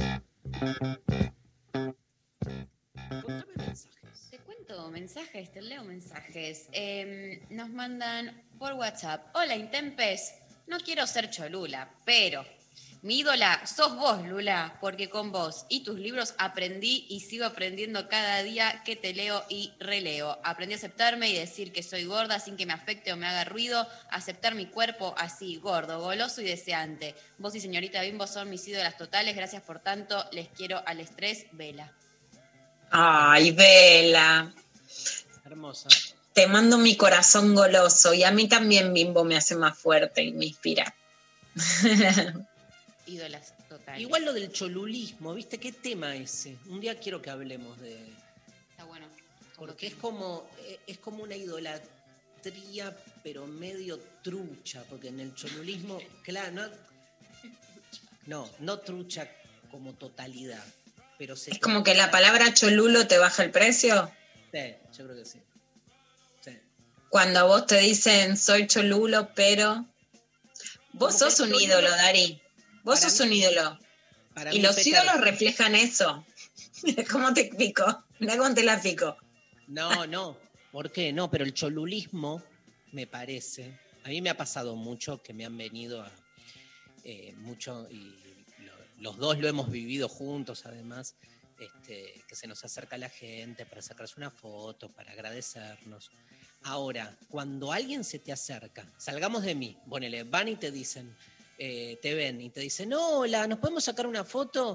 Te cuento mensajes, te leo mensajes. Eh, nos mandan por WhatsApp. Hola, Intempes. No quiero ser cholula, pero mi ídola sos vos, Lula, porque con vos y tus libros aprendí y sigo aprendiendo cada día que te leo y releo. Aprendí a aceptarme y decir que soy gorda sin que me afecte o me haga ruido, aceptar mi cuerpo así, gordo, goloso y deseante. Vos y señorita Bimbo son mis ídolas totales, gracias por tanto, les quiero al estrés, Vela. Ay, Vela. Hermosa. Te mando mi corazón goloso y a mí también Bimbo me hace más fuerte y me inspira. Ídolas totales. Igual lo del cholulismo, ¿viste? ¿Qué tema ese? Un día quiero que hablemos de... Está bueno. Porque es como, es como una idolatría, pero medio trucha, porque en el cholulismo, claro, no, no, no trucha como totalidad, pero se... Es como que la palabra cholulo te baja el precio. Sí, yo creo que sí. sí. Cuando a vos te dicen soy cholulo, pero... Vos sos un ídolo, Dari. Vos sos un ídolo. Y los ídolos reflejan eso. ¿Cómo te explico? Mirá cómo te la explico. No, no. ¿Por qué? No, pero el cholulismo, me parece, a mí me ha pasado mucho que me han venido a, eh, mucho, y lo, los dos lo hemos vivido juntos además, este, que se nos acerca la gente para sacarse una foto, para agradecernos. Ahora, cuando alguien se te acerca, salgamos de mí, ponele, van y te dicen, eh, te ven y te dicen, hola, ¿nos podemos sacar una foto?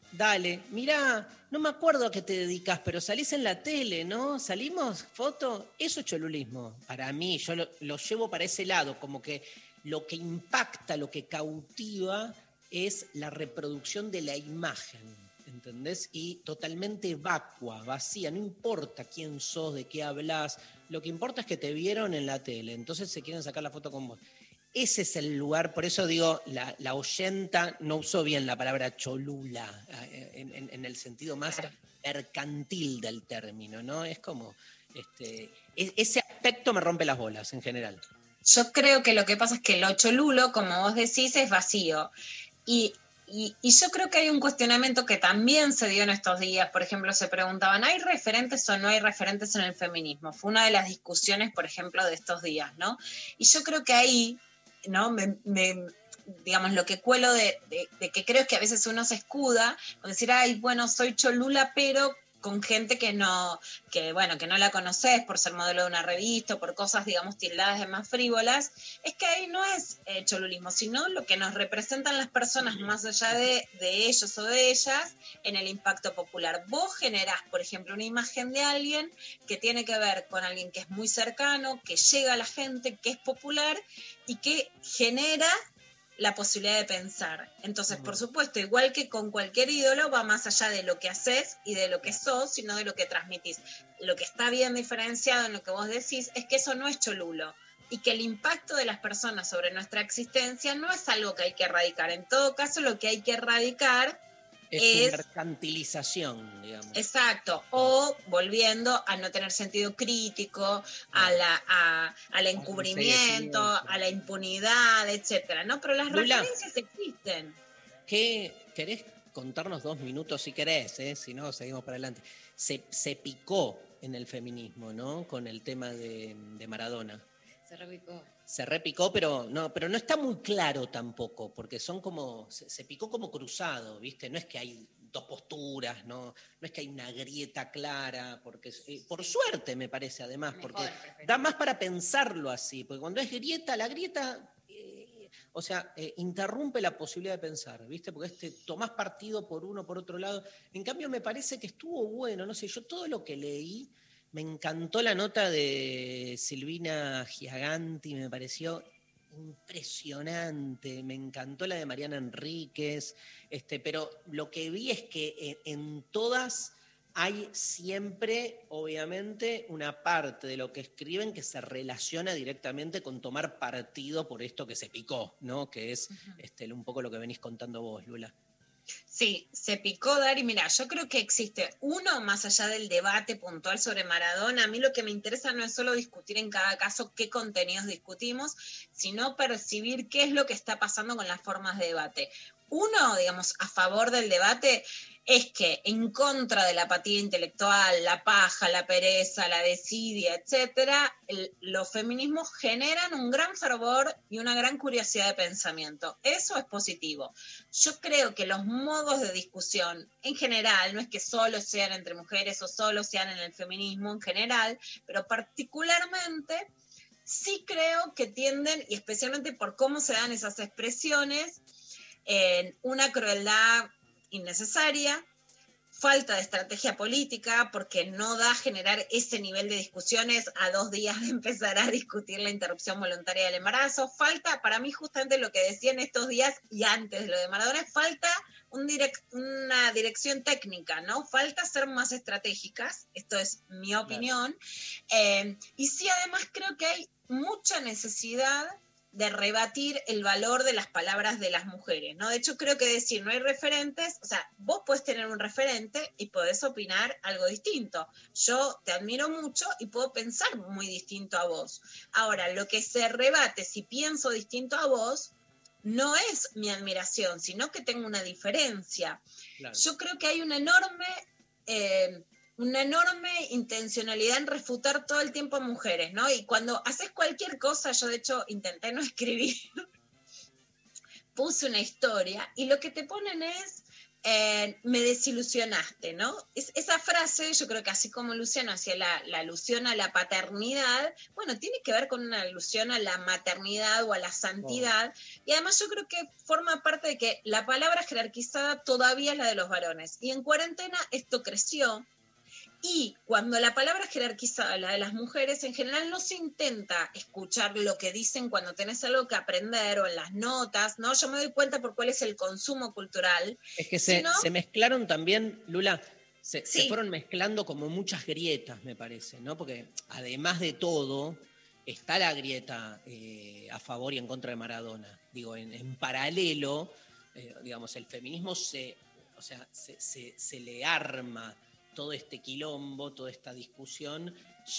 dale, mirá, no me acuerdo a qué te dedicas, pero salís en la tele, ¿no? ¿Salimos? ¿Foto? Eso es cholulismo. Para mí, yo lo, lo llevo para ese lado, como que lo que impacta, lo que cautiva es la reproducción de la imagen, ¿entendés? Y totalmente vacua, vacía, no importa quién sos, de qué hablas, lo que importa es que te vieron en la tele, entonces se quieren sacar la foto con vos. Ese es el lugar, por eso digo, la, la oyenta no usó bien la palabra cholula, en, en, en el sentido más mercantil del término, ¿no? Es como, este, ese aspecto me rompe las bolas en general. Yo creo que lo que pasa es que lo cholulo, como vos decís, es vacío. Y, y, y yo creo que hay un cuestionamiento que también se dio en estos días. Por ejemplo, se preguntaban, ¿hay referentes o no hay referentes en el feminismo? Fue una de las discusiones, por ejemplo, de estos días, ¿no? Y yo creo que ahí, ¿no? Me, me, digamos, lo que cuelo de, de, de que creo es que a veces uno se escuda con decir, ay, bueno, soy cholula, pero con gente que no, que bueno, que no la conoces por ser modelo de una revista o por cosas, digamos, tildadas de más frívolas, es que ahí no es eh, cholulismo, sino lo que nos representan las personas más allá de, de ellos o de ellas en el impacto popular. Vos generás, por ejemplo, una imagen de alguien que tiene que ver con alguien que es muy cercano, que llega a la gente, que es popular y que genera la posibilidad de pensar. Entonces, por supuesto, igual que con cualquier ídolo, va más allá de lo que haces y de lo que sos, sino de lo que transmitís. Lo que está bien diferenciado en lo que vos decís es que eso no es cholulo y que el impacto de las personas sobre nuestra existencia no es algo que hay que erradicar. En todo caso, lo que hay que erradicar es, es su mercantilización, digamos. Exacto, o volviendo a no tener sentido crítico, a la a, al encubrimiento, a la impunidad, etcétera, ¿no? Pero las Lula, referencias existen. ¿Qué querés contarnos dos minutos si querés, eh? Si no, seguimos para adelante? Se, se picó en el feminismo, ¿no? Con el tema de, de Maradona. Se repicó. Se repicó, pero no, pero no está muy claro tampoco, porque son como, se, se picó como cruzado, ¿viste? No es que hay dos posturas, no, no es que hay una grieta clara, porque eh, por suerte me parece además, Mejor, porque perfecto. da más para pensarlo así, porque cuando es grieta, la grieta, eh, o sea, eh, interrumpe la posibilidad de pensar, ¿viste? Porque este, tomás partido por uno, por otro lado. En cambio me parece que estuvo bueno, no sé, yo todo lo que leí, me encantó la nota de Silvina Giaganti, me pareció impresionante, me encantó la de Mariana Enríquez, este, pero lo que vi es que en, en todas hay siempre, obviamente, una parte de lo que escriben que se relaciona directamente con tomar partido por esto que se picó, ¿no? Que es uh-huh. este, un poco lo que venís contando vos, Lula. Sí, se picó, Dari. Mira, yo creo que existe uno, más allá del debate puntual sobre Maradona, a mí lo que me interesa no es solo discutir en cada caso qué contenidos discutimos, sino percibir qué es lo que está pasando con las formas de debate. Uno, digamos, a favor del debate es que en contra de la apatía intelectual, la paja, la pereza, la desidia, etcétera, el, los feminismos generan un gran fervor y una gran curiosidad de pensamiento. Eso es positivo. Yo creo que los modos de discusión en general, no es que solo sean entre mujeres o solo sean en el feminismo en general, pero particularmente sí creo que tienden, y especialmente por cómo se dan esas expresiones, en una crueldad innecesaria, falta de estrategia política, porque no da generar ese nivel de discusiones a dos días de empezar a discutir la interrupción voluntaria del embarazo. Falta, para mí, justamente lo que decía en estos días y antes de lo de Maradona, falta un direct, una dirección técnica, ¿no? Falta ser más estratégicas, esto es mi opinión. Claro. Eh, y sí, además, creo que hay mucha necesidad de rebatir el valor de las palabras de las mujeres, ¿no? De hecho, creo que decir no hay referentes, o sea, vos podés tener un referente y podés opinar algo distinto. Yo te admiro mucho y puedo pensar muy distinto a vos. Ahora, lo que se rebate si pienso distinto a vos no es mi admiración, sino que tengo una diferencia. Claro. Yo creo que hay una enorme... Eh, una enorme intencionalidad en refutar todo el tiempo a mujeres, ¿no? Y cuando haces cualquier cosa, yo de hecho intenté no escribir, puse una historia, y lo que te ponen es eh, me desilusionaste, ¿no? Es, esa frase, yo creo que así como Luciano hacía la, la alusión a la paternidad, bueno, tiene que ver con una alusión a la maternidad o a la santidad, oh. y además yo creo que forma parte de que la palabra jerarquizada todavía es la de los varones, y en cuarentena esto creció. Y cuando la palabra jerarquizada, la de las mujeres, en general no se intenta escuchar lo que dicen cuando tenés algo que aprender o en las notas, ¿no? Yo me doy cuenta por cuál es el consumo cultural. Es que se, sino... se mezclaron también, Lula, se, Sí. se fueron mezclando como muchas grietas, me parece, ¿no? Porque además de todo, está la grieta eh, a favor y en contra de Maradona. Digo, en, en paralelo, eh, digamos, el feminismo se, o sea, se, se, se le arma todo este quilombo, toda esta discusión,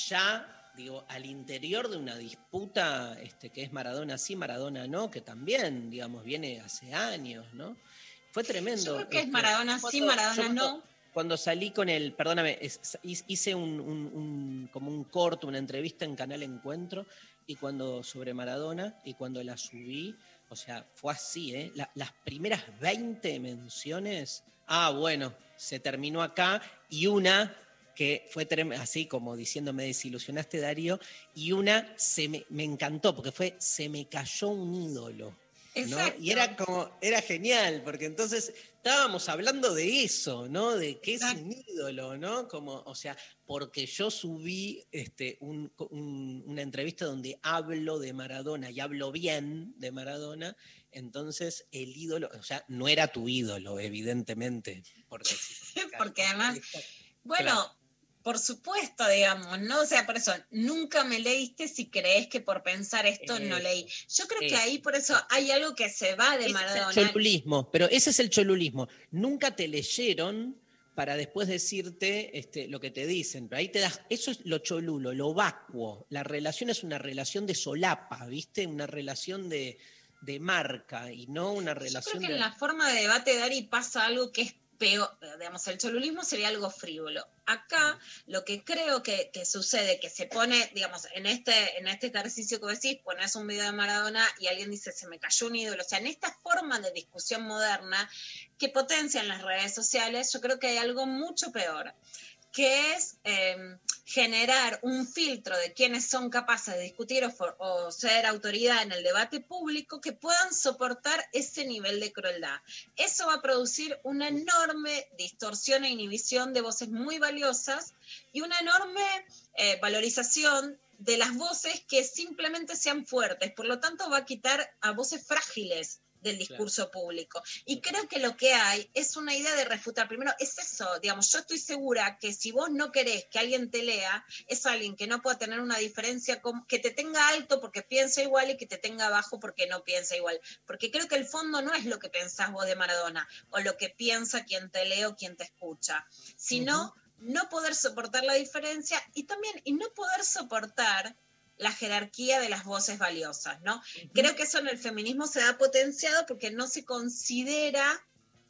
ya, digo, al interior de una disputa este, que es Maradona sí, Maradona no, que también, digamos, viene hace años, ¿no? Fue tremendo. Yo creo que es este, Maradona sí, cuando- Maradona yo cuando- no. Cuando salí con el, perdóname, es- hice un, un- un- como un corto, una entrevista en Canal Encuentro, y cuando sobre Maradona, y cuando la subí, o sea, fue así, ¿eh? La- las primeras veinte menciones, ah, bueno, se terminó acá, y una que fue trem- así como diciendo, me desilusionaste, Darío, y una se me, me encantó, porque fue, se me cayó un ídolo. ¿no? Exacto. Y era como, era genial, porque entonces estábamos hablando de eso, ¿no? De qué es un ídolo, ¿no? Como, o sea, porque yo subí este, un- un- una entrevista donde hablo de Maradona y hablo bien de Maradona, entonces el ídolo, o sea, no era tu ídolo, evidentemente, porque, si- Porque además, bueno, Claro. por supuesto, digamos, ¿no? O sea, por eso, nunca me leíste si crees que por pensar esto no Eso, leí. Yo creo que eso. ahí por eso hay algo que se va de Ese es el Maradona. cholulismo, pero ese es el cholulismo. Nunca te leyeron para después decirte este, lo que te dicen. Pero ahí te das, eso es lo cholulo, lo vacuo. La relación es una relación de solapa, ¿viste? Una relación de, de marca y no una Yo creo relación que de... en la forma de debate, Dari, pasa algo que es peor, digamos, el cholulismo sería algo frívolo. Acá lo que creo que, que sucede, que se pone, digamos, en este, en este ejercicio que decís, pones un video de Maradona y alguien dice, se me cayó un ídolo. O sea, en esta forma de discusión moderna que potencian las redes sociales, yo creo que hay algo mucho peor, que es eh, generar un filtro de quienes son capaces de discutir o, for- o ser autoridad en el debate público que puedan soportar ese nivel de crueldad. Eso va a producir una enorme distorsión e inhibición de voces muy valiosas y una enorme eh, valorización de las voces que simplemente sean fuertes. Por lo tanto, va a quitar a voces frágiles del discurso público. Y creo que lo que hay es una idea de refutar. Primero, es eso, digamos, yo estoy segura que si vos no querés que alguien te lea, es alguien que no pueda tener una diferencia, con, que te tenga alto porque piensa igual y que te tenga bajo porque no piensa igual. Porque creo que el fondo no es lo que pensás vos de Maradona o lo que piensa quien te lee o quien te escucha, sino no poder soportar la diferencia y también, y no poder soportar la jerarquía de las voces valiosas, ¿no? Uh-huh. Creo que eso en el feminismo se da potenciado porque no se considera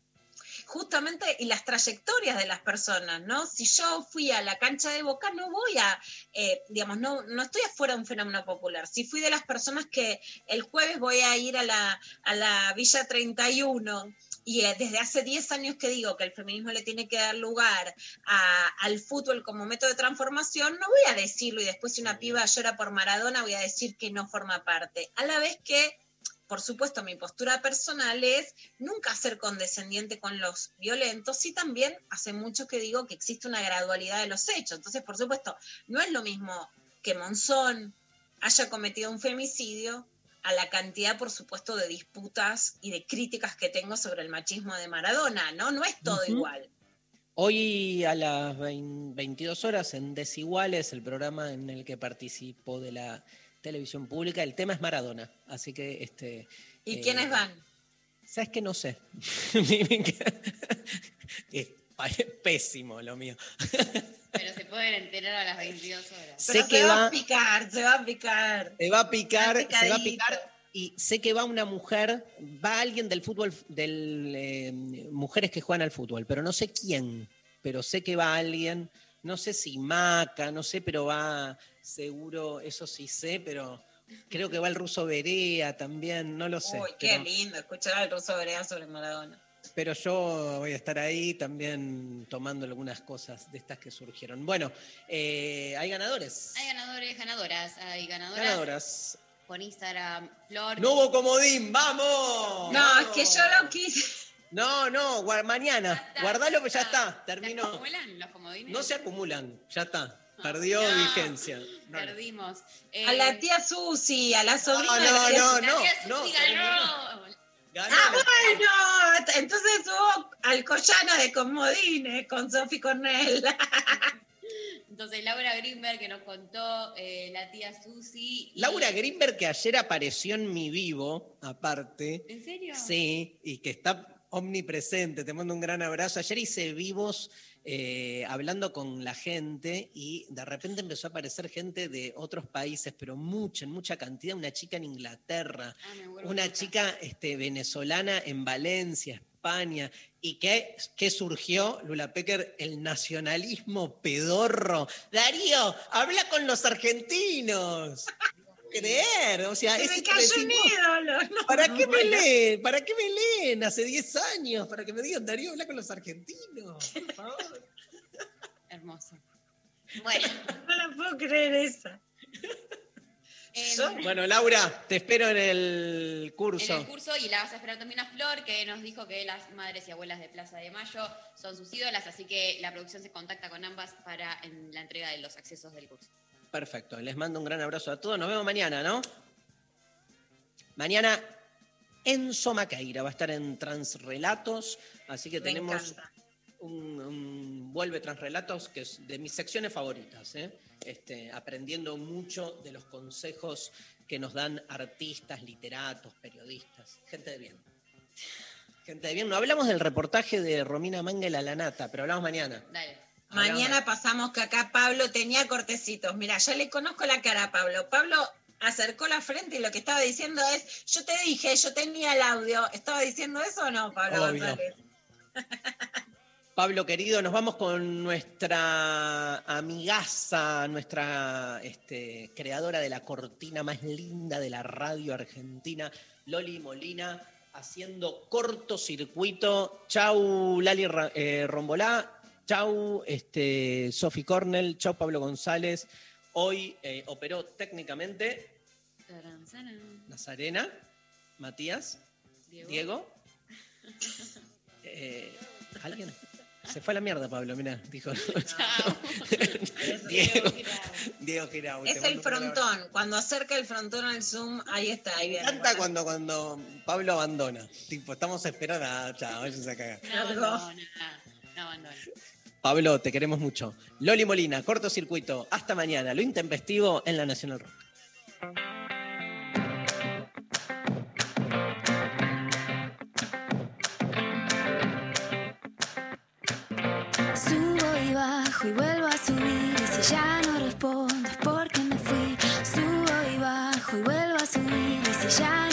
justamente y las trayectorias de las personas, ¿no? Si yo fui a la cancha de Boca, no voy a, eh, digamos, no, no estoy afuera de un fenómeno popular. Si fui de las personas que el jueves voy a ir a la, a la Villa treinta y uno y eh, desde hace diez años que digo que el feminismo le tiene que dar lugar a, al fútbol como método de transformación, no voy a decirlo y después si una piba llora por Maradona voy a decir que no forma parte. A la vez que, por supuesto, mi postura personal es nunca ser condescendiente con los violentos, y también hace mucho que digo que existe una gradualidad de los hechos. Entonces, por supuesto, no es lo mismo que Monzón haya cometido un femicidio a la cantidad, por supuesto, de disputas y de críticas que tengo sobre el machismo de Maradona, ¿no? No es todo uh-huh. igual. Hoy a las veintidós horas en Desiguales, el programa en el que participo de la televisión pública, el tema es Maradona, así que... este ¿Y eh, quiénes van? ¿Sabes que no sé? Es pésimo lo mío. Pero se pueden enterar a las veintidós horas. Sé Pero que se va, va a picar, se va a picar. Se va a picar, Está se va a picar. Y sé que va una mujer, va alguien del fútbol, del eh, mujeres que juegan al fútbol, pero no sé quién, pero sé que va alguien, no sé si Maca, no sé, pero va seguro, eso sí sé, pero creo que va el ruso Berea también, no lo sé. Uy, qué pero... lindo escuchar al ruso Berea sobre Maradona. pero yo voy a estar ahí también tomando algunas cosas de estas que surgieron. Bueno, eh, hay ganadores. Hay ganadores, ganadoras. Hay ganadoras. Ganadoras. Por Instagram, Flor. No hubo comodín, ¡vamos! No, es que yo lo quise. No, no, gua- mañana. Guardalo que ya está, terminó. ¿Se acumulan los comodines? No se acumulan, ya está. Perdió no. vigencia. Dale. Perdimos. A la tía Susi, a la sobrina. No, de la tía no, Susi. no, La tía no, Susi no, ganó. Ganó. Ah, bueno, entonces hubo Alcoyana de comodines con Sofi Cornell. Entonces, Laura Greenberg que nos contó eh, la tía Susi. y- Laura Greenberg, que ayer apareció en Mi Vivo, aparte. ¿En serio? Sí, y que está omnipresente. Te mando un gran abrazo. Ayer hice vivos eh, hablando con la gente y de repente empezó a aparecer gente de otros países, pero mucha, en mucha cantidad. Una chica en Inglaterra, Ah, me vuelvo una loca. chica este, venezolana en Valencia, España. ¿Y qué, qué surgió, Lula Pecker? El nacionalismo pedorro. Darío, habla con los argentinos. Creer, o sea, Se ese me que cayó decís un vos, ídolo. No, ¿Para no, qué me bueno. leen? ¿Para qué me leen? Hace diez años, para que me digan, Darío, habla con los argentinos. Por favor. Hermoso. Bueno. No la puedo creer esa. En, Bueno, Laura, te espero en el curso. en el curso, y la vas a esperar también a Flor, que nos dijo que las madres y abuelas de Plaza de Mayo son sus ídolas, así que la producción se contacta con ambas para en la entrega de los accesos del curso. Perfecto, les mando un gran abrazo a todos. Nos vemos mañana, ¿no? Mañana Enzo Maqueira va a estar en Transrelatos, así que Me tenemos encanta. un, un Vuelve Transrelatos, que es de mis secciones favoritas, ¿eh? Este, aprendiendo mucho de los consejos que nos dan artistas, literatos, periodistas, gente de bien. Gente de bien. No hablamos del reportaje de Romina Mangel a la nata, pero hablamos mañana. Dale. Mañana pasamos que acá Pablo tenía cortecitos. Mira, ya le conozco la cara a Pablo. Pablo acercó la frente y lo que estaba diciendo es, yo te dije, yo tenía el audio. ¿Estaba diciendo eso o no, Pablo Obvio. González? Pablo, querido, nos vamos con nuestra amigaza, nuestra este, creadora de la cortina más linda de la radio argentina, Loli Molina, haciendo cortocircuito. Chau, Lali Ra- eh, Rombolá. Chau, este, Sofi Cornell. Chau, Pablo González. Hoy eh, operó técnicamente Tarán, tarán. Nazarena, Matías, Diego. Diego. Eh, ¿Alguien? Se fue a la mierda, Pablo, mirá, dijo. Diego, Diego Girau. Es el frontón. Cuando acerca el frontón al Zoom, ahí está, ahí Me viene. encanta cuando, cuando Pablo abandona. Tipo, estamos esperando. Ah, chao, váyanse a cagar. No abandona, no abandona. Pablo, te queremos mucho. Loli Molina, cortocircuito. Hasta mañana. Lo intempestivo en la Nacional Rock. Subo y bajo y vuelvo a subir, y si ya no respondo es porque me fui. Subo y bajo y vuelvo a subir, y si ya